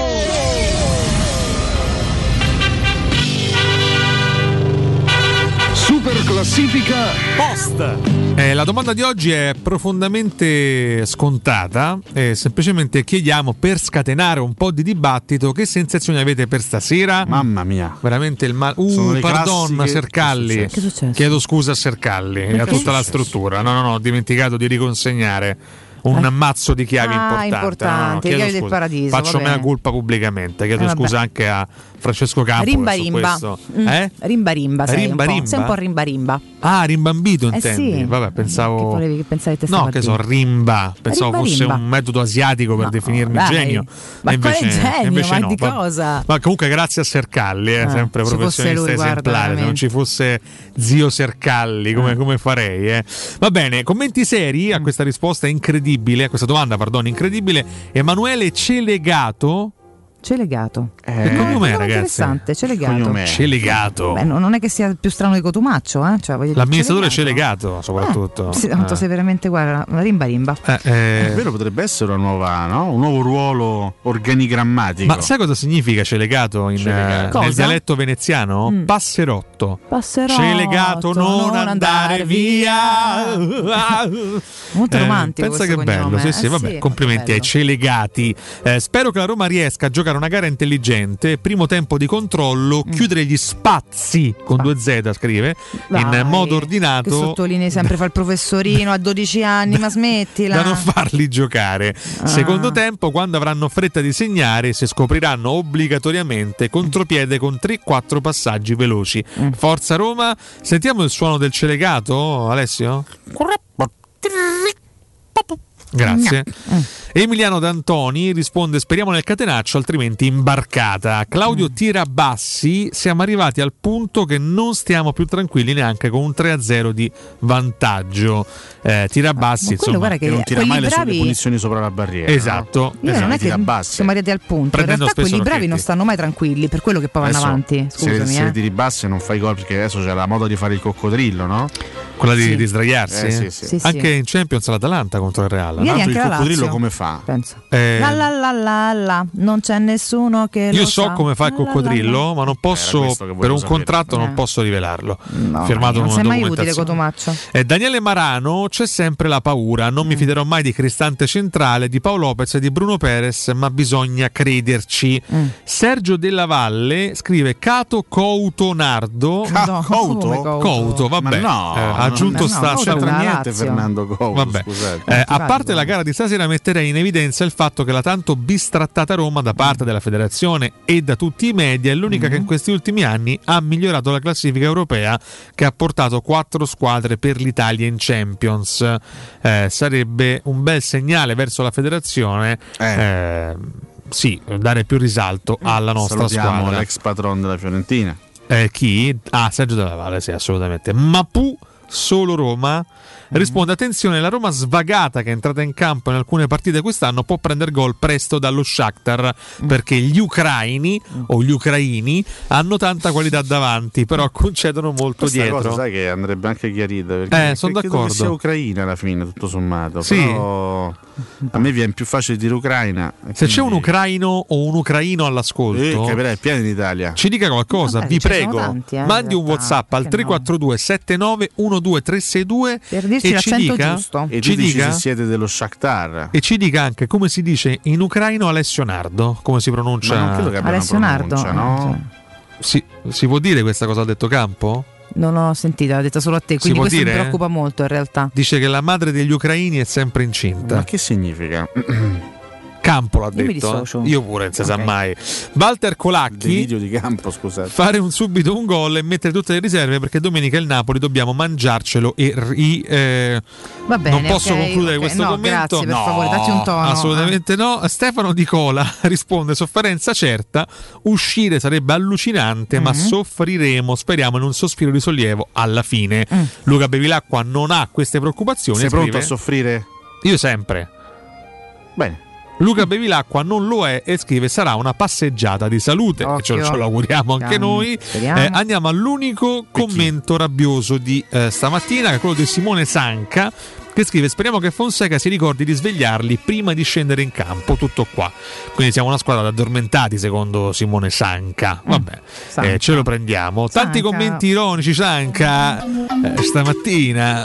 Super classifica post. La domanda di oggi è profondamente scontata, semplicemente chiediamo, per scatenare un po' di dibattito, che sensazioni avete per stasera? Mamma mia, veramente il pardon Sercalli. Che è successo? Chiedo scusa a Sercalli e a tutta la struttura. No, ho dimenticato di riconsegnare un mazzo di chiavi importante. Le chiavi del paradiso. Faccio mea colpa pubblicamente. Chiedo scusa anche a Francesco Campo. Rimba. Rimba. Sei un po' rimba. Ah, rimbambito intendi? Sì. Vabbè, pensavo. Che pensavi te no, che so, rimba. Pensavo fosse un metodo asiatico per definirmi genio. Ma invece, genio? Ma no. di cosa? Ma comunque grazie a Sercalli, sempre professionista esemplare. Se non ci fosse zio Sercalli, come farei? Va bene, commenti seri a questa risposta incredibile, a questa domanda, incredibile. Emanuele Celegato. Celegato. Che cognome è, ragazzi? Interessante, Celegato. Celegato. Beh, non è che sia più strano di Cotumaccio, Cioè, l'amministratore Celegato, soprattutto. Sì, tanto sei veramente, guarda, rimba. È vero, potrebbe essere una nuova, un nuovo ruolo organigrammatico. Ma sai cosa significa Celegato nel dialetto veneziano? Passerotto. Celegato, non andare via. Molto romantico. Pensa che bello, sì, vabbè, complimenti ai Celegati. Spero che la Roma riesca a giocare una gara intelligente, primo tempo di controllo, chiudere gli spazi con 2 Z, scrive, in modo ordinato. Che sottolinei sempre, fa il professorino a 12 anni, ma smettila. Da non farli giocare. Secondo tempo, quando avranno fretta di segnare, si scopriranno obbligatoriamente contropiede con 3-4 passaggi veloci. Forza Roma. Sentiamo il suono del Celegato, Alessio? Grazie. Emiliano D'Antoni risponde: speriamo nel catenaccio, altrimenti imbarcata. Claudio Tirabassi: siamo arrivati al punto che non stiamo più tranquilli neanche con un 3-0 di vantaggio. Tirabassi, insomma, che non tira mai le punizioni sopra la barriera. Esatto. Io non è che siamo arrivati al punto. In realtà quelli bravi non stanno mai tranquilli, per quello che poi vanno avanti. Scusami, se tiri bassi non fai gol, perché adesso c'è la moda di fare il coccodrillo, no? Quella di sdraiarsi? Sì. Anche in Champions l'Atalanta contro il Real. Il coccodrillo come fa? Penso. Non c'è nessuno che io lo so sa. come fa il coccodrillo, ma non posso, per un contratto non posso rivelarlo. Firmato non una sei mai documentazione. utile, Cotumaccio. Daniele Marano: c'è sempre la paura, non mi fiderò mai di Cristante Centrale, di Paolo Lopez e di Bruno Perez, ma bisogna crederci. Sergio Della Valle scrive: Cato Couto Nardo. Couto, vabbè. Ha aggiunto non c'entra niente Fernando Couto. Vabbè. A parte la gara di stasera, metterei in evidenza il fatto che la tanto bistrattata Roma da parte della federazione e da tutti i media è l'unica che in questi ultimi anni ha migliorato la classifica europea, che ha portato 4 squadre per l'Italia in Champions. Sarebbe un bel segnale verso la federazione. Sì, dare più risalto alla nostra squadra. L'ex patron della Fiorentina. Chi? Sergio Della Valle, sì, assolutamente. Mapu solo Roma. Risponde: attenzione, la Roma svagata che è entrata in campo in alcune partite quest'anno può prendere gol presto dallo Shakhtar, perché gli ucraini o gli ucraini hanno tanta qualità davanti, però concedono molto questa dietro. Cosa, sai che andrebbe anche chiarita, perché sono d'accordo. Che sia ucraina alla fine, tutto sommato. Sì. Però a me viene più facile dire ucraina. Se c'è un ucraino o un ucraino all'ascolto, capirai, è pieno in Italia. Ci dica qualcosa, vi prego. Tanti, mandi un WhatsApp al 342 79 12362 per dirci e ci dica, giusto. E ci dica se siete dello Shakhtar. E ci dica anche come si dice in ucraino Alessio Nardo, come si pronuncia. Ma non credo che abbia Alessio una Nardo, pronuncia, no? Si può dire questa cosa, ha detto Campo? Non l'ho sentita, l'ha detta solo a te, quindi questo mi preoccupa molto in realtà. Dice che la madre degli ucraini è sempre incinta. Ma che significa? Campo l'ha detto. Io pure, non si sa mai. Walter Colacchi, video di Campo, scusate. Fare subito un gol e mettere tutte le riserve, perché domenica il Napoli dobbiamo mangiarcelo e va bene, non posso concludere questo commento. Grazie, per favore, dacci un tono. Assolutamente no. Stefano Di Cola risponde: sofferenza certa, uscire sarebbe allucinante, ma soffriremo, speriamo in un sospiro di sollievo alla fine. Luca Bevilacqua non ha queste preoccupazioni. Sei pronto a soffrire? Io sempre. Bene. Luca Bevilacqua non lo è e scrive: sarà una passeggiata di salute. Ce lo auguriamo anche noi. Andiamo all'unico commento rabbioso di stamattina, che è quello di Simone Sanca, che scrive: speriamo che Fonseca si ricordi di svegliarli prima di scendere in campo. Tutto qua. Quindi siamo una squadra da addormentati, secondo Simone Sanca. Vabbè, ce lo prendiamo. Tanti commenti ironici, Sanca, stamattina.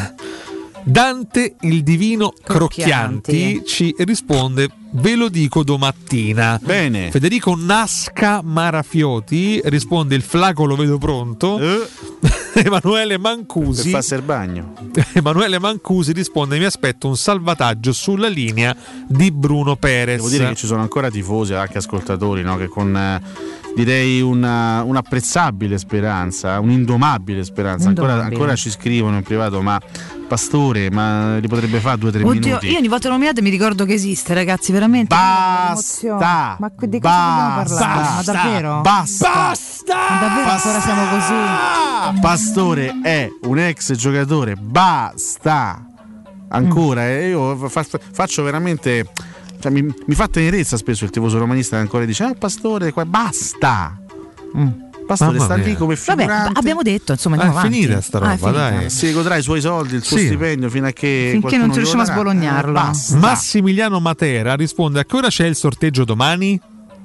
Dante il divino Crocchianti ci risponde: ve lo dico domattina. Bene. Federico Nasca Marafioti risponde: il flaco lo vedo pronto. Emanuele Mancusi per farsi il bagno. Emanuele Mancusi risponde: mi aspetto un salvataggio sulla linea di Bruno Perez. Devo dire che ci sono ancora tifosi e anche ascoltatori, no? Che con direi un'apprezzabile speranza, un'indomabile speranza, ancora ci scrivono in privato: ma Pastore, ma li potrebbe fare 2 o 3 minuti? Io ogni volta lo nominate mi ricordo che esiste, ragazzi, veramente. Basta! Ma di cosa dobbiamo parlare? Ma davvero? Basta! Ma davvero ancora siamo così? Pastore è un ex giocatore, basta! Ancora, io faccio veramente... Cioè, mi fa tenerezza spesso il tifoso romanista che ancora dice: Pastore, basta! Pastore sta lì come figurante. Vabbè, abbiamo detto, insomma, è finita sta roba, dai. Si godrà i suoi soldi, il suo stipendio finché non riusciamo a sbolognarlo. Massimiliano Matera risponde: a che ora c'è il sorteggio domani?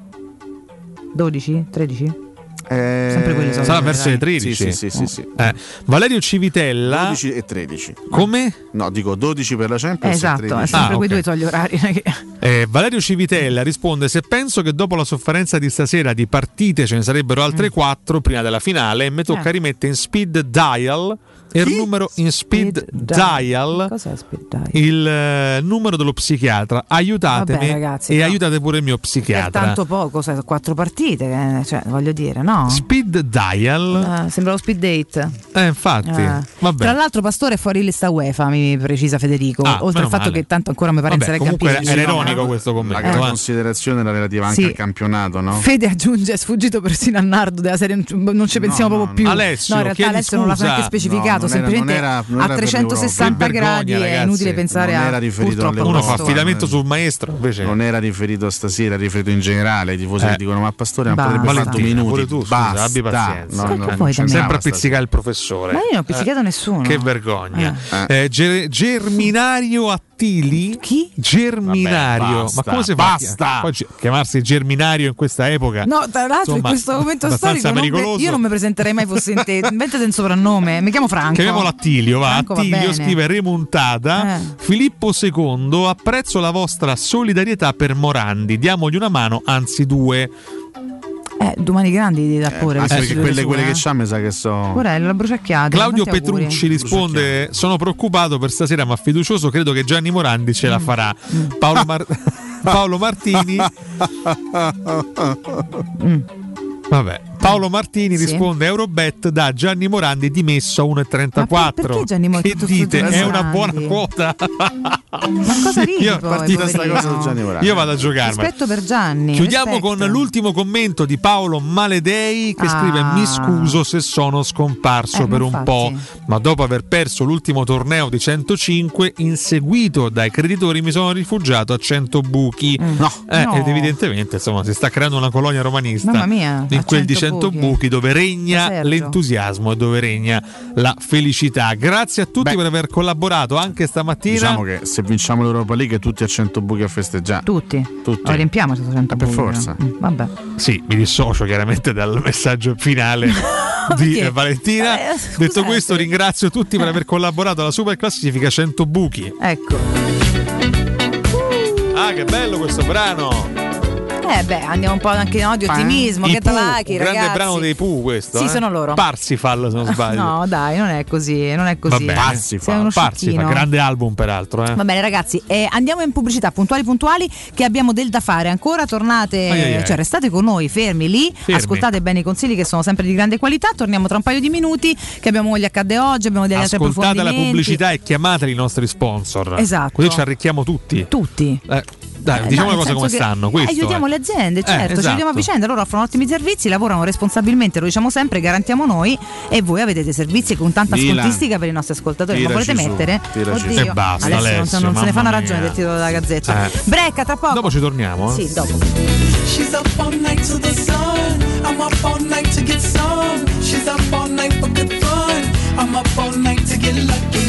12? 13? Sempre quelli sono. Sarà verso le 13. Sì. Valerio Civitella 12 e 13. Come? No, dico 12 per la Champions. Esatto, 13. è sempre quei due togli orari. Valerio Civitella risponde: se penso che dopo la sofferenza di stasera di partite ce ne sarebbero altre 4 prima della finale, mi tocca rimettere in speed dial il numero in speed dial. Cos'è speed dial? Il numero dello psichiatra. Aiutatemi. Vabbè, ragazzi, e aiutate pure il mio psichiatra. Tanto poco, 4 partite, cioè, voglio dire, no? Speed dial sembra lo speed date. Infatti. Vabbè. Tra l'altro Pastore è fuori lista UEFA, mi precisa Federico, oltre al fatto che tanto ancora mi pare in Serie comunque Campini, era ironico questo commento. La considerazione era relativa anche al campionato, no? Fede aggiunge: è sfuggito persino a Nardo della serie, non ci pensiamo proprio più. Alessio, in realtà Alessio non l'ha neanche specificato, semplicemente a 360 gradi ragazzi, è inutile pensare non era riferito a uno fa affidamento sul maestro, invece non era riferito a stasera, era riferito in generale. I tifosi che dicono: ma Pastore non potrebbe fare 2 minuti. Tu, scusa, abbi pazienza. Sempre appizzicare il professore. Ma io non ho appizzicato nessuno. Che vergogna. Germinario Attili. Chi? Germinario. Vabbè, ma come si fa? Basta. Poi chiamarsi Germinario in questa epoca? No, tra l'altro in questo momento storico io non mi presenterei mai fosse in te. Inventate un soprannome. Mi chiamo Franco. Chiamiamolo Attilio, va. Franco, Attilio scrive: remontata. Filippo II, apprezzo la vostra solidarietà per Morandi. Diamogli una mano, anzi 2. Domani grandi da pure. Perché quelle che c'ha mi sa che so. Porello, la bruciacchiata. Claudio Petrucci risponde: sono preoccupato per stasera ma fiducioso, credo che Gianni Morandi ce la farà. Paolo Martini. Vabbè, Paolo Martini risponde: Eurobet da Gianni Morandi dimesso a 1,34. Perché Gianni Morandi? Che dite? È una buona quota. Ma cosa ridi Io, poi, io vado a giocare. Rispetto per Gianni. Chiudiamo rispetto. con l'ultimo commento di Paolo Maledei che scrive: mi scuso se sono scomparso per un infatti. po', ma dopo aver perso l'ultimo torneo di 105 inseguito dai creditori mi sono rifugiato a 100 buchi. No. Ed evidentemente insomma si sta creando una colonia romanista. Mamma mia, in a quel di 100 100 buchi dove regna Sergio. l'entusiasmo e dove regna la felicità. Grazie a tutti per aver collaborato anche stamattina. Diciamo che se vinciamo l'Europa League tutti a 100 buchi a festeggiare. Tutti. Lo riempiamo 100 per buchi, forza. no? Vabbè. Sì, mi dissocio chiaramente dal messaggio finale di Valentina. Detto questo, ringrazio tutti per aver collaborato alla super classifica 100 buchi. Ecco. Ah, che bello questo brano! Andiamo un po' anche di ottimismo. I Che Pooh, talacchi, un grande ragazzi. brano dei Pooh questo. Sì, sono loro. Parsifal, se non sbaglio. No, dai, non è così. Non è così. Va bene. Sei uno Parsifal, sciocchino. grande album peraltro. Va bene ragazzi, andiamo in pubblicità puntuali che abbiamo del da fare. Ancora tornate, cioè restate con noi fermi lì, ascoltate bene i consigli che sono sempre di grande qualità. Torniamo tra un paio di minuti che abbiamo gli accadde oggi, abbiamo degli altri Ascoltate la approfondimenti. pubblicità e chiamateli i nostri sponsor. Esatto. Così ci arricchiamo tutti. Dai, diciamo no, le cose come stanno. Questo aiutiamo le aziende, certo, ci esatto. aiutiamo a vicenda. Loro offrono ottimi servizi, lavorano responsabilmente, lo diciamo sempre, garantiamo noi, e voi avete dei servizi con tanta scontistica per i nostri ascoltatori. Ma volete mettere? E basta, adesso Alessio, non se ne fa una mamma ragione mia. del titolo della Gazzetta. Brecca, tra poco. Dopo ci torniamo. Sì, dopo. She's up all night to the sun. I'm up all night to get some. She's up all night for good fun. I'm up all night to get lucky.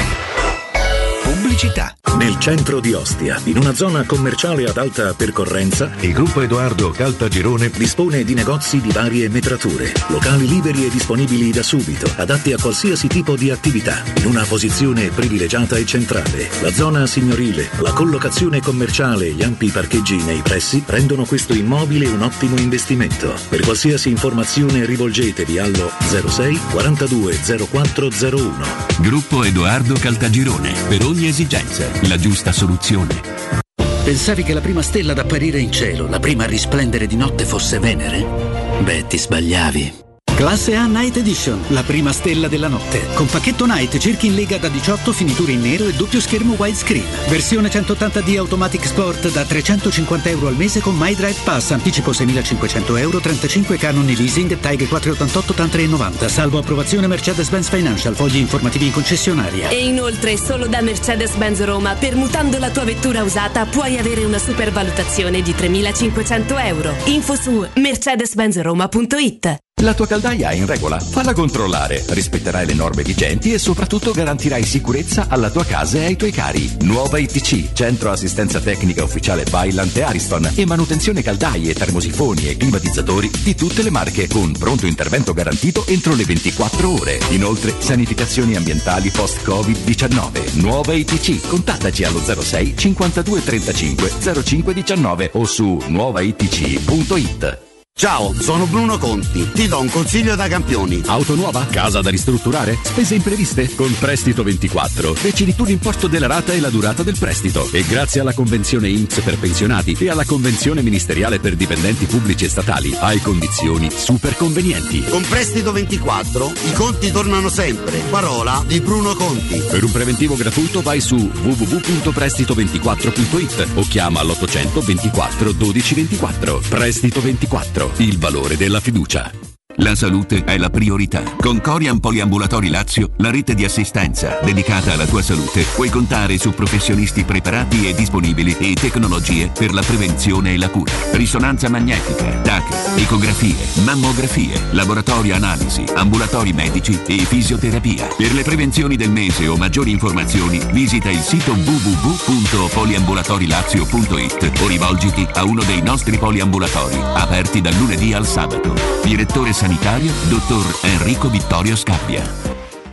Pubblicità. Nel centro di Ostia, in una zona commerciale ad alta percorrenza, il gruppo Edoardo Caltagirone dispone di negozi di varie metrature, locali liberi e disponibili da subito, adatti a qualsiasi tipo di attività, in una posizione privilegiata e centrale. La zona signorile, la collocazione commerciale e gli ampi parcheggi nei pressi rendono questo immobile un ottimo investimento. Per qualsiasi informazione rivolgetevi allo 06 42 0401. Gruppo Edoardo Caltagirone, per ogni esigenza, la giusta soluzione. Pensavi che la prima stella ad apparire in cielo, la prima a risplendere di notte fosse Venere? Beh, ti sbagliavi. Classe A Night Edition, la prima stella della notte. Con pacchetto Night cerchi in lega da 18, finiture in nero e doppio schermo widescreen. Versione 180D Automatic Sport da €350 al mese con My Drive Pass. Anticipo €6.500, 35 canoni leasing, TAG 488 TAN 390. Salvo approvazione Mercedes-Benz Financial. Fogli informativi in concessionaria. E inoltre solo da Mercedes-Benz Roma, permutando la tua vettura usata, puoi avere una supervalutazione di €3.500. Info su mercedes-benzroma.it. La tua caldaia è in regola? Falla controllare. Rispetterai le norme vigenti e soprattutto garantirai sicurezza alla tua casa e ai tuoi cari. Nuova ITC, centro assistenza tecnica ufficiale Vaillant e Ariston e manutenzione caldaie, termosifoni e climatizzatori di tutte le marche con pronto intervento garantito entro le 24 ore. Inoltre sanificazioni ambientali post-Covid-19. Nuova ITC, contattaci allo 06 52 35 05 19 o su nuovaitc.it. Ciao, sono Bruno Conti. Ti do un consiglio da campioni. Auto nuova? Casa da ristrutturare? Spese impreviste? Con Prestito 24 decidi tu l'importo della rata e la durata del prestito. E grazie alla convenzione INPS per pensionati e alla convenzione ministeriale per dipendenti pubblici e statali hai condizioni super convenienti. Con Prestito 24 i conti tornano sempre. Parola di Bruno Conti. Per un preventivo gratuito vai su www.prestito24.it o chiama all'800 24 12 24. Prestito 24. Il valore della fiducia. La salute è la priorità. Con Corian Poliambulatori Lazio, la rete di assistenza dedicata alla tua salute, puoi contare su professionisti preparati e disponibili e tecnologie per la prevenzione e la cura. Risonanza magnetica, TAC, ecografie, mammografie, laboratorio analisi, ambulatori medici e fisioterapia. Per le prevenzioni del mese o maggiori informazioni, visita il sito www.poliambulatorilazio.it o rivolgiti a uno dei nostri poliambulatori, aperti dal lunedì al sabato. Direttore sanitario, dottor Enrico Vittorio Scappia.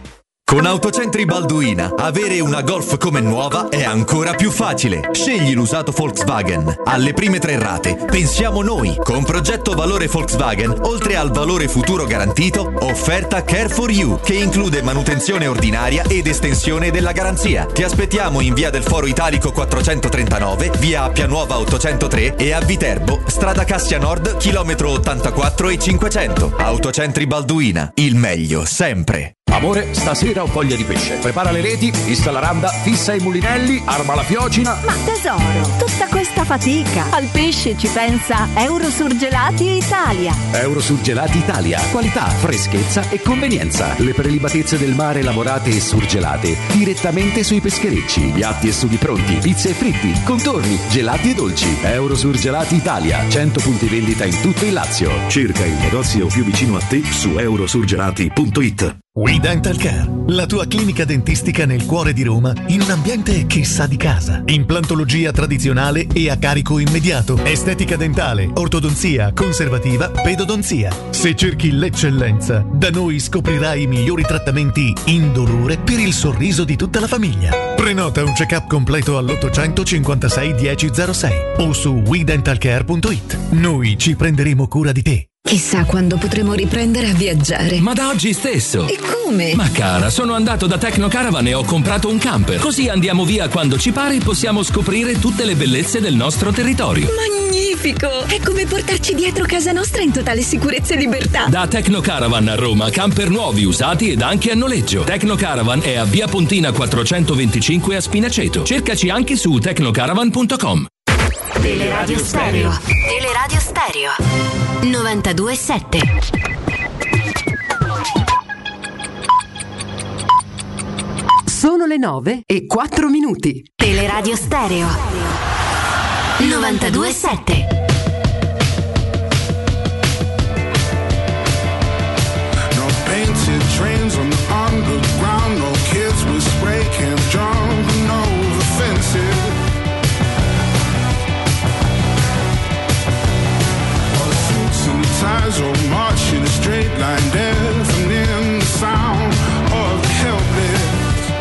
Con Autocentri Balduina, avere una Golf come nuova è ancora più facile. Scegli l'usato Volkswagen. Alle prime 3 rate, pensiamo noi. Con progetto valore Volkswagen, oltre al valore futuro garantito, offerta Care for You, che include manutenzione ordinaria ed estensione della garanzia. Ti aspettiamo in via del Foro Italico 439, via Appia Nuova 803 e a Viterbo, strada Cassia Nord, chilometro 84 e 500. Autocentri Balduina, il meglio sempre. Amore, stasera ho voglia di pesce. Prepara le reti, fissa la randa, fissa i mulinelli, arma la fiocina. Ma tesoro, tutta questa fatica. Al pesce ci pensa Eurosurgelati Italia. Eurosurgelati Italia. Qualità, freschezza e convenienza. Le prelibatezze del mare lavorate e surgelate direttamente sui pescherecci. Piatti e sughi pronti, pizze e fritti, contorni, gelati e dolci. Eurosurgelati Italia. 100 punti vendita in tutto il Lazio. Cerca il negozio più vicino a te su eurosurgelati.it. We Dental Care, la tua clinica dentistica nel cuore di Roma, in un ambiente che sa di casa. Implantologia tradizionale e a carico immediato. Estetica dentale, ortodonzia, conservativa, pedodonzia. Se cerchi l'eccellenza, da noi scoprirai i migliori trattamenti indolore per il sorriso di tutta la famiglia. Prenota un check-up completo all'856 1006 o su WeDentalCare.it. Noi ci prenderemo cura di te. Chissà quando potremo riprendere a viaggiare. Ma da oggi stesso. E come? Ma cara, sono andato da Tecnocaravan e ho comprato un camper. Così andiamo via quando ci pare e possiamo scoprire tutte le bellezze del nostro territorio. Magnifico! È come portarci dietro casa nostra in totale sicurezza e libertà. Da Tecnocaravan a Roma, camper nuovi, usati ed anche a noleggio. Tecnocaravan è a via Pontina 425 a Spinaceto. Cercaci anche su tecnocaravan.com. Teleradio Stereo. Teleradio Stereo 92.7. Sono le 9:04. Teleradio Stereo 92.7. Painted trains on the underground, no kids with spray cans jumping over fences. All the suits and ties all march in a straight line, deafening the sound of the helpless.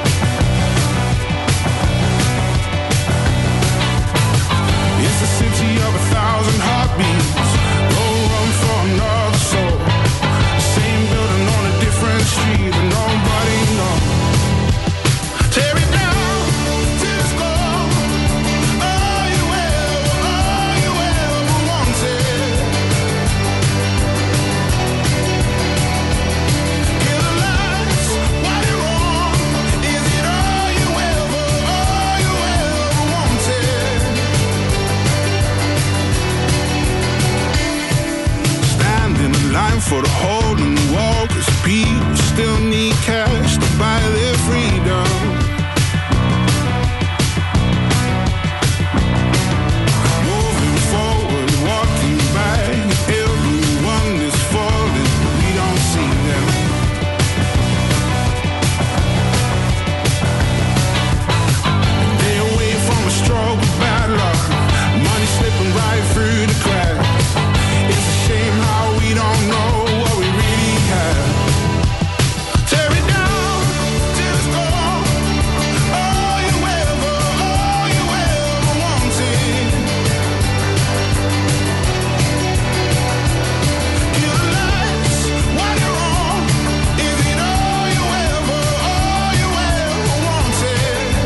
It's the city of 1,000 heartbeats. Go run for another soul. Same building on a different street, but nobody knows. Tear it down till it's gone. All you ever wanted. Kill the lights while you're wrong. Is it all you ever wanted? Stand in a line for the hole in the wall, 'cause people still need cash to buy their freedom. Moving forward, walking back, everyone is falling, we don't see them. They away from a struggle, bad luck, money slipping right through the cracks. It's a shame how we don't know what we really have. Tear it down till it's gone. All you ever wanted. Kill the lights while you're on. Is it all you ever wanted?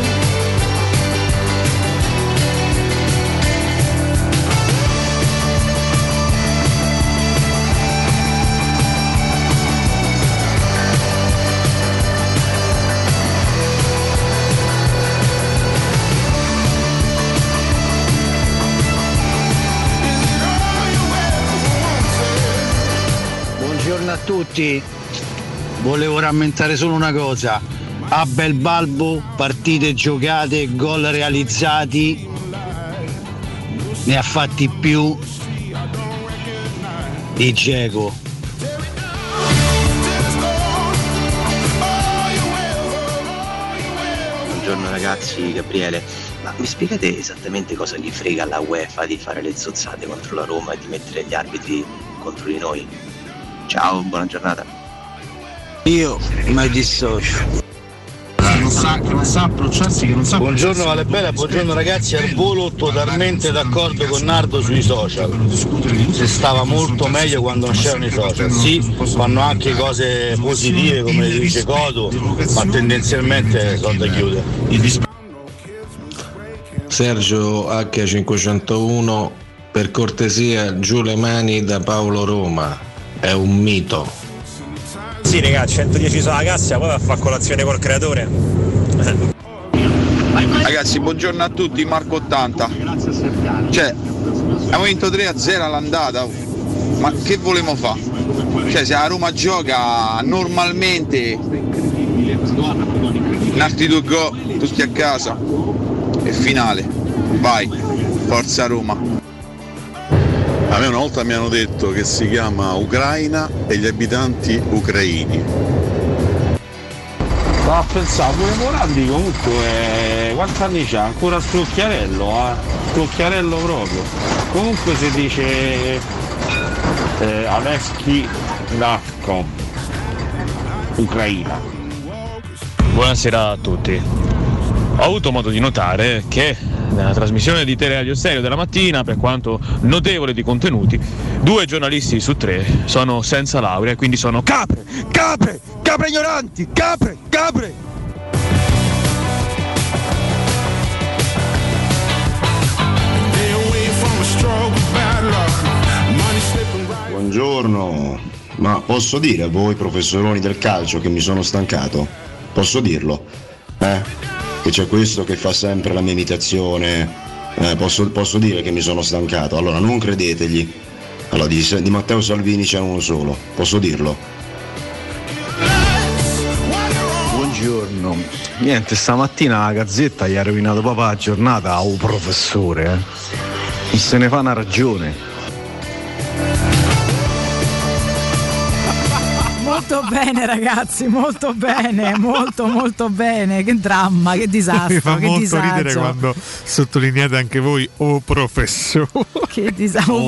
Buongiorno a tutti, volevo rammentare solo una cosa: a Belbalbo partite giocate, gol realizzati, ne ha fatti più di Dzeko. Buongiorno ragazzi, Gabriele, ma mi spiegate esattamente cosa gli frega alla UEFA di fare le zozzate contro la Roma e di mettere gli arbitri contro di noi? Ciao, buona giornata. Io mi dissocio. sa approcciarsi, che non sa. Buongiorno Vale Bella, buongiorno ragazzi, al volo totalmente d'accordo con Nardo sui social. Si stava molto meglio quando non c'erano i social. Sì, fanno anche cose positive come dice Codo, ma tendenzialmente sono da chiudere. Sergio H501, per cortesia giù le mani da Paolo Roma, è un mito. Sì raga, 110 sulla cassa, poi va a fare colazione col creatore. Ragazzi, buongiorno a tutti, Marco 80. Cioè, abbiamo vinto 3-0 all'andata, ma che volevamo fare? Cioè, se la Roma gioca normalmente, in altri 2 gol, tu stai a casa e finale. Vai, forza Roma. A me una volta mi hanno detto che si chiama Ucraina e gli abitanti ucraini. Stavo a pensare, pure Morandi comunque quanti anni c'ha? Ancora Strucchiarello, Strucchiarello proprio. Comunque si dice Aleschi Latko, Ucraina. Buonasera a tutti. Ho avuto modo di notare che nella trasmissione di Teleradio Stereo della mattina, per quanto notevole di contenuti, 2 giornalisti su 3 sono senza laurea, quindi sono capre ignoranti, capre. Buongiorno, ma posso dire a voi professoroni del calcio che mi sono stancato? Posso dirlo? Che c'è questo che fa sempre la mia imitazione, posso dire che mi sono stancato. Allora non credetegli. Allora di Matteo Salvini c'è uno solo, posso dirlo. Buongiorno. Niente, stamattina la Gazzetta gli ha rovinato proprio la giornata a un professore, Non se ne fa una ragione. Molto bene ragazzi, molto bene, molto bene, che dramma, che disastro. Mi fa che molto disagio. ridere quando sottolineate anche voi professore. Che disastro,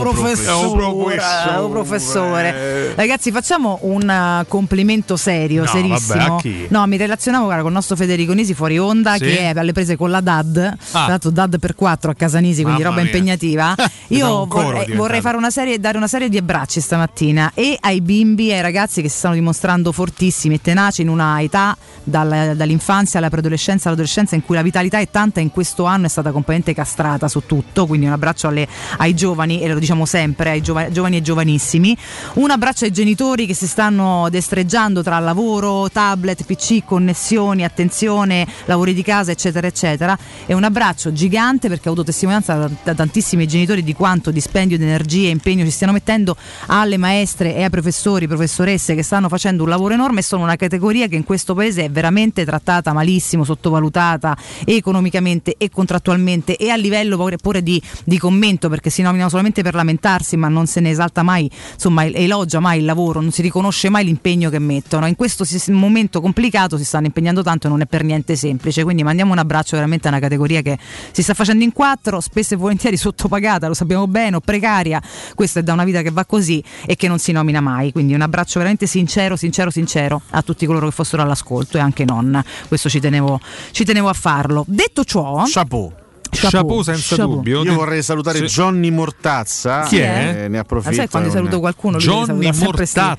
professore. Ragazzi, facciamo un complimento serio, serissimo. Vabbè, a chi? No, mi relazionavo con il nostro Federico Nisi fuori onda, sì? che è alle prese con la DAD, tra l'altro DAD per 4 a casa Nisi, quindi Mamma roba mia. impegnativa. Io vorrei fare dare una serie di abbracci stamattina e ai bimbi e ai ragazzi che si stanno dimostrando fortissimi e tenaci in una età dall'infanzia alla preadolescenza all'adolescenza, in cui la vitalità è tanta, in questo anno è stata completamente castrata su tutto, quindi un abbraccio ai giovani, e lo diciamo sempre, ai giovani e giovanissimi. Un abbraccio ai genitori che si stanno destreggiando tra lavoro, tablet, PC, connessioni, attenzione, lavori di casa, eccetera eccetera, e un abbraccio gigante, perché ho avuto testimonianza da tantissimi genitori di quanto dispendio di energie e impegno ci stiano mettendo, alle maestre e ai professori, professoresse che stanno facendo un lavoro enorme, e sono una categoria che in questo paese è veramente trattata malissimo, sottovalutata economicamente e contrattualmente e a livello pure di commento, perché si nominano solamente per lamentarsi, ma non se ne esalta mai, insomma elogia mai il lavoro, non si riconosce mai l'impegno che mettono. In questo momento complicato si stanno impegnando tanto e non è per niente semplice, quindi mandiamo un abbraccio veramente a una categoria che si sta facendo in 4, spesso e volentieri sottopagata, lo sappiamo bene, o precaria. Questo è da una vita che va così e che non si nomina mai, quindi un abbraccio veramente sincero a tutti coloro che fossero all'ascolto, e anche non, questo ci tenevo a farlo. Detto ciò, Chapeau senza dubbio. Io vorrei salutare Johnny Mortazza. Chi è? Ne approfitto. Sai, quando saluto qualcuno, Johnny Mortazza,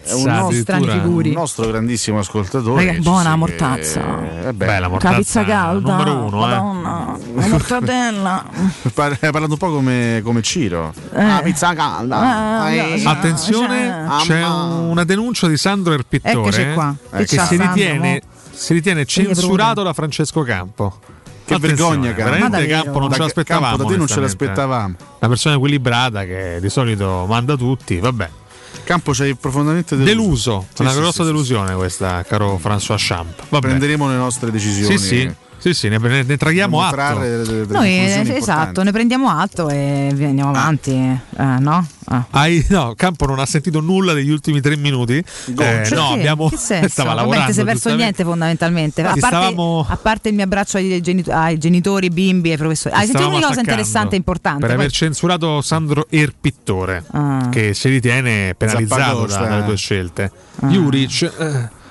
un nostro grandissimo ascoltatore. Ragazzi, buona Mortazza. Bella Mortazza, pizza calda, numero 1, Madonna, la mortadella. Hai parlato un po' come Ciro. La pizza calda. Attenzione, c'è una denuncia di Sandro Erpittore, Eccoci qua. che si ritiene censurato da Francesco Campo. Che vergogna, Campo. Veramente Campo non ce l'aspettavamo. Da te non ce l'aspettavamo. Una persona equilibrata che di solito manda tutti, vabbè. Campo c'hai profondamente deluso. Una grossa delusione questa, caro François Champ. Prenderemo le nostre decisioni. Sì, ne traghiamo atto. Noi esatto, ne prendiamo atto e andiamo avanti, no? Campo non ha sentito nulla degli ultimi 3 minuti. No, abbiamo stava lavorando. Non si è perso niente fondamentalmente. A parte il mio abbraccio ai genitori, bimbi e professori. Hai sentito una cosa interessante e importante? Per aver censurato Sandro Erpittore, che si ritiene penalizzato dalle tue scelte. Juric.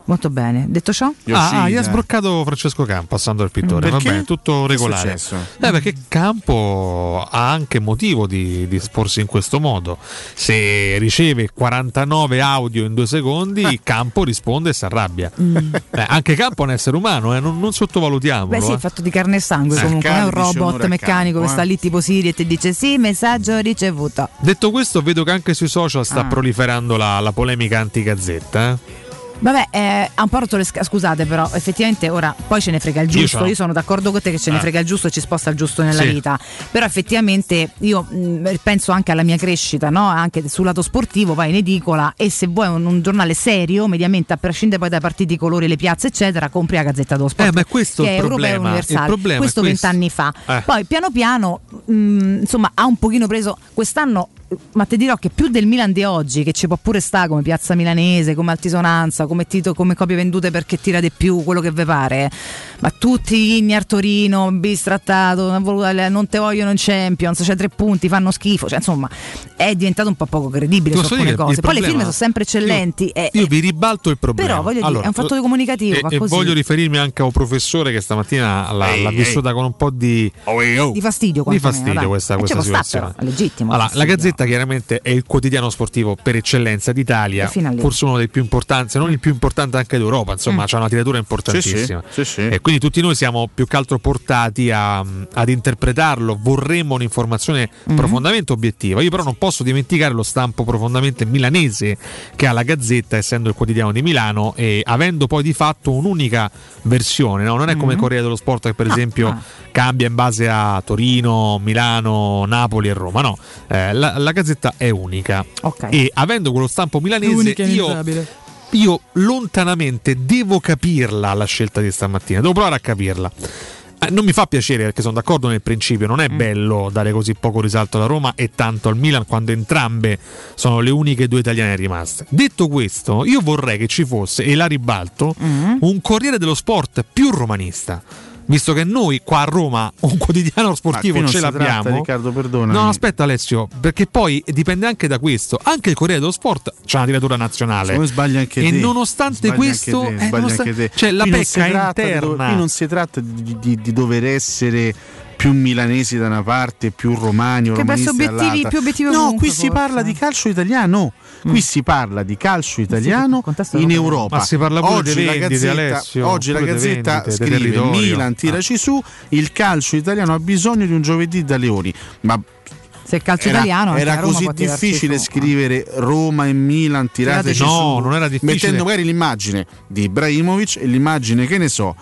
Molto bene. Detto ciò? Gli ha sbroccato Francesco Campo, passando il pittore. Va bene, tutto regolare. Perché Campo ha anche motivo di esporsi in questo modo. Se riceve 49 audio in 2 secondi, Campo risponde e si arrabbia. Anche Campo è un essere umano, non sottovalutiamolo. Beh sì, è fatto di carne e sangue comunque, non è un robot meccanico che sta lì tipo Siri e ti dice sì, messaggio ricevuto. Detto questo, vedo che anche sui social sta proliferando la polemica anti-Gazzetta. Vabbè, ha un po' rotto le scusate, però effettivamente ora poi ce ne frega il giusto. Io sono d'accordo con te che ce ne frega il giusto e ci sposta il giusto nella vita. Però effettivamente io penso anche alla mia crescita, no? Anche sul lato sportivo, vai in edicola e se vuoi un giornale serio, mediamente a prescindere poi dai partiti, i colori, le piazze, eccetera, compri la Gazzetta dello Sport. Ma è questo che il è europeo e universale. Questo 20 anni fa. Poi piano piano insomma ha un pochino preso quest'anno. Ma ti dirò che più del Milan di oggi, che ci può pure stare come piazza milanese, come altisonanza, come come copie vendute perché tira di più, quello che vi pare, ma tutti Igni al Torino, bistrattato, non te vogliono in Champions, c'è 3 punti, fanno schifo, cioè insomma è diventato un po' poco credibile su alcune cose. Poi le firme sono sempre eccellenti. Io vi ribalto il problema. Però voglio dire, è un fatto comunicativo. E voglio riferirmi anche a un professore che stamattina l'ha vissuta con un po' di fastidio. Questa situazione. È legittimo. Allora, la Gazzetta chiaramente è il quotidiano sportivo per eccellenza d'Italia, forse uno dei più importanti, se non il più importante anche d'Europa, insomma c'ha una tiratura importantissima. Sì. E quindi tutti noi siamo più che altro portati ad interpretarlo, vorremmo un'informazione profondamente obiettiva. Io però non posso dimenticare lo stampo profondamente milanese che ha la Gazzetta, essendo il quotidiano di Milano e avendo poi di fatto un'unica versione, no? Non è come il Corriere dello Sport che per esempio cambia in base a Torino, Milano, Napoli e Roma, no, la Gazzetta è unica, e avendo quello stampo milanese io lontanamente devo capirla la scelta di stamattina, devo provare a capirla. Non mi fa piacere perché sono d'accordo nel principio, non è bello dare così poco risalto alla Roma e tanto al Milan quando entrambe sono le uniche 2 italiane rimaste. Detto questo, io vorrei che ci fosse, e la ribalto, un Corriere dello Sport più romanista. Visto che noi qua a Roma un quotidiano sportivo ce l'abbiamo, tratta, Riccardo, perdona. No, aspetta Alessio, perché poi dipende anche da questo. Anche il Corriere dello Sport c'ha una tiratura nazionale. Come sbaglia anche te. E nonostante questo, cioè la pecca interna. Qui non si tratta di dover essere più milanesi da una parte, più romani o romanisti dall'altra. No, qui si parla di calcio italiano. Qui si parla di calcio italiano in Europa. Ma si parla pure oggi di vendite, Alessio. Oggi la Gazzetta scrive: Milan, tiraci su, il calcio italiano ha bisogno di un giovedì da leoni. Ma se il calcio italiano era così difficile scrivere Roma e Milan tirateci su, non era difficile, mettendo magari l'immagine di Ibrahimovic e l'immagine, che ne so,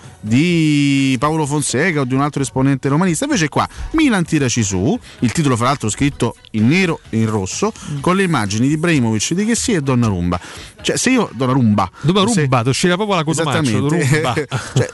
di Paolo Fonseca o di un altro esponente romanista. Invece qua Milan tiraci su, il titolo fra l'altro scritto in nero e in rosso con le immagini di Ibrahimovic, di Chessy e Donnarumma. Cioè se io Donnarumma ti usciva proprio la Cotomaccio. Cioè,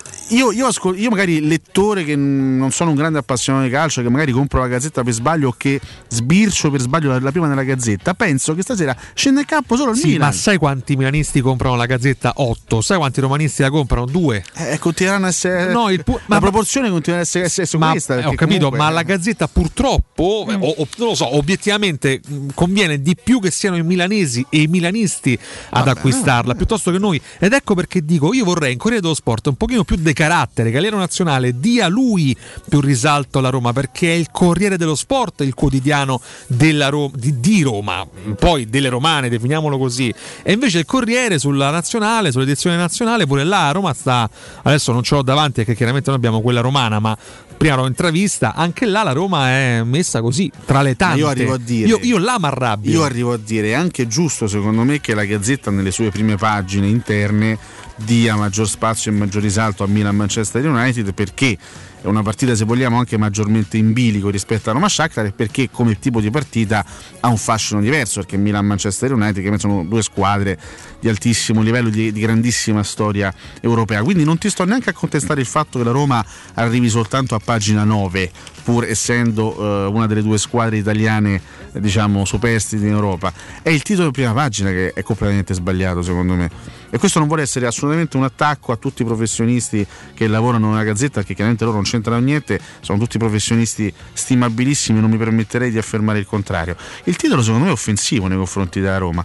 io magari lettore che non sono un grande appassionato di calcio, che magari compro la Gazzetta per sbaglio o che sbircio per sbaglio la prima nella Gazzetta, penso che stasera scende in campo solo il Milan. Ma sai quanti milanisti comprano la Gazzetta? 8. Sai quanti romanisti la comprano? 2. Continueranno a essere la proporzione continua ad essere questa. Ho capito, ma la Gazzetta purtroppo non lo so, obiettivamente conviene di più che siano i milanesi e i milanisti ad acquistarla piuttosto che noi, ed ecco perché dico, io vorrei in Corriere dello Sport un pochino più di carattere, che a livello nazionale dia lui più risalto alla Roma, perché è il Corriere dello Sport il quotidiano della di Roma, poi delle romane, definiamolo così, e invece il Corriere sulla nazionale, sull'edizione nazionale, pure là a Roma sta, adesso non ce l'ho davanti perché chiaramente noi abbiamo quella romana, ma prima l'ho intravista, anche là la Roma è messa così tra le tante. Io arrivo a dire, io là m'arrabbio. Io arrivo a dire, è anche giusto secondo me che la Gazzetta nelle sue prime pagine interne dia maggior spazio e maggior risalto a Milan-Manchester United, perché è una partita, se vogliamo, anche maggiormente in bilico rispetto a Roma-Shakhtar, e perché come tipo di partita ha un fascino diverso, perché Milan-Manchester United che sono 2 squadre di altissimo livello, di grandissima storia europea. Quindi non ti sto neanche a contestare il fatto che la Roma arrivi soltanto a pagina 9, pur essendo una delle 2 squadre italiane, diciamo, superstiti in Europa. È il titolo di prima pagina che è completamente sbagliato, secondo me. E questo non vuole essere assolutamente un attacco a tutti i professionisti che lavorano nella Gazzetta, che chiaramente loro non c'entrano niente, sono tutti professionisti stimabilissimi, non mi permetterei di affermare il contrario. Il titolo secondo me è offensivo nei confronti della Roma.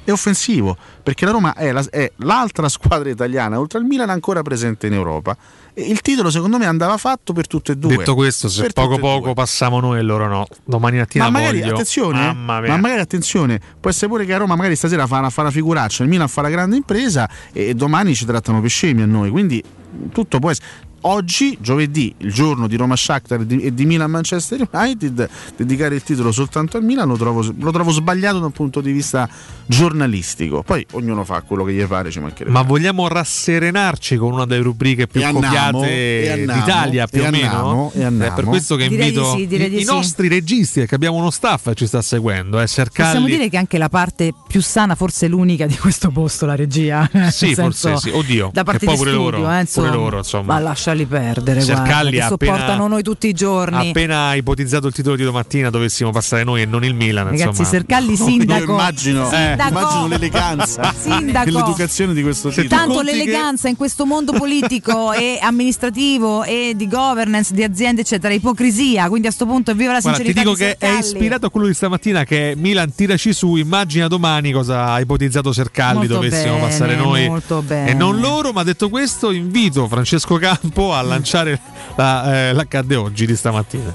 è offensivo, perché la Roma è l'altra squadra italiana, oltre al Milan, ancora presente in Europa. E il titolo secondo me andava fatto per tutte e due. Detto questo, se poco passiamo noi e loro no, domani mattina ma magari, voglio. attenzione, ma magari attenzione, può essere pure che a Roma magari stasera fa una figuraccia, il Milan fa la grande impresa e domani ci trattano per scemi a noi, quindi tutto può essere. Oggi, giovedì, il giorno di Roma-Shakhtar e di Milan-Manchester United, dedicare il titolo soltanto al Milan lo trovo sbagliato da un punto di vista giornalistico. Poi ognuno fa quello che gli pare, ci mancherebbe. Ma vogliamo rasserenarci con una delle rubriche più copiate d'Italia, più o meno? È per questo che invito i nostri registi, perché abbiamo uno staff che ci sta seguendo. Cercarli. Possiamo dire che anche la parte più sana, forse l'unica di questo posto, la regia. Sì, forse sì. Oddio, da parte che poi di studio, pure loro, insomma. Ma lasciali perdere, Cercalli guarda, che sopportano noi tutti i giorni. Appena ipotizzato il titolo di domattina dovessimo passare noi e non il Milan, ragazzi, insomma. Cercalli sindaco. Immagino l'eleganza e l'educazione di questo titolo. Tanto l'eleganza in questo mondo politico e amministrativo e di governance di aziende eccetera, ipocrisia, quindi a sto punto viva la sincerità. Ti dico che è ispirato a quello di stamattina, che è Milan tiraci su, immagina domani cosa ha ipotizzato Cercalli, dovessimo passare noi e non loro. Ma detto questo, invito Francesco Campo a lanciare l'accadde oggi di stamattina.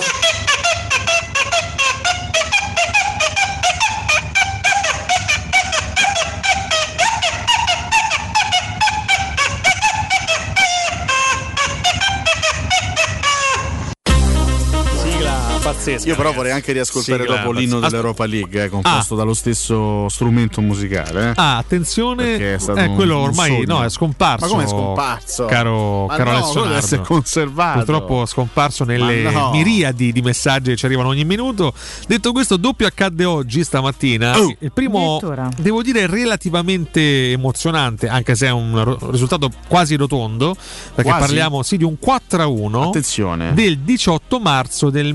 Pazzesca, io però vorrei anche riascoltare dopo l'inno dell'Europa League, composto dallo stesso strumento musicale. Attenzione, quello ormai è scomparso. Ma come è scomparso? Caro Alessio, deve essere conservato. Purtroppo è scomparso nelle miriadi di messaggi che ci arrivano ogni minuto. Detto questo, doppio accadde oggi stamattina. Il primo, devo dire, relativamente emozionante, anche se è un risultato quasi rotondo, perché parliamo di un 4-1. Attenzione. Del 18 marzo del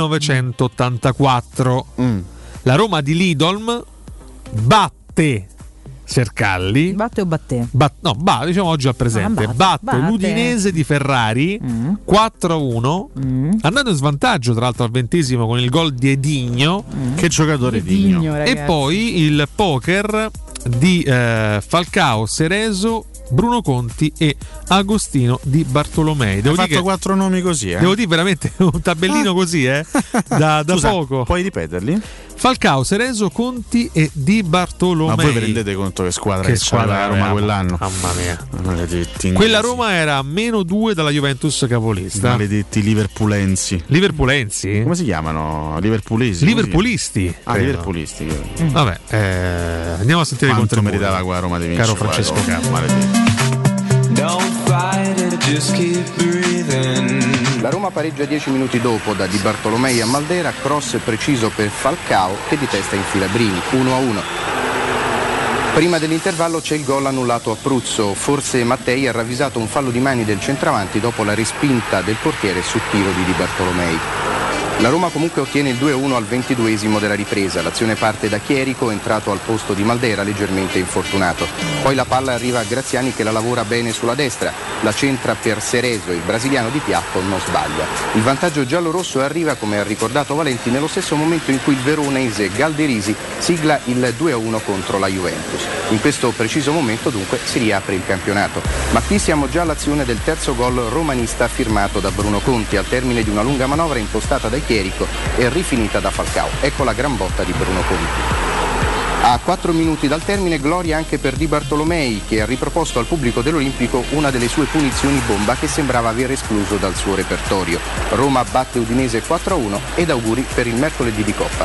1984. La Roma di Lidolm batte Cercalli. Batte o batte? Diciamo oggi al presente. Batte l'Udinese di Ferrari 4-1, andando in svantaggio tra l'altro al 20° con il gol di Edinho. Che giocatore Edinho, e poi il poker di Falcao, Cerezo, Bruno Conti e Agostino Di Bartolomei. Hai fatto 4 nomi così, Devo dire veramente un tabellino così, da Scusa, poco. Puoi ripeterli? Falcao, Cerezo, Conti e Di Bartolomei. Ma voi vi rendete conto che squadra che c'era la Roma quell'anno? Mamma mia. Maledetti. Quella Roma era a -2 dalla Juventus capolista. Maledetti liverpoolensi. Liverpoolensi? Come si chiamano? Liverpoolesi? Liverpoolisti. Liverpoolisti. Vabbè, andiamo a sentire quanto meritava qua Roma di vincere. Caro Francesco Campo. La Roma pareggia 10 minuti dopo da Di Bartolomei a Maldera, cross preciso per Falcao che di testa infila Brini, 1-1. Prima dell'intervallo c'è il gol annullato a Pruzzo, forse Mattei ha ravvisato un fallo di mani del centravanti dopo la respinta del portiere su tiro di Di Bartolomei. La Roma comunque ottiene il 2-1 al 22° della ripresa. L'azione parte da Chierico, entrato al posto di Maldera, leggermente infortunato. Poi la palla arriva a Graziani che la lavora bene sulla destra. La centra per Cerezo, il brasiliano di Piatto non sbaglia. Il vantaggio giallorosso arriva, come ha ricordato Valenti, nello stesso momento in cui il veronese Galderisi sigla il 2-1 contro la Juventus. In questo preciso momento dunque si riapre il campionato. Ma qui siamo già all'azione del terzo gol romanista firmato da Bruno Conti al termine di una lunga manovra impostata da Chierico e rifinita da Falcao. Ecco la gran botta di Bruno Conti. A 4 minuti dal termine gloria anche per Di Bartolomei, che ha riproposto al pubblico dell'Olimpico una delle sue punizioni bomba che sembrava aver escluso dal suo repertorio. Roma batte Udinese 4-1 ed auguri per il mercoledì di Coppa.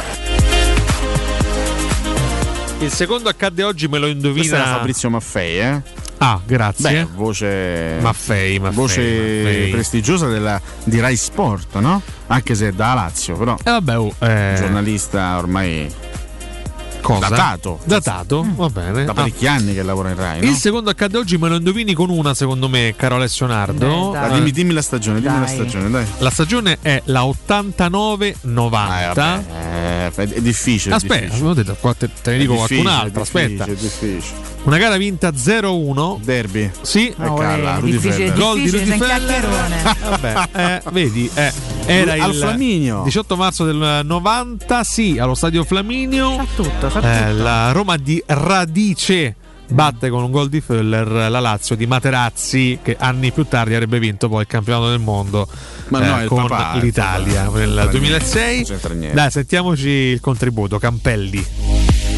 Il secondo accadde oggi, me lo indovina. Questa era Fabrizio Maffei, grazie. Voce Maffei. prestigiosa di Rai Sport, no? Anche se è da Lazio, però. Giornalista ormai datato, va bene. Da parecchi anni che lavora in Rai, no? Il secondo accadde oggi, me lo indovini con una, secondo me, caro Alessio Nardo. Dimmi la stagione, dai. La stagione è la 89-90. È difficile. Aspetta, te ne dico qualcun'altra. Aspetta. È difficile. Una gara vinta 0-1. Derby. Sì. Rudy Feller. Gol di Rudy Feller. Vabbè, vedi, Era al il Flaminio. 18 marzo del 90, sì, allo stadio Flaminio. Sa tutto. La Roma di Radice batte con un gol di Föller la Lazio di Materazzi, che anni più tardi avrebbe vinto poi il campionato del mondo con l'Italia nel 2006. Dai, sentiamoci il contributo. Campelli.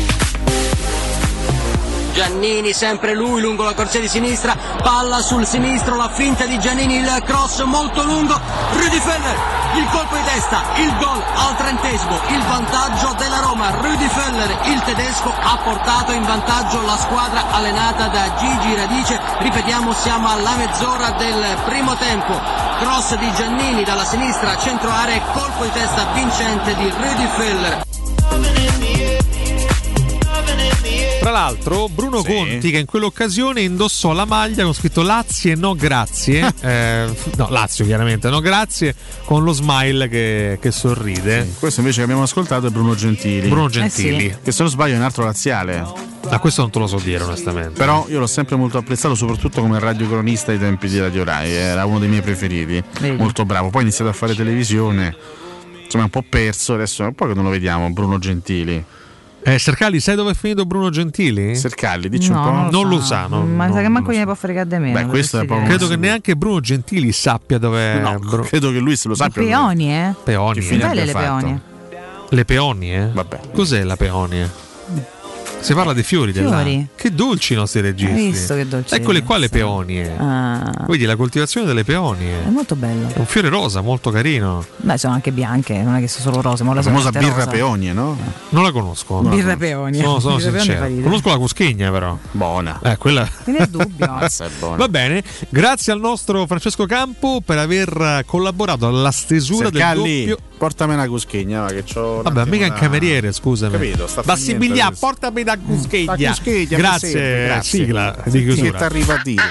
Giannini, sempre lui lungo la corsia di sinistra, palla sul sinistro, la finta di Giannini, il cross molto lungo, Rüdi Föller, il colpo di testa, il gol al 30°, il vantaggio della Roma. Rüdi Föller, il tedesco, ha portato in vantaggio la squadra allenata da Gigi Radice. Ripetiamo, siamo alla mezz'ora del primo tempo. Cross di Giannini dalla sinistra, centro area, colpo di testa vincente di Rüdi Föller. Tra l'altro Bruno Conti, che in quell'occasione indossò la maglia con scritto Lazio e no grazie, no, Lazio chiaramente, no grazie, con lo smile che sorride. Sì. Questo invece che abbiamo ascoltato è Bruno Gentili. Sì. Che se non sbaglio è un altro laziale. Questo non te lo so dire onestamente. Però io l'ho sempre molto apprezzato, soprattutto come radiocronista ai tempi di Radio Rai, era uno dei miei preferiti. Molto bravo. Poi ha iniziato a fare televisione, insomma un po' perso, adesso è un po' che non lo vediamo, Bruno Gentili. Sercalli, sai dove è finito Bruno Gentili? Sercalli, dici un po'. Non lo sa. Ma sa che manco gliene può fregare di meno. Beh, questo è proprio. Credo che neanche Bruno Gentili sappia dove. No, credo che lui se lo sappia. Peonie, Peonie. Che fine le peonie. Le peonie? Vabbè. Cos'è la peonie? Si parla dei fiori dell'anno. Che dolci i nostri registi. Hai visto che dolci? Eccole qua le peonie. Vedi la coltivazione delle peonie. È molto bello. È un fiore rosa molto carino. Beh, sono anche bianche, non è che sono solo rose. Ma la famosa birra rosa. Peonie, no? Non la conosco. Birra Peonie. Sono sincero. Conosco la Cuschegna però. Buona. Quella. Non è dubbio. Va bene. Grazie al nostro Francesco Campo per aver collaborato alla stesura del doppio. Portami una Cuschegna, che c'ho. Vabbè, mica un cameriere, scusami. Capito, sta Massimiliano, portami da Cuschegna. Grazie. Sigla di chiusura. Che t'arriva a dire?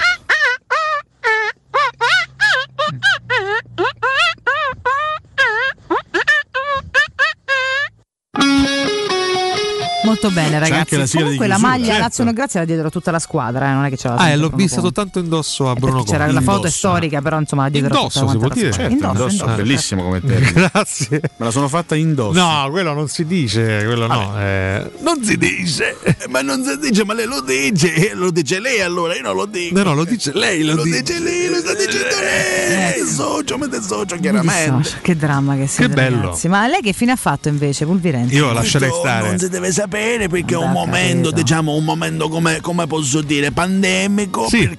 Molto bene, ragazzi. Comunque la maglia Lazio no grazie la diedero tutta la squadra, non è che c'era la l'ho vista soltanto indosso a Bruno Conti. C'era la foto è storica, però insomma la diedero indosso, tutta si può dire. Certo, indosso. Bellissimo come termine. Grazie. Me la sono fatta indosso. No, quello non si dice, quello no. Non si dice, ma non si dice, ma lei lo dice. Lo dice lei allora, io non lo dico. No, lo dice lei, lo dice lei, lo sta dicendo lei. Socio, mette socio chiaramente. Che dramma che siete, bello. Ragazzi. Ma lei che fine ha fatto invece, Pulvirenti? Io lascerei stare. Non si deve sapere perché è un momento, diciamo, un momento come posso dire, pandemico. Sì.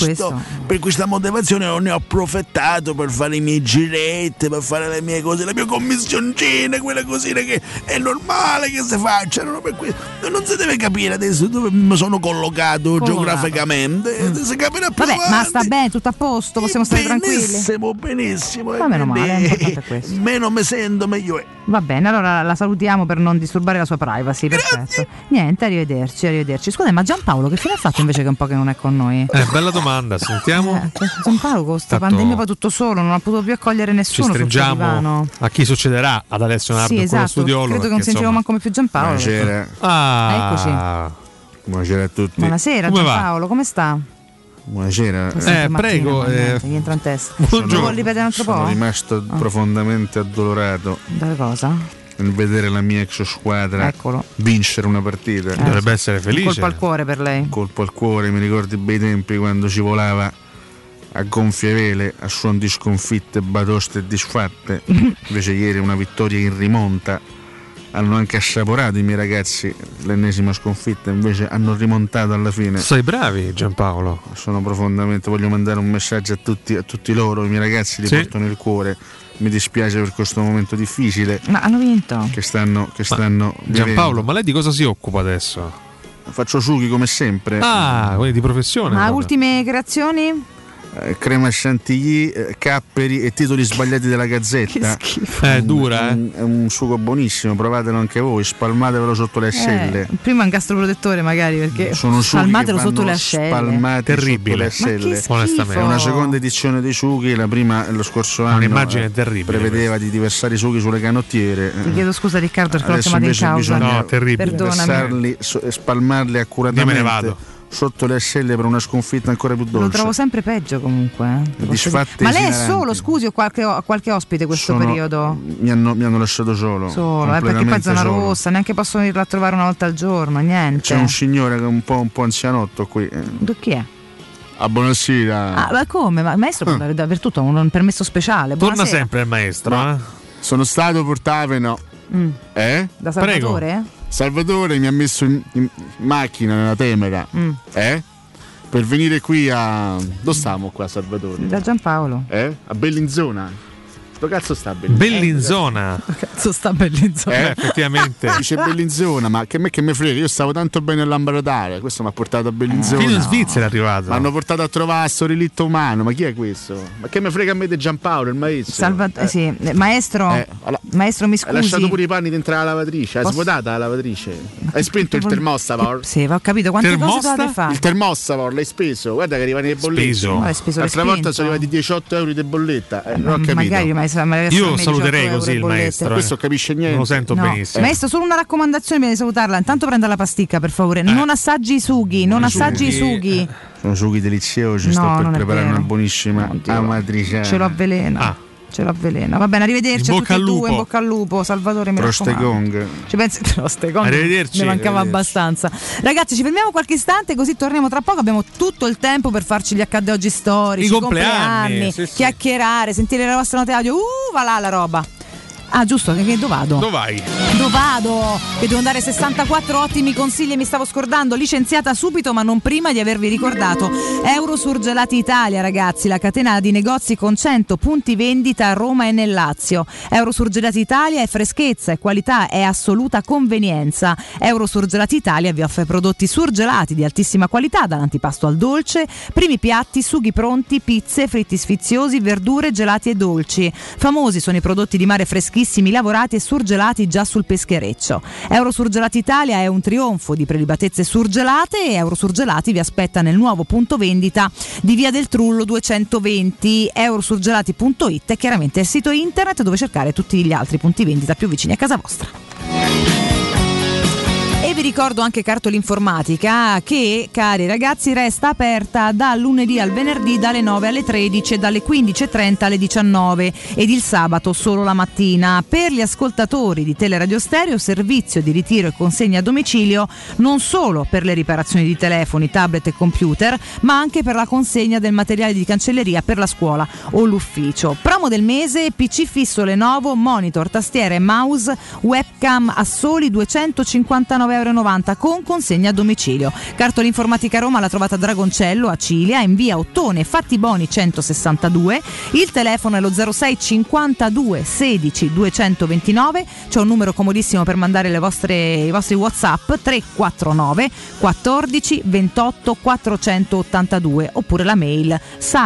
Per questa motivazione non ne ho approfittato per fare i miei giretti, per fare le mie cose, le mie commissioncine, quelle cosine che è normale che si facciano. Per questo non si deve capire adesso dove mi sono collocato geograficamente. Si capirà più avanti. Ma sta bene, tutto a posto, possiamo stare tranquilli. Benissimo. Ma meno male, è questo. Meno mi sento, meglio è. Va bene, allora la salutiamo per non disturbare la sua privacy. Perfetto. Niente, arrivederci. Scusa, ma Giampaolo che fine ha fatto invece che un po' che non è con noi? Bella domanda, sentiamo. Giampaolo con questa pandemia poi tutto solo, non ha potuto più accogliere nessuno. Ci stringiamo a chi succederà, ad Alessio Nardo, esatto. studiolo. Credo che non sentiamo manco più Giampaolo. Buonasera. Eccoci. Buonasera a tutti. Buonasera Giampaolo, come sta? Buonasera. Prego. Gli entra in testa. Vuoi ripetere un altro po'? Sono rimasto profondamente addolorato. Da cosa? Nel vedere la mia ex squadra vincere una partita. Dovrebbe essere felice. Un colpo al cuore per lei. Un colpo al cuore, mi ricordo i bei tempi quando ci volava a gonfie vele, a suon di sconfitte, batoste e disfatte. Invece ieri una vittoria in rimonta. Hanno anche assaporato i miei ragazzi l'ennesima sconfitta, invece hanno rimontato alla fine. Sei bravi Giampaolo. Sono profondamente, voglio mandare un messaggio a tutti loro, i miei ragazzi li porto nel cuore. Mi dispiace per questo momento difficile. Ma hanno vinto. Che stanno Giampaolo, ma lei di cosa si occupa adesso? Faccio sughi come sempre. Quindi di professione. Ma ultime creazioni? Crema chantilly, capperi e titoli sbagliati della Gazzetta. Che schifo. È dura, È un sugo buonissimo, provatelo anche voi, spalmatevelo sotto le ascelle. Prima un gastroprotettore magari, perché sono spalmatelo sotto le ascelle. Spalmati terribile. sotto le ascelle. Onestamente. È una seconda edizione dei sughi, la prima lo scorso anno. Un'immagine terribile. Prevedeva di diversare i sughi sulle canottiere. Ti chiedo scusa Riccardo perché l'ho Adesso chiamato in invece causa. bisogna terribile. versarli, spalmarli accuratamente. Io me ne vado. sotto le ascelle per una sconfitta ancora più dolce. Lo trovo sempre peggio comunque. Disfatte Ma lei è itineranti. solo, scusi, o qualche ospite questo periodo? Mi hanno lasciato solo. Perché poi zona solo. rossa, neanche posso venirla a trovare una volta al giorno, niente. C'è un signore che è un po' anzianotto qui. Chi è? Buonasera. Ma come? Ma il maestro può andare dappertutto, ha un permesso speciale. Torna Buonasera. sempre il maestro. Ma sono stato portato Da Salvatore? Prego. Salvatore mi ha messo in macchina nella Temera. Per venire qui a... Dove stiamo qua, Salvatore? Da Giampaolo. A Bellinzona. Dove cazzo sta Bellinzona? Bellinzona. Cazzo sta Bellinzona? Effettivamente. Dice Bellinzona, ma che me frega, io stavo tanto bene a Lambradare, questo mi ha portato a Bellinzona. Fino in Svizzera è arrivato. Mi hanno portato a trovare sto relitto umano, ma chi è questo? Ma che me frega a me di Giampaolo, il maestro? Sì. Maestro, maestro mi scusi. Hai lasciato pure i panni dentro la lavatrice, hai svuotata la lavatrice? Hai spento il termosavor? Sì, ho capito, quante cose dovete fare? Il termosavor l'hai speso? Guarda che arrivano le bollette. L'altra volta sono arrivati 18 euro di bolletta, non ho capito. Io saluterei così il maestro. Questo capisce niente. Non lo sento benissimo. Maestro, solo una raccomandazione prima di salutarla. Intanto prenda la pasticca, per favore. Non assaggi i sughi. Assaggi i sughi. Sono sughi deliziosi. Sto per preparare una buonissima amatriciana. Ce lo avvelena. Ce lo avvelena. Va bene, arrivederci a tutti e due. In bocca al lupo. Salvatore, mi raccomando. Ci pensi? Prostecong. Arrivederci. Ne mancava abbastanza. Ragazzi, ci fermiamo qualche istante, così torniamo tra poco. Abbiamo tutto il tempo per farci gli accadde oggi storici, i compleanni, chiacchierare, sentire le vostre note audio. Va là la roba. Giusto, che dove vado? Dove vai? Dove vado? Che devo dare 64 ottimi consigli e mi stavo scordando. Licenziata subito, ma non prima di avervi ricordato Eurosurgelati Italia, ragazzi, la catena di negozi con 100 punti vendita a Roma e nel Lazio. Eurosurgelati Italia è freschezza, è qualità, è assoluta convenienza. Eurosurgelati Italia vi offre prodotti surgelati di altissima qualità, dall'antipasto al dolce, primi piatti, sughi pronti, pizze, fritti sfiziosi, verdure, gelati e dolci. Famosi sono i prodotti di mare freschissimi, lavorati e surgelati già sul peschereccio. Eurosurgelati Italia è un trionfo di prelibatezze surgelate e Eurosurgelati vi aspetta nel nuovo punto vendita di Via del Trullo 220. Eurosurgelati.it è chiaramente il sito internet dove cercare tutti gli altri punti vendita più vicini a casa vostra. E vi ricordo anche Cartolinformatica che, cari ragazzi, resta aperta dal lunedì al venerdì dalle 9 alle 13 e dalle 15.30 alle 19 ed il sabato solo la mattina. Per gli ascoltatori di Teleradio Stereo, servizio di ritiro e consegna a domicilio non solo per le riparazioni di telefoni, tablet e computer, ma anche per la consegna del materiale di cancelleria per la scuola o l'ufficio. Promo del mese: PC fisso Lenovo, monitor, tastiera e mouse, webcam a soli 259,90 € con consegna a domicilio. Cartolinformatica Roma la trovate a Dragoncello, a Cilia, in via Ottone Fattiboni 162. Il telefono è lo 06 52 16 229. C'è un numero comodissimo per mandare i vostri WhatsApp: 349 14 28 482, oppure la mail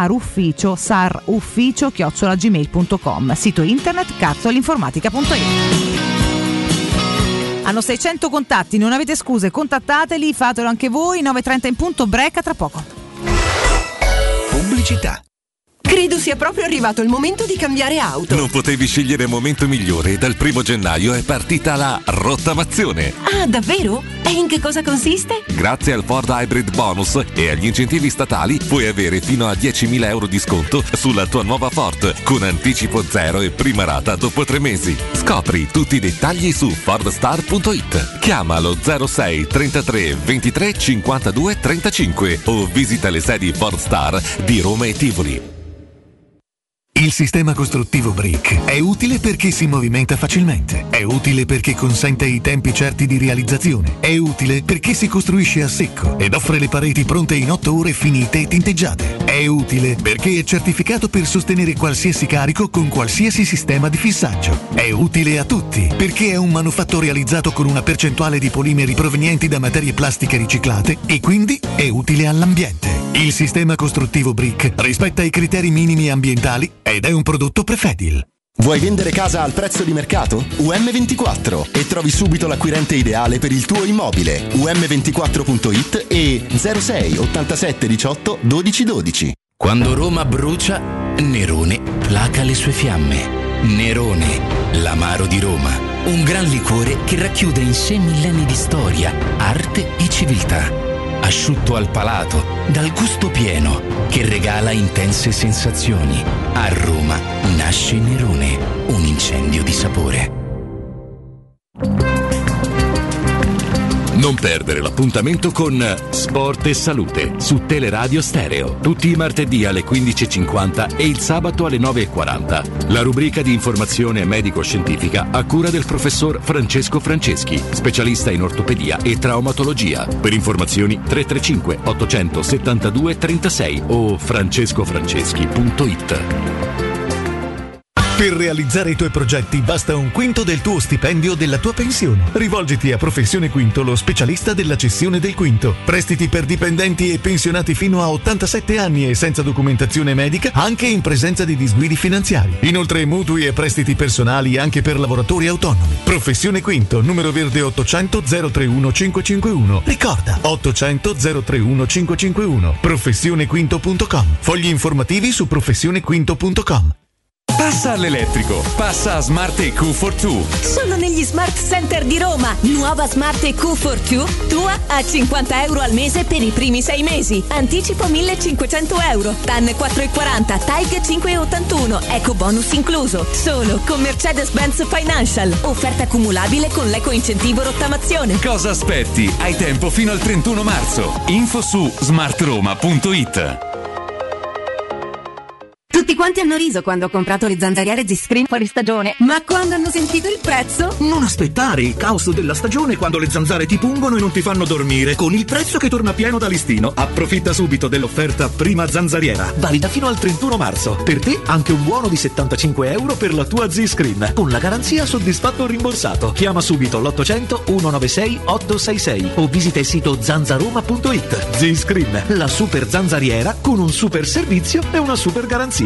sarufficio@gmail.com. Sito internet cartolinformatica.it. Hanno 600 contatti, non avete scuse, contattateli, fatelo anche voi. 9:30 in punto, break, tra poco. Pubblicità. Credo sia proprio arrivato il momento di cambiare auto. Non potevi scegliere momento migliore. Dal 1 gennaio è partita la rottamazione. Ah, davvero? E in che cosa consiste? Grazie al Ford Hybrid Bonus e agli incentivi statali puoi avere fino a 10.000 euro di sconto sulla tua nuova Ford, con anticipo zero e prima rata dopo 3 mesi. Scopri tutti i dettagli su fordstar.it. Chiamalo 06 33 23 52 35 o visita le sedi Fordstar di Roma e Tivoli. Il sistema costruttivo Brick è utile perché si movimenta facilmente, è utile perché consente i tempi certi di realizzazione, è utile perché si costruisce a secco ed offre le pareti pronte in 8 ore finite e tinteggiate, è utile perché è certificato per sostenere qualsiasi carico con qualsiasi sistema di fissaggio, è utile a tutti perché è un manufatto realizzato con una percentuale di polimeri provenienti da materie plastiche riciclate e quindi è utile all'ambiente. Il sistema costruttivo Brick rispetta i criteri minimi ambientali ed è un prodotto Prefedil. Vuoi vendere casa al prezzo di mercato? UM24 e trovi subito l'acquirente ideale per il tuo immobile. UM24.it e 06 87 18 12 12. Quando Roma brucia, Nerone placa le sue fiamme. Nerone, l'amaro di Roma. Un gran liquore che racchiude in sé millenni di storia, arte e civiltà. asciutto al palato, dal gusto pieno, che regala intense sensazioni. A Roma nasce Nerone, un incendio di sapore. Non perdere l'appuntamento con Sport e Salute su Teleradio Stereo, tutti i martedì alle 15.50 e il sabato alle 9.40. La rubrica di informazione medico-scientifica a cura del professor Francesco Franceschi, specialista in ortopedia e traumatologia. Per informazioni 335 872 36 o francescofranceschi.it. Per realizzare i tuoi progetti basta un quinto del tuo stipendio o della tua pensione. Rivolgiti a Professione Quinto, lo specialista della cessione del quinto. Prestiti per dipendenti e pensionati fino a 87 anni e senza documentazione medica, anche in presenza di disguidi finanziari. Inoltre mutui e prestiti personali anche per lavoratori autonomi. Professione Quinto, numero verde 800 031 551. Ricorda, 800 031 551. Professionequinto.com. Fogli informativi su professionequinto.com. Passa all'elettrico, passa a Smart EQ For2. Sono negli Smart Center di Roma. Nuova Smart EQ For2, tua a 50 euro al mese per i primi 6 mesi. Anticipo 1.500 euro. TAN 4,40, TAIG 5,81, eco bonus incluso. Solo con Mercedes-Benz Financial. Offerta cumulabile con l'eco incentivo rottamazione. Cosa aspetti? Hai tempo fino al 31 marzo. Info su smartroma.it. Tutti quanti hanno riso quando ho comprato le zanzariere Z-Screen fuori stagione, ma quando hanno sentito il prezzo? Non aspettare il caos della stagione quando le zanzare ti pungono e non ti fanno dormire, con il prezzo che torna pieno da listino. Approfitta subito dell'offerta Prima Zanzariera, valida fino al 31 marzo. Per te anche un buono di 75 euro per la tua Z-Screen, con la garanzia soddisfatto o rimborsato. Chiama subito l'800 196 866 o visita il sito zanzaroma.it. Z-Screen, la super zanzariera con un super servizio e una super garanzia.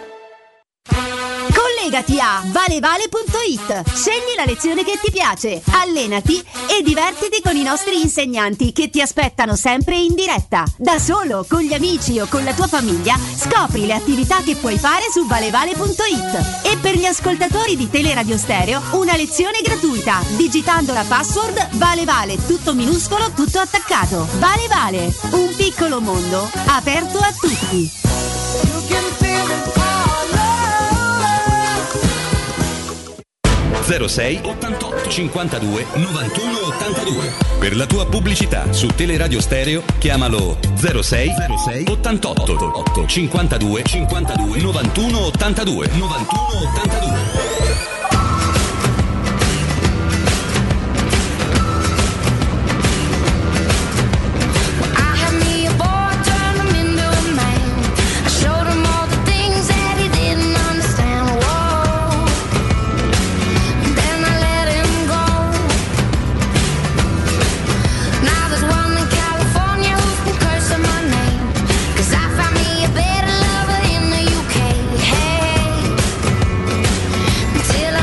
Collegati a valevale.it, scegli la lezione che ti piace, allenati e divertiti con i nostri insegnanti che ti aspettano sempre in diretta. Da solo, con gli amici o con la tua famiglia, scopri le attività che puoi fare su valevale.it. E per gli ascoltatori di Teleradio Stereo, una lezione gratuita, digitando la password Valevale, tutto minuscolo, tutto attaccato. Valevale, un piccolo mondo aperto a tutti. 06 88 52 91 82. Per la tua pubblicità su Teleradio Stereo chiamalo 06 88 52 91 82. Till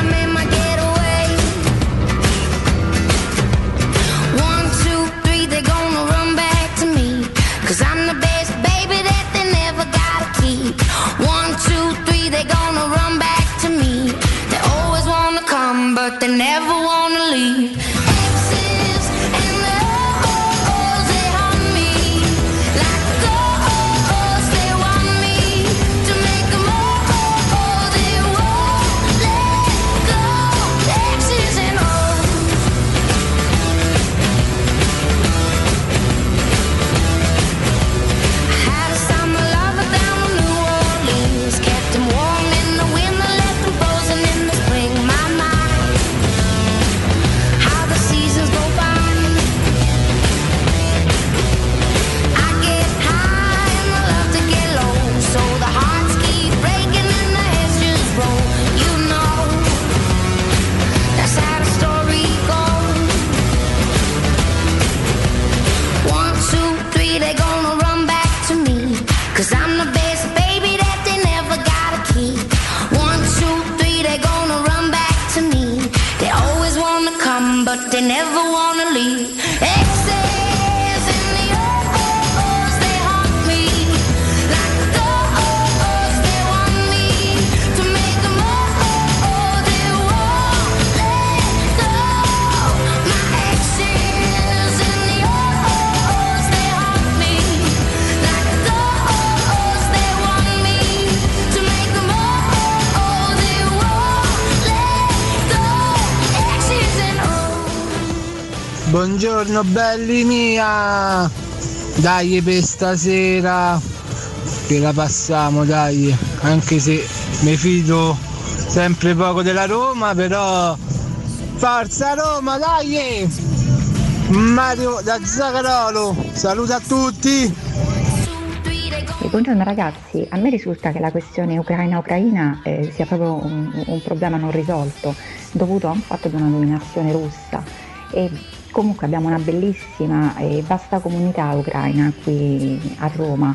Buongiorno belli mia, dai per stasera che la passiamo, dai, anche se mi fido sempre poco della Roma, però forza Roma, dai! Mario da Zagarolo, saluto a tutti! Buongiorno ragazzi, a me risulta che la questione Ucraina-Ucraina sia proprio un problema non risolto, dovuto a un fatto di una dominazione russa, e comunque abbiamo una bellissima e vasta comunità ucraina qui a Roma.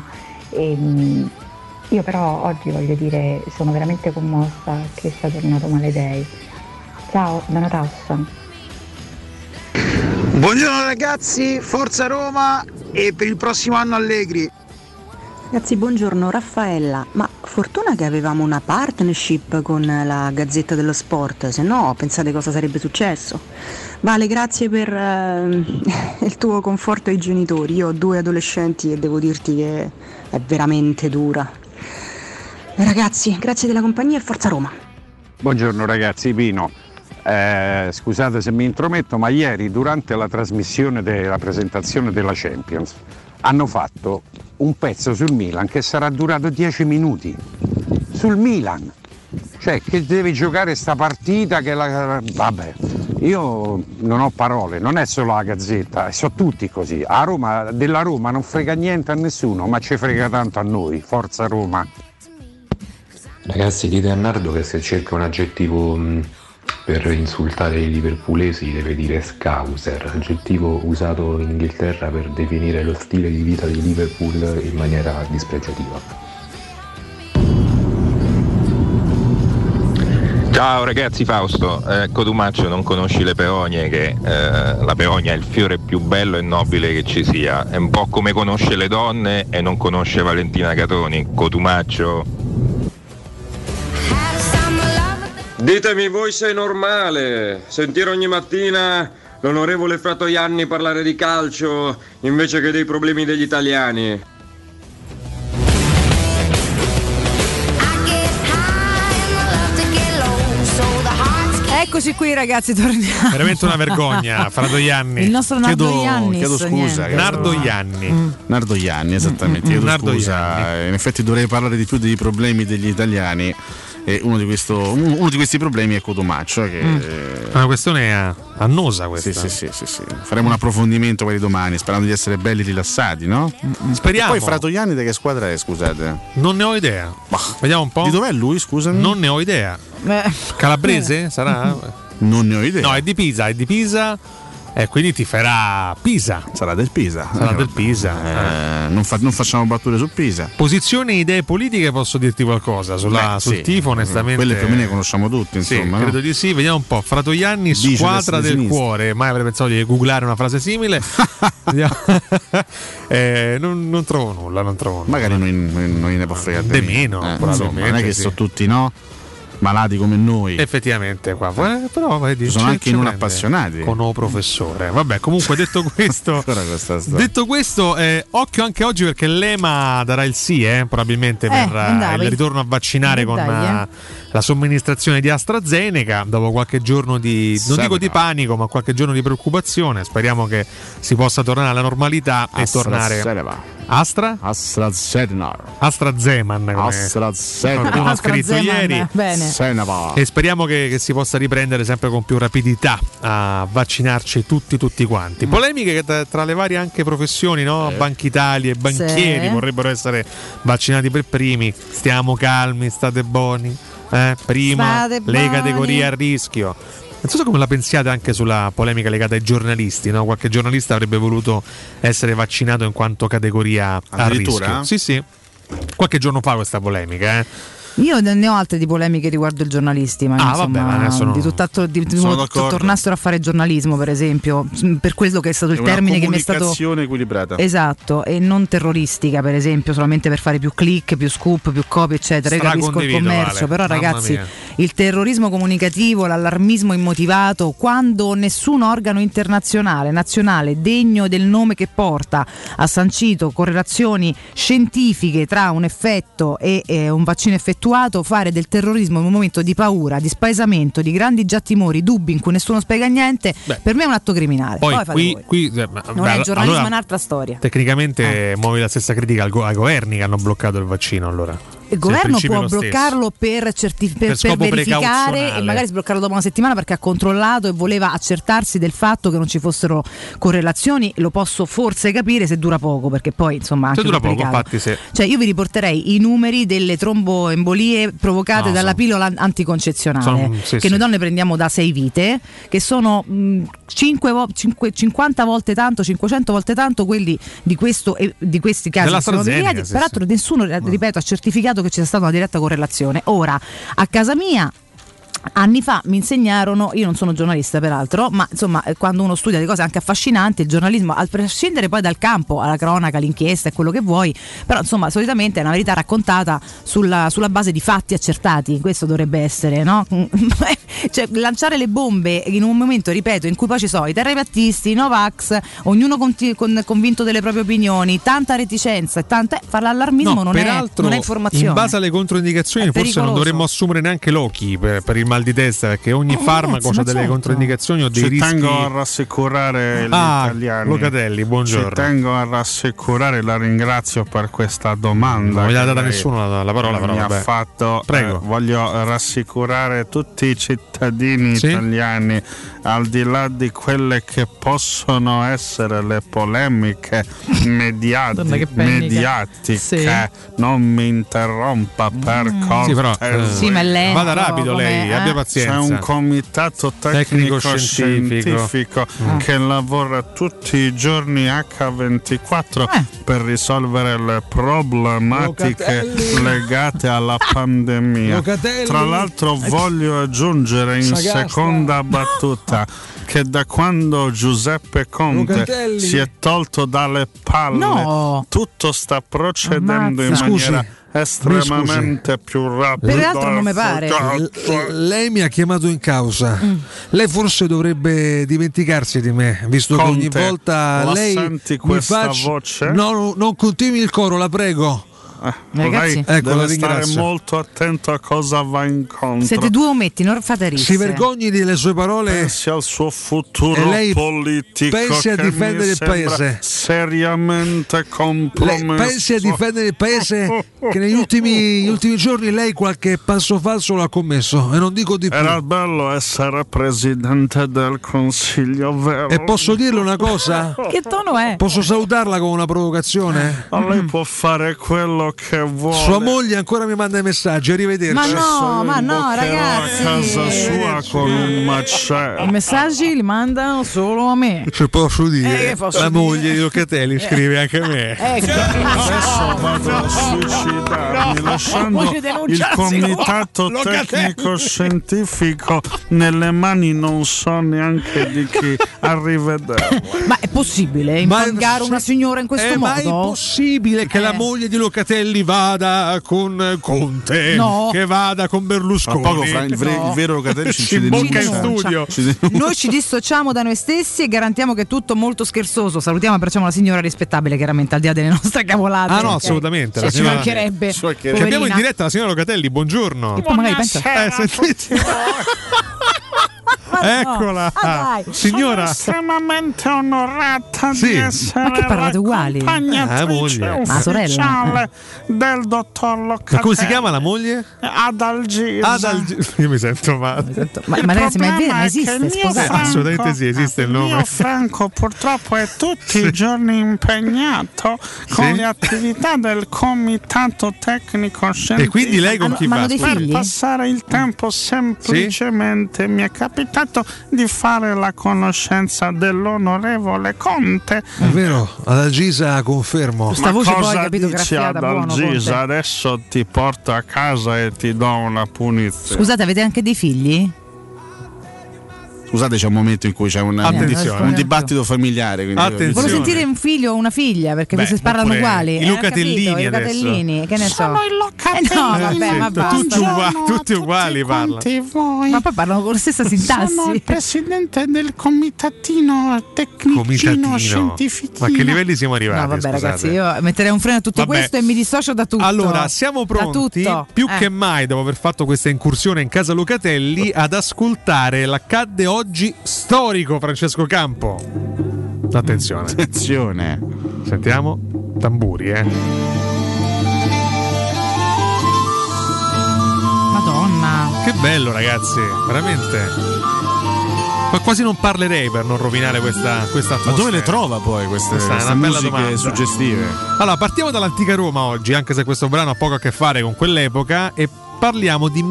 Io però oggi voglio dire, sono veramente commossa che sia tornato Maledei. Ciao, da Natascia. Buongiorno ragazzi, forza Roma e per il prossimo anno Allegri. Ragazzi, buongiorno, Raffaella, ma fortuna che avevamo una partnership con la Gazzetta dello Sport, se no pensate cosa sarebbe successo. Vale, grazie per il tuo conforto ai genitori, io ho 2 adolescenti e devo dirti che è veramente dura. Ragazzi, grazie della compagnia e forza Roma. Buongiorno ragazzi, Pino. Scusate se mi intrometto, ma ieri durante la trasmissione della presentazione della Champions hanno fatto un pezzo sul Milan che sarà durato 10 minuti. Sul Milan. Cioè, che devi giocare sta partita che vabbè, io non ho parole, non è solo la Gazzetta, sono tutti così. A Roma, della Roma non frega niente a nessuno, ma ci frega tanto a noi. Forza Roma. Ragazzi, dite a Nardo che se cerca un aggettivo per insultare i liverpoolesi deve dire scouser, aggettivo usato in Inghilterra per definire lo stile di vita di Liverpool in maniera dispregiativa. Ciao ragazzi, Fausto, Cotumaccio, non conosci le peonie, che la peonia è il fiore più bello e nobile che ci sia, è un po' come conosce le donne e non conosce Valentina Catoni. Cotumaccio. Ditemi voi se è normale sentire ogni mattina l'onorevole Fratoianni parlare di calcio invece che dei problemi degli italiani. Eccoci qui ragazzi, torniamo. Veramente una vergogna, Fratoianni. Il nostro Nardo Iannis. Chiedo scusa. Nardo Ianni. Nardo Ianni, esattamente. Chiedo scusa. In effetti dovrei parlare di più dei problemi degli italiani. E uno di questi problemi è Cotumaccio, che è una questione annosa questa. Sì. Faremo un approfondimento per domani, sperando di essere belli rilassati, no? Speriamo. E poi Fratoianni di che squadra è, scusate? Non ne ho idea. Vediamo un po'. Di dov'è lui, scusami? Non ne ho idea. Calabrese sarà? Non ne ho idea. No, è di Pisa. Quindi ti farà Pisa. Sarà del Pisa. Non facciamo battute su Pisa. Posizioni e idee politiche, posso dirti qualcosa sul tifo, onestamente. Quelle più o meno le conosciamo tutti, insomma. Credo di sì. Vediamo un po'. Fratoianni, squadra del sinistra. Cuore. Mai avrei pensato di googlare una frase simile. Non trovo nulla. Magari non ne può fregare di meno. Insomma, non è che sono tutti, no? Malati come noi. Effettivamente qua. Però vedi, sono anche non appassionati. Con un professore. Vabbè, comunque detto questo, occhio anche oggi, perché l'EMA darà il sì, probabilmente per il ritorno a vaccinare con la somministrazione di AstraZeneca dopo qualche giorno non dico di panico, ma qualche giorno di preoccupazione. Speriamo che si possa tornare alla normalità e tornare AstraZeman, qualcuno ha scritto ieri. Bene. E speriamo che si possa riprendere sempre con più rapidità a vaccinarci tutti quanti. Polemiche tra le varie anche professioni, no? Banca Italia e banchieri vorrebbero essere vaccinati per primi. Stiamo calmi, state buoni. Prima le categorie a rischio. Non so come la pensiate anche sulla polemica legata ai giornalisti, no? Qualche giornalista avrebbe voluto essere vaccinato in quanto categoria a rischio. Sì. Qualche giorno fa questa polemica, Io ne ho altre di polemiche riguardo i giornalisti, ma tornassero a fare giornalismo, per esempio, per quello che è stato il termine che mi è stato. Comunicazione equilibrata. Esatto, e non terroristica, per esempio, solamente per fare più click, più scoop, più copie, eccetera. Io capisco il commercio, però ragazzi, il terrorismo comunicativo, l'allarmismo immotivato, quando nessun organo internazionale, nazionale, degno del nome che porta, ha sancito correlazioni scientifiche tra un effetto e un vaccino effettivo, attuato fare del terrorismo in un momento di paura, di spaesamento, di grandi già timori, dubbi in cui nessuno spiega niente, per me è un atto criminale. Poi qui non è il giornalismo, è un'altra storia. Tecnicamente muovi la stessa critica ai governi che hanno bloccato il vaccino, allora. Il governo può bloccarlo per verificare e magari sbloccarlo dopo una settimana perché ha controllato e voleva accertarsi del fatto che non ci fossero correlazioni. Lo posso forse capire se dura poco, perché poi insomma anche se dura poco, infatti, cioè io vi riporterei i numeri delle tromboembolie provocate dalla pillola anticoncezionale che noi donne prendiamo da 6 vite, che sono 50 volte tanto, 500 volte tanto quelli di questi casi che sono verificati. Peraltro nessuno, ripeto, ha certificato che c'è stata una diretta correlazione. Ora, a casa mia anni fa mi insegnarono, io non sono giornalista peraltro, ma insomma quando uno studia di cose anche affascinanti, il giornalismo, a prescindere poi dal campo, alla cronaca, all'inchiesta e quello che vuoi, però insomma solitamente è una verità raccontata sulla base di fatti accertati. Questo dovrebbe essere, no? Cioè lanciare le bombe in un momento, ripeto, in cui poi ci sono i terrapiattisti, i Novax, ognuno convinto delle proprie opinioni, tanta reticenza e fare l'allarmismo non è informazione. In base alle controindicazioni forse non dovremmo assumere neanche l'Oki per il mal di testa, perché ogni farmaco ha delle controindicazioni o dei rischi. Ci tengo a rassicurare gli italiani. Locatelli, buongiorno. Ci tengo a rassicurare, la ringrazio per questa domanda. Non gli ha data nessuno la parola, però mi ha fatto. Prego. Voglio rassicurare tutti i cittadini italiani, al di là di quelle che possono essere le polemiche mediatiche. Non mi interrompa per cortesia. Vada rapido lei, abbia pazienza. C'è un comitato tecnico scientifico che lavora tutti i giorni H24 per risolvere le problematiche legate alla pandemia. Tra l'altro voglio aggiungere in seconda battuta che da quando Giuseppe Conte si è tolto dalle palle tutto sta procedendo in maniera estremamente più rapido. Peraltro non mi pare. Lei mi ha chiamato in causa. Lei forse dovrebbe dimenticarsi di me, visto che ogni volta lei senti questa voce? No, non continui il coro, la prego. Ragazzi, deve stare molto attento a cosa va incontro. Siete due ometti, non fate risse. Si vergogni delle sue parole. Pensi al suo futuro e lei politico. Pensi a difendere il paese. Seriamente compromesso. Pensi a difendere il paese che negli ultimi giorni lei qualche passo falso l'ha commesso, e non dico di più. Era bello essere presidente del Consiglio, vero? E posso dirle una cosa? Che tono è? Posso salutarla con una provocazione? Lei può fare quello che vuole. Sua moglie ancora mi manda i messaggi, arrivederci. Ma no, ragazzi. A casa sua con un macello. I messaggi li mandano solo a me. Cioè, posso dire, la moglie di Locatelli scrive anche a me. Adesso vado a suicidarmi lasciando il comitato tecnico scientifico nelle mani non so neanche di chi. Arrivederci. Ma è possibile infangare una signora in questo modo? Ma è impossibile che la moglie di Locatelli vada con Conte, che vada con Berlusconi. Poco, il vero Locatelli ci bocca in studio. Noi ci dissociamo da noi stessi e garantiamo che è tutto molto scherzoso. Salutiamo e abbracciamo la signora rispettabile, chiaramente, al di là delle nostre cavolate. Ah no, assolutamente. La ci mancherebbe. Che abbiamo in diretta la signora Locatelli, buongiorno. E poi magari pensa Eccola, signora. Sono estremamente onorata di essere ma che parlate uguali? L'accompagnatrice ufficiale del dottor Locatelli. Ma come si chiama la moglie? Adalgisa. Io mi sento male. Ma ragazzi, ma esiste? Assolutamente sì, esiste il nome. Mio Franco purtroppo è tutti i giorni impegnato con le attività del comitato tecnico scientifico. E quindi lei con chi va? Per passare il tempo semplicemente mi è capitato di fare la conoscenza dell'onorevole Conte. È vero, Adalgisa confermo. Questa voce poi, capito, dici Adalgisa? Adesso ti porto a casa e ti do una punizione. Scusate, avete anche dei figli? Scusate, c'è un momento in cui c'è un dibattito familiare. Volevo sentire un figlio o una figlia, perché questi parlano uguali. I Locatellini Locatellini, che ne so. Sono i Locatellini. No, vabbè, ma basta. Tutti uguali parlano. Ma poi parlano con la stessa sintassi. Sono il presidente del comitatino tecnicino scientifico. Ma a che livelli siamo arrivati? No, vabbè, ragazzi, io metterei un freno a tutto questo e mi dissocio da tutto. Allora, siamo pronti più che mai, dopo aver fatto questa incursione in casa Locatelli, ad ascoltare l'accadde oggi storico, Francesco Campo. Attenzione. Sentiamo tamburi, Madonna. Che bello, ragazzi, veramente. Ma quasi non parlerei per non rovinare questa atmosfera. Ma dove le trova poi queste musiche suggestive? Allora, partiamo dall'antica Roma oggi, anche se questo brano ha poco a che fare con quell'epoca, e parliamo di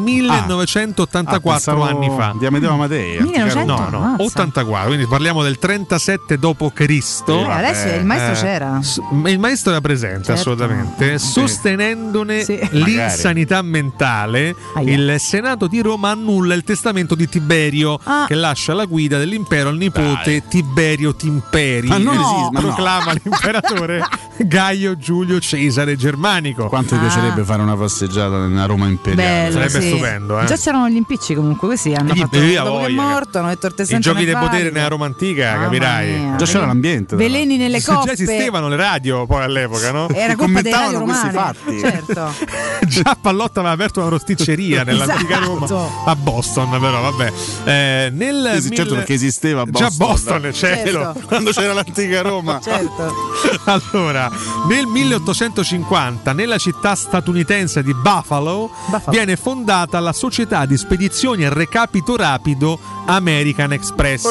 1984 anni fa. Di Amedeo Amadei. 1900? No, 84, quindi parliamo del 37 d.C. Adesso il maestro c'era. Il maestro era presente, assolutamente, sostenendone l'insanità mentale. Il Senato di Roma annulla il testamento di Tiberio, che lascia la guida dell'impero al nipote Tiberio Timperi. Proclama l'imperatore Gaio Giulio Cesare Germanico. Quanto mi piacerebbe fare una passeggiata nella Roma imperiale. Sarebbe stupendo, Già c'erano gli impicci comunque, questi hanno fatto dopo che è morto, hanno detto il testamento. I giochi del potere nella Roma antica, capirai. Già c'era l'ambiente. Veleni nelle coppe. Già esistevano le radio poi all'epoca, no? Era colpa dei radio romane. Fatti. Certo. Già Pallotta aveva aperto una rosticceria nell'antica Roma a Boston, però vabbè. Certo, perché esisteva Boston. Già Boston, certo. Quando c'era l'antica Roma. Certo. Allora, nel 1850 nella città statunitense di Buffalo viene fondata la società di spedizioni e recapito rapido American Express.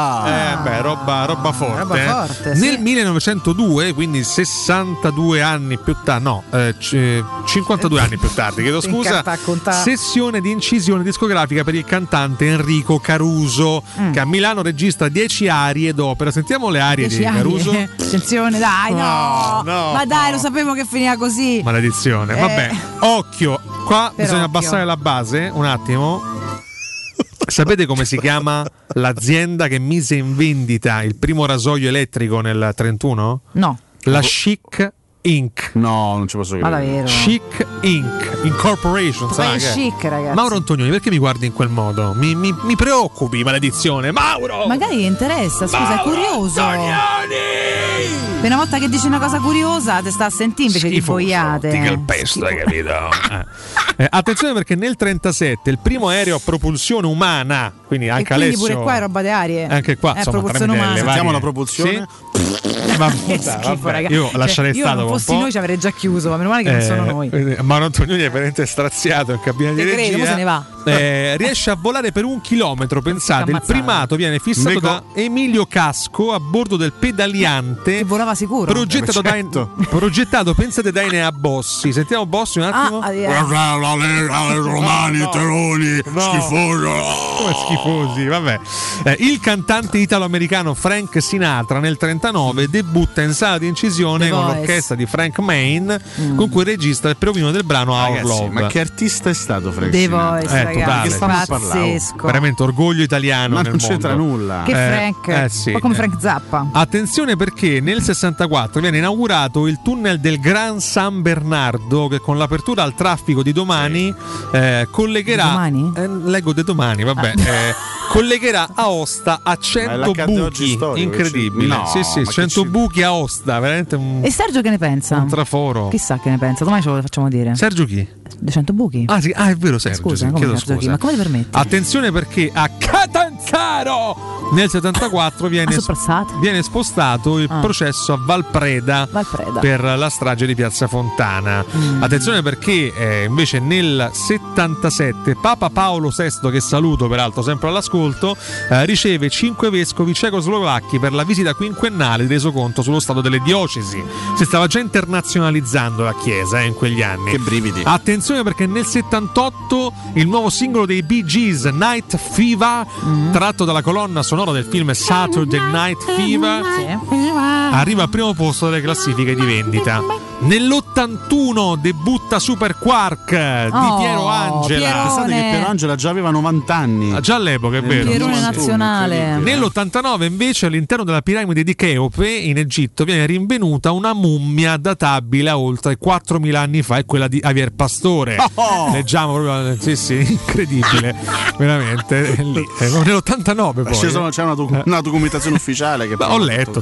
Roba forte. Nel 1902, quindi 62 anni più tardi, 52 anni più tardi, chiedo scusa, sessione di incisione discografica per il cantante Enrico Caruso, che a Milano registra 10 arie d'opera. Sentiamo le arie di Caruso. Attenzione, dai, no. Ma dai, lo sapevo che finiva così. Maledizione. Vabbè, occhio. Qua bisogna abbassare la base un attimo. Sapete come si chiama l'azienda che mise in vendita il primo rasoio elettrico nel 31? No. La Chic Inc. No, non ci posso credere. Ma davvero? Chic Inc. Incorporation. Ma è chic, ragazzi. Mauro Antonioni, perché mi guardi in quel modo? Mi preoccupi, maledizione. Mauro! Magari gli interessa, scusa, Mauro, è curioso. Antonioni! Per una volta che dici una cosa curiosa, te sta a sentire invece di boiate. Ti calpesto, hai capito? Attenzione, perché nel 37 il primo aereo a propulsione umana, quindi anche quindi Alessio, pure qua è roba di arie. Anche qua insomma, propulsione umana. Sentiamo la propulsione. Vabbè, io lascerei io stato non fossi noi ci avrei già chiuso, ma meno male che non sono noi. Mauro Antonioni è veramente straziato in cabina di regia. Credo, se ne va. Riesce a volare per 1 chilometro, pensate. Il primato viene fissato da Emilio Casco a bordo del pedaliante, che volava sicuro, progettato, pensate, da Enea Bossi. Sentiamo Bossi un attimo. Romani, teroni, schifosi. Come schifosi, vabbè. Il cantante italo-americano Frank Sinatra nel 39 debutta in sala di incisione con l'orchestra di Frank Main, con cui registra il provino del brano Our Love. Ma che artista è stato Frank The Sinatra? Voice, ragazzi, pazzesco. Veramente orgoglio italiano. Ma nel non c'entra mondo. nulla. Che Frank, sì. Un po' come Frank Zappa. Attenzione, perché nel 64 viene inaugurato il tunnel del Gran San Bernardo, che con l'apertura al traffico di domani collegherà. Domani? Leggo di domani, vabbè. Collegherà Aosta a 100 buchi. Incredibile. No, sì, 100 buchi a Aosta, veramente un. E Sergio che ne pensa? Un traforo. Chissà che ne pensa, domani ce lo facciamo dire. Sergio chi? 200 buchi. Ah, sì. È vero, Sergio. Scusa, sì, chiedo scusa. Ma come ti permetti? Attenzione, perché a Catanzaro nel 74 viene spostato il processo a Valpreda per la strage di Piazza Fontana. Attenzione, perché invece nel 77 Papa Paolo VI, che saluto peraltro sempre all'ascolto, riceve 5 vescovi cecoslovacchi per la visita quinquennale di resoconto sullo stato delle diocesi. Si stava già internazionalizzando la Chiesa in quegli anni. Che brividi. Attenzione, perché nel 78 il nuovo singolo dei Bee Gees, Night Fever, tratto dalla colonna sonora del film Saturday Night Fever, arriva al primo posto delle classifiche di vendita. Nell'81 debutta Super Quark di Piero Angela. Pensate che Piero Angela già aveva 90 anni. Già all'epoca, è vero. Pierone nazionale. Nell'89 invece all'interno della piramide di Cheope in Egitto viene rinvenuta una mummia databile a oltre 4.000 anni fa, è quella di Javier Pastore. Leggiamo proprio, sì, incredibile, veramente. Lì. Nell'89 poi. C'è una documentazione ufficiale che ho letto,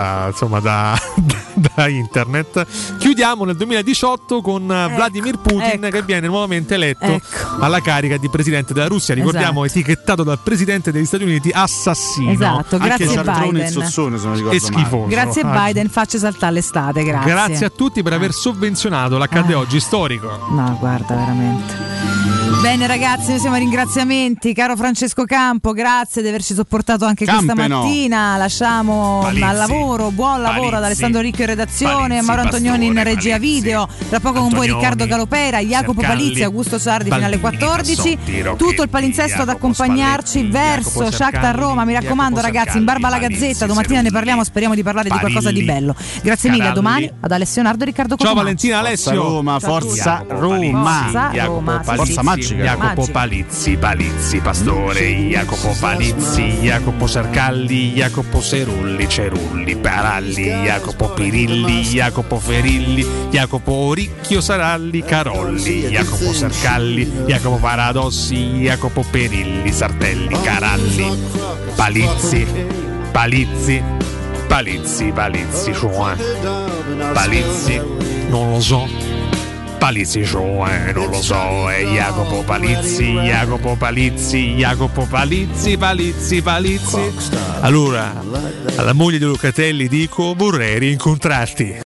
da internet. Chiudiamo nel 2018 con Vladimir Putin che viene nuovamente eletto alla carica di presidente della Russia, ricordiamo, etichettato dal presidente degli Stati Uniti assassino. Esatto, grazie anche Biden. Il Sozzone, se non ricordo e schifoso. Grazie Biden, faccia saltare l'estate, grazie. Grazie a tutti per aver sovvenzionato l'Accade Oggi storico. No, guarda, veramente. Bene ragazzi, noi siamo a ringraziamenti. Caro Francesco Campo, grazie di averci sopportato anche questa mattina. Lasciamo al lavoro, buon lavoro ad Alessandro Ricchio in redazione, Mauro Antonioni in regia video. Tra poco con voi Riccardo Galopera, Jacopo Palizzi, Augusto Sardi fino alle 14. Tutto il palinsesto ad accompagnarci verso Shakhtar Roma. Mi raccomando ragazzi, in barba alla Gazzetta, domattina ne parliamo, speriamo di parlare di qualcosa di bello. Grazie mille, a domani ad Alessio Nardo e Riccardo Cotumaccio. Ciao Valentina, Alessio. Forza Roma. Forza magica. Jacopo Palizzi, Pastore, Jacopo Palizzi, Jacopo Sarcalli, Jacopo Cerulli, Paralli, Jacopo Pirilli, Jacopo Ferilli, Jacopo Oricchio Saralli, Carolli, Jacopo Sarcalli, Jacopo Paradossi, Jacopo Perilli, Sartelli, Caralli, Palizzi, non lo so. Palizzi non lo so, è Jacopo Palizzi. Allora, alla moglie di Locatelli dico: vorrei rincontrarti.